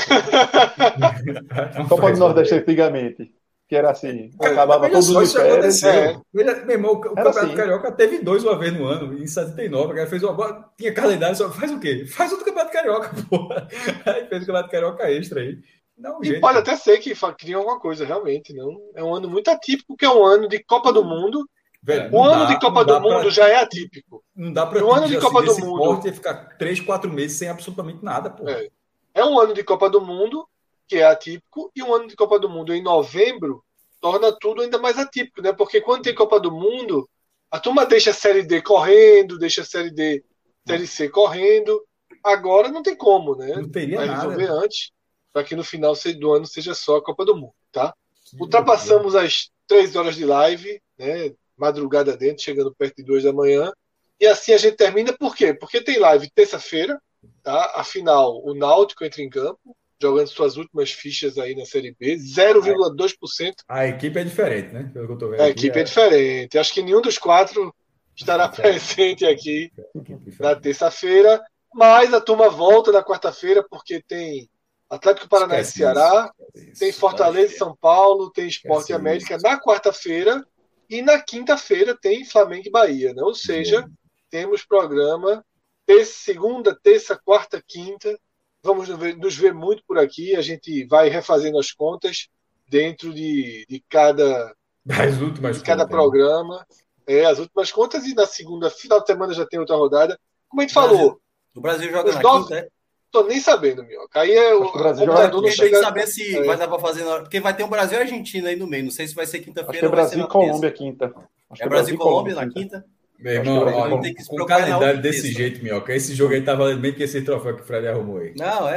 Copa do Nordeste antigamente, que era assim, acabava todos os férias. Meu irmão, o Campeonato Carioca teve 2 uma vez no ano, em 79, o cara fez tinha calendário, só faz o quê? Faz outro Campeonato Carioca, porra. Aí fez o Campeonato Carioca extra aí. Pode até ser que criam alguma coisa, realmente. Não. É um ano muito atípico, porque é um ano de Copa do Mundo. Velho, o ano de Copa do Mundo já é atípico. Não dá para o ano de Copa do Mundo ficar 3, 4 meses sem absolutamente nada, pô. É um ano de Copa do Mundo que é atípico e um ano de Copa do Mundo em novembro torna tudo ainda mais atípico, né? Porque quando tem Copa do Mundo, a turma deixa a Série D correndo, deixa a Série D, Série C correndo. Agora não tem como, né? Não teria vai nada. resolver antes para que no final do ano seja só a Copa do Mundo, tá? Ultrapassamos as 3 horas de live, né? Madrugada dentro, chegando perto de 2 da manhã. E assim a gente termina, por quê? Porque tem live terça-feira, tá? Afinal, o Náutico entra em campo, jogando suas últimas fichas aí na Série B, 0,2%. A equipe é diferente, né? Pelo que eu tô vendo a equipe é diferente. Acho que nenhum dos 4 estará presente aqui na terça-feira, mas a turma volta na quarta-feira, porque tem Atlético Paranaense e Ceará, tem Fortaleza e São Paulo, tem Sport e América na quarta-feira, e na quinta-feira tem Flamengo e Bahia, né? Ou seja, temos programa segunda, terça, quarta, quinta. Vamos nos ver muito por aqui. A gente vai refazendo as contas dentro de cada programa. As últimas contas, e na segunda, final de semana já tem outra rodada. Como a gente falou. O Brasil joga na quinta, é? Tô nem sabendo, Minhoca. Aí o computador não chega a saber se vai dar para fazer na hora. Porque vai ter um Brasil e Argentina aí no meio. Não sei se vai ser quinta-feira ou vai ser na Colômbia quinta. É Brasil e Colômbia na quinta? Meu irmão, com o calendário desse jeito, Minhoca, esse jogo aí tá valendo bem que esse troféu que o Fred arrumou aí. Não,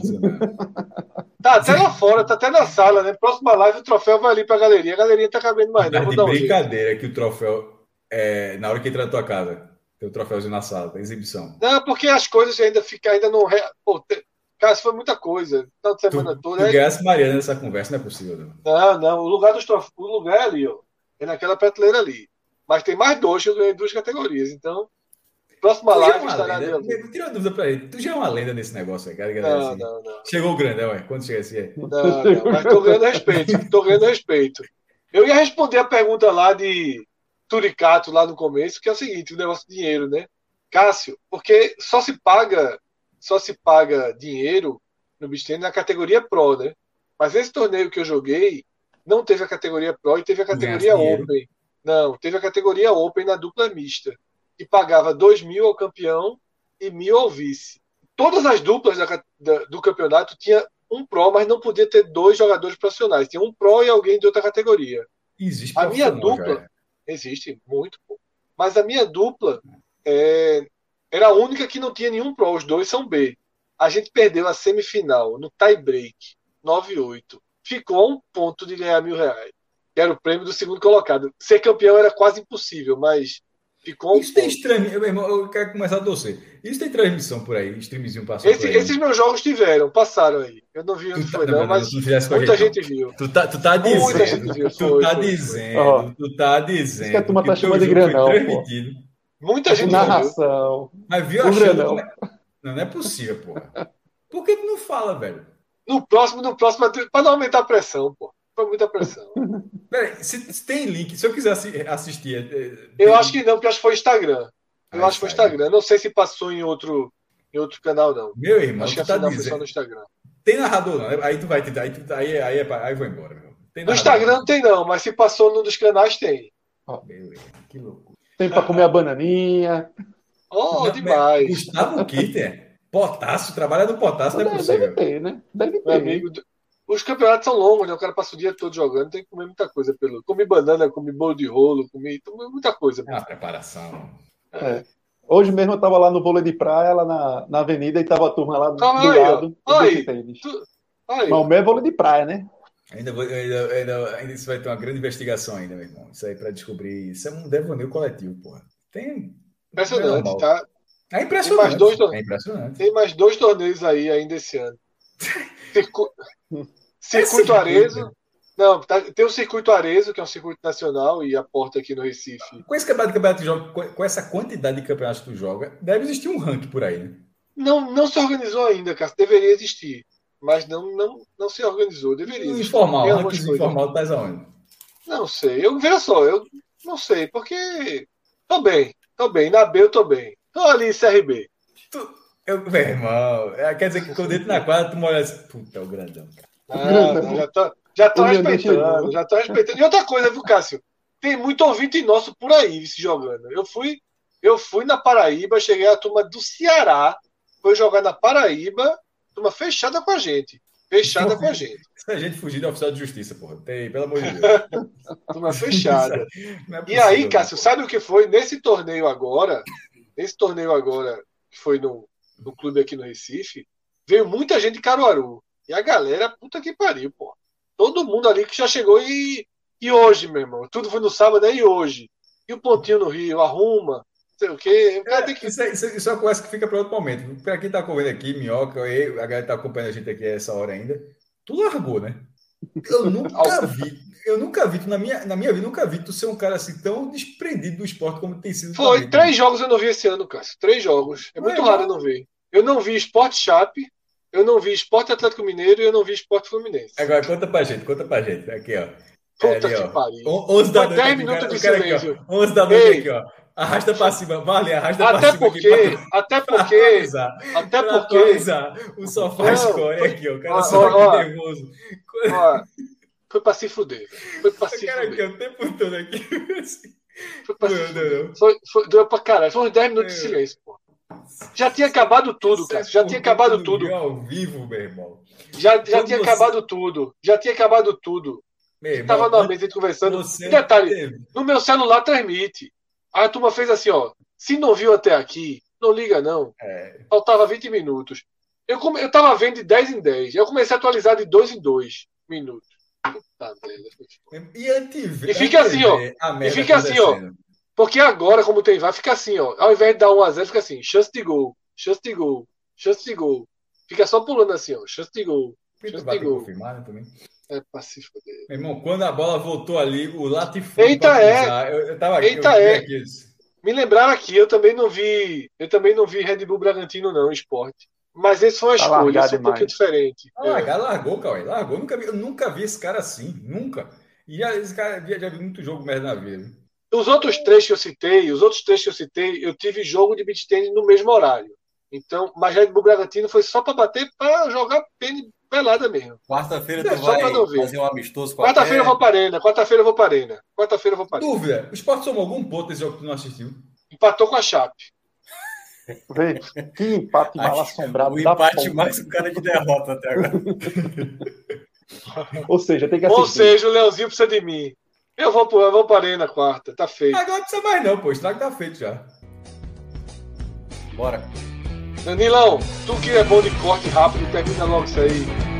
Tá até lá fora, tá até na sala, né? Próxima live o troféu vai ali pra galeria. A galeria tá cabendo mais, não. De brincadeira que o troféu na hora que entra na tua casa. Tem o troféuzinho na sala, tem exibição. Não, porque as coisas ainda não. Cara, isso foi muita coisa. Final de semana toda. Tu ganhasse Mariana nessa conversa, não é possível. Não. O lugar dos troféus. O lugar é ali, ó. É naquela prateleira ali. Mas tem mais dois, que eu ganhei 2 categorias. Então, próxima live estará ali. Tira uma dúvida pra ele. Tu já é uma lenda nesse negócio aí, cara? Não. Chegou o grandão, ué. Quando chega assim? Não. Mas tô ganhando respeito. Eu ia responder a pergunta lá de Turicato lá no começo, que é o seguinte, o negócio de dinheiro, né? Cássio, porque só se paga dinheiro no beach tennis na categoria Pro, né? Mas esse torneio que eu joguei não teve a categoria Pro e teve a categoria Open. Não, teve a categoria Open na dupla mista, que pagava 2.000 ao campeão e 1.000 ao vice. Todas as duplas do campeonato tinha um Pro, mas não podia ter 2 jogadores profissionais. Tinha um Pro e alguém de outra categoria. Existe a minha dupla existe muito pouco. Mas a minha dupla era a única que não tinha nenhum Pro. Os 2 são B. A gente perdeu a semifinal no tie break 9-8. Ficou a 1 ponto de ganhar R$1.000. Que era o prêmio do segundo colocado. Ser campeão era quase impossível, mas ficou a 1 ponto. Tem streaming. Eu quero começar a torcer. Isso tem transmissão por aí? Streamzinho passou por aí? Esses meus jogos passaram aí. Eu não vi onde foi, não, mas muita gente viu. Tu tá dizendo. Muita gente viu. Tu tá dizendo. Que a turma tá chamando de grandão. Muita gente narração. Mas viu achando. Não é possível, porra. Por que tu não fala, velho? No próximo, para não aumentar a pressão, pô. Foi muita pressão. Peraí, se tem link, se eu quiser assistir. Eu acho que não, porque acho que foi Instagram. Eu acho que foi Instagram. Não sei se passou em outro canal, não. Meu irmão, acho que a final foi só no Instagram. Tem narrador, não? Aí tu vai tentar. Aí vou embora, meu. No Instagram não tem, não, mas se passou num dos canais, tem. Meu irmão, que loucura. Tem pra comer a bananinha. Demais. Gustavo Kitter, potássio, trabalha no potássio, não é possível. Deve ter, né? Deve ter. Meu amigo, os campeonatos são longos, né? O cara passa o dia todo jogando, tem que comer muita coisa. Comi banana, comi bolo de rolo, comi muita coisa. É uma preparação. Hoje mesmo eu tava lá no vôlei de praia, lá na avenida, e tava a turma lá do lado. Mas o meu é vôlei de praia, né? Ainda isso vai ter uma grande investigação ainda, meu irmão. Isso aí pra descobrir. Isso é um devaneio coletivo, porra. Impressionante, tá? É impressionante. Tem mais 2 torneios aí ainda esse ano. Circuito Arezzo. Não, tem o Circuito Arezzo, que é um circuito nacional e a porta aqui no Recife. Com esse campeonato que joga, com essa quantidade de campeonatos que tu joga, deve existir um ranking por aí, né? Não se organizou ainda, cara. Deveria existir. Mas não se organizou. Deveria existir. Informal, ranking informal, tá aonde? Não sei. Veja só, eu não sei, porque tô bem. Na B eu tô bem. Tô ali em CRB. Meu irmão, quer dizer que quando eu entro na quadra, tu me olha assim, puta, é o grandão, cara. Já tô respeitando. E outra coisa, viu, Cássio? Tem muito ouvinte nosso por aí se jogando. Eu fui na Paraíba, cheguei a turma do Ceará, foi jogar na Paraíba, turma fechada com a gente. Se a gente fugir da oficial de justiça, porra. Pelo amor de Deus. Turma fechada. E aí, Cássio, sabe o que foi? Nesse torneio agora, que foi no clube aqui no Recife, veio muita gente de Caruaru. E a galera, puta que pariu, pô. Todo mundo ali que já chegou e hoje, meu irmão. Tudo foi no sábado, né? E hoje. E o pontinho no Rio, arruma. Não sei o quê. Isso é uma coisa que fica para outro momento. Para quem tá acompanhando aqui, Minhoca, a galera tá acompanhando a gente aqui a essa hora ainda. Tu largou, né? Eu nunca vi, na minha vida, nunca vi tu ser um cara assim tão desprendido do esporte como tem sido. Foi 3 jogos eu não vi esse ano, Cássio. 3 jogos. É muito raro eu não ver. Eu não vi Sport Chape, eu não vi Sport Atlético Mineiro e eu não vi Sport Fluminense. Agora, conta pra gente. Aqui, ó. Puta que pariu. 11 da noite. 10 minutos de silêncio. 11 da noite aqui, ó. Arrasta pra cima. Vale, arrasta pra cima. Até porque. O sofá escolhe aqui, ó. O cara só aqui nervoso. Foi pra se fuder, velho. Foi pra se Cara, aqui, fuder. o tempo todo aqui. Foi pra se Não, fuder. não. Doeu pra caralho. Foi uns 10 minutos de silêncio, pô. Já tinha acabado tudo, Cássio. Já tinha acabado tudo. Ao vivo, meu irmão. Já tinha acabado tudo. Já tinha acabado tudo. Meu irmão, Tava na mesa conversando. Detalhe, no meu celular transmite. Aí a turma fez assim, ó. Se não viu até aqui, não liga não. Faltava 20 minutos. Eu tava vendo de 10 em 10. Eu comecei a atualizar de 2 em 2 minutos. Puta merda. E fica assim, ó. E fica assim, ó. Porque agora, como tem VAR, fica assim, ó. Ao invés de dar 1-0, fica assim. Chance de gol. Chance de gol. Chance de gol. Fica só pulando assim, ó. Chance de gol. Chance de gol. Confirmar, né, também. É pra se foder. Meu irmão, quando a bola voltou ali, o latifúndio. Eita, eu tava aqui. Eita, aqui. Me lembraram aqui, eu também não vi Red Bull Bragantino, não, esporte. Mas esse foi uma escolha, esse foi um pouquinho diferente. Largou, Cauê. Largou. Eu nunca vi esse cara assim. Nunca. E esse cara já vi muito jogo merda na vida. Os outros três que eu citei, eu tive jogo de beach tennis no mesmo horário. Então, mas Red Bull Bragantino foi só para bater, para jogar tênis pelada mesmo. Quarta-feira tu vai fazer um amistoso com a Quarta-feira eu vou para Arena. Quarta-feira eu vou para Arena. Dúvida, o Sport somou algum ponto desse jogo que tu não assistiu? Empatou com a Chape. Vê, que empate mal assombrado. O empate mais um cara de derrota até agora. Ou seja, tem que assistir. Ou seja, o Leozinho precisa de mim. Eu vou para Arena quarta, tá feito. Agora não precisa mais não, pô. O estrago tá feito já. Bora. Danilão, tu que é bom de corte rápido, termina logo isso aí.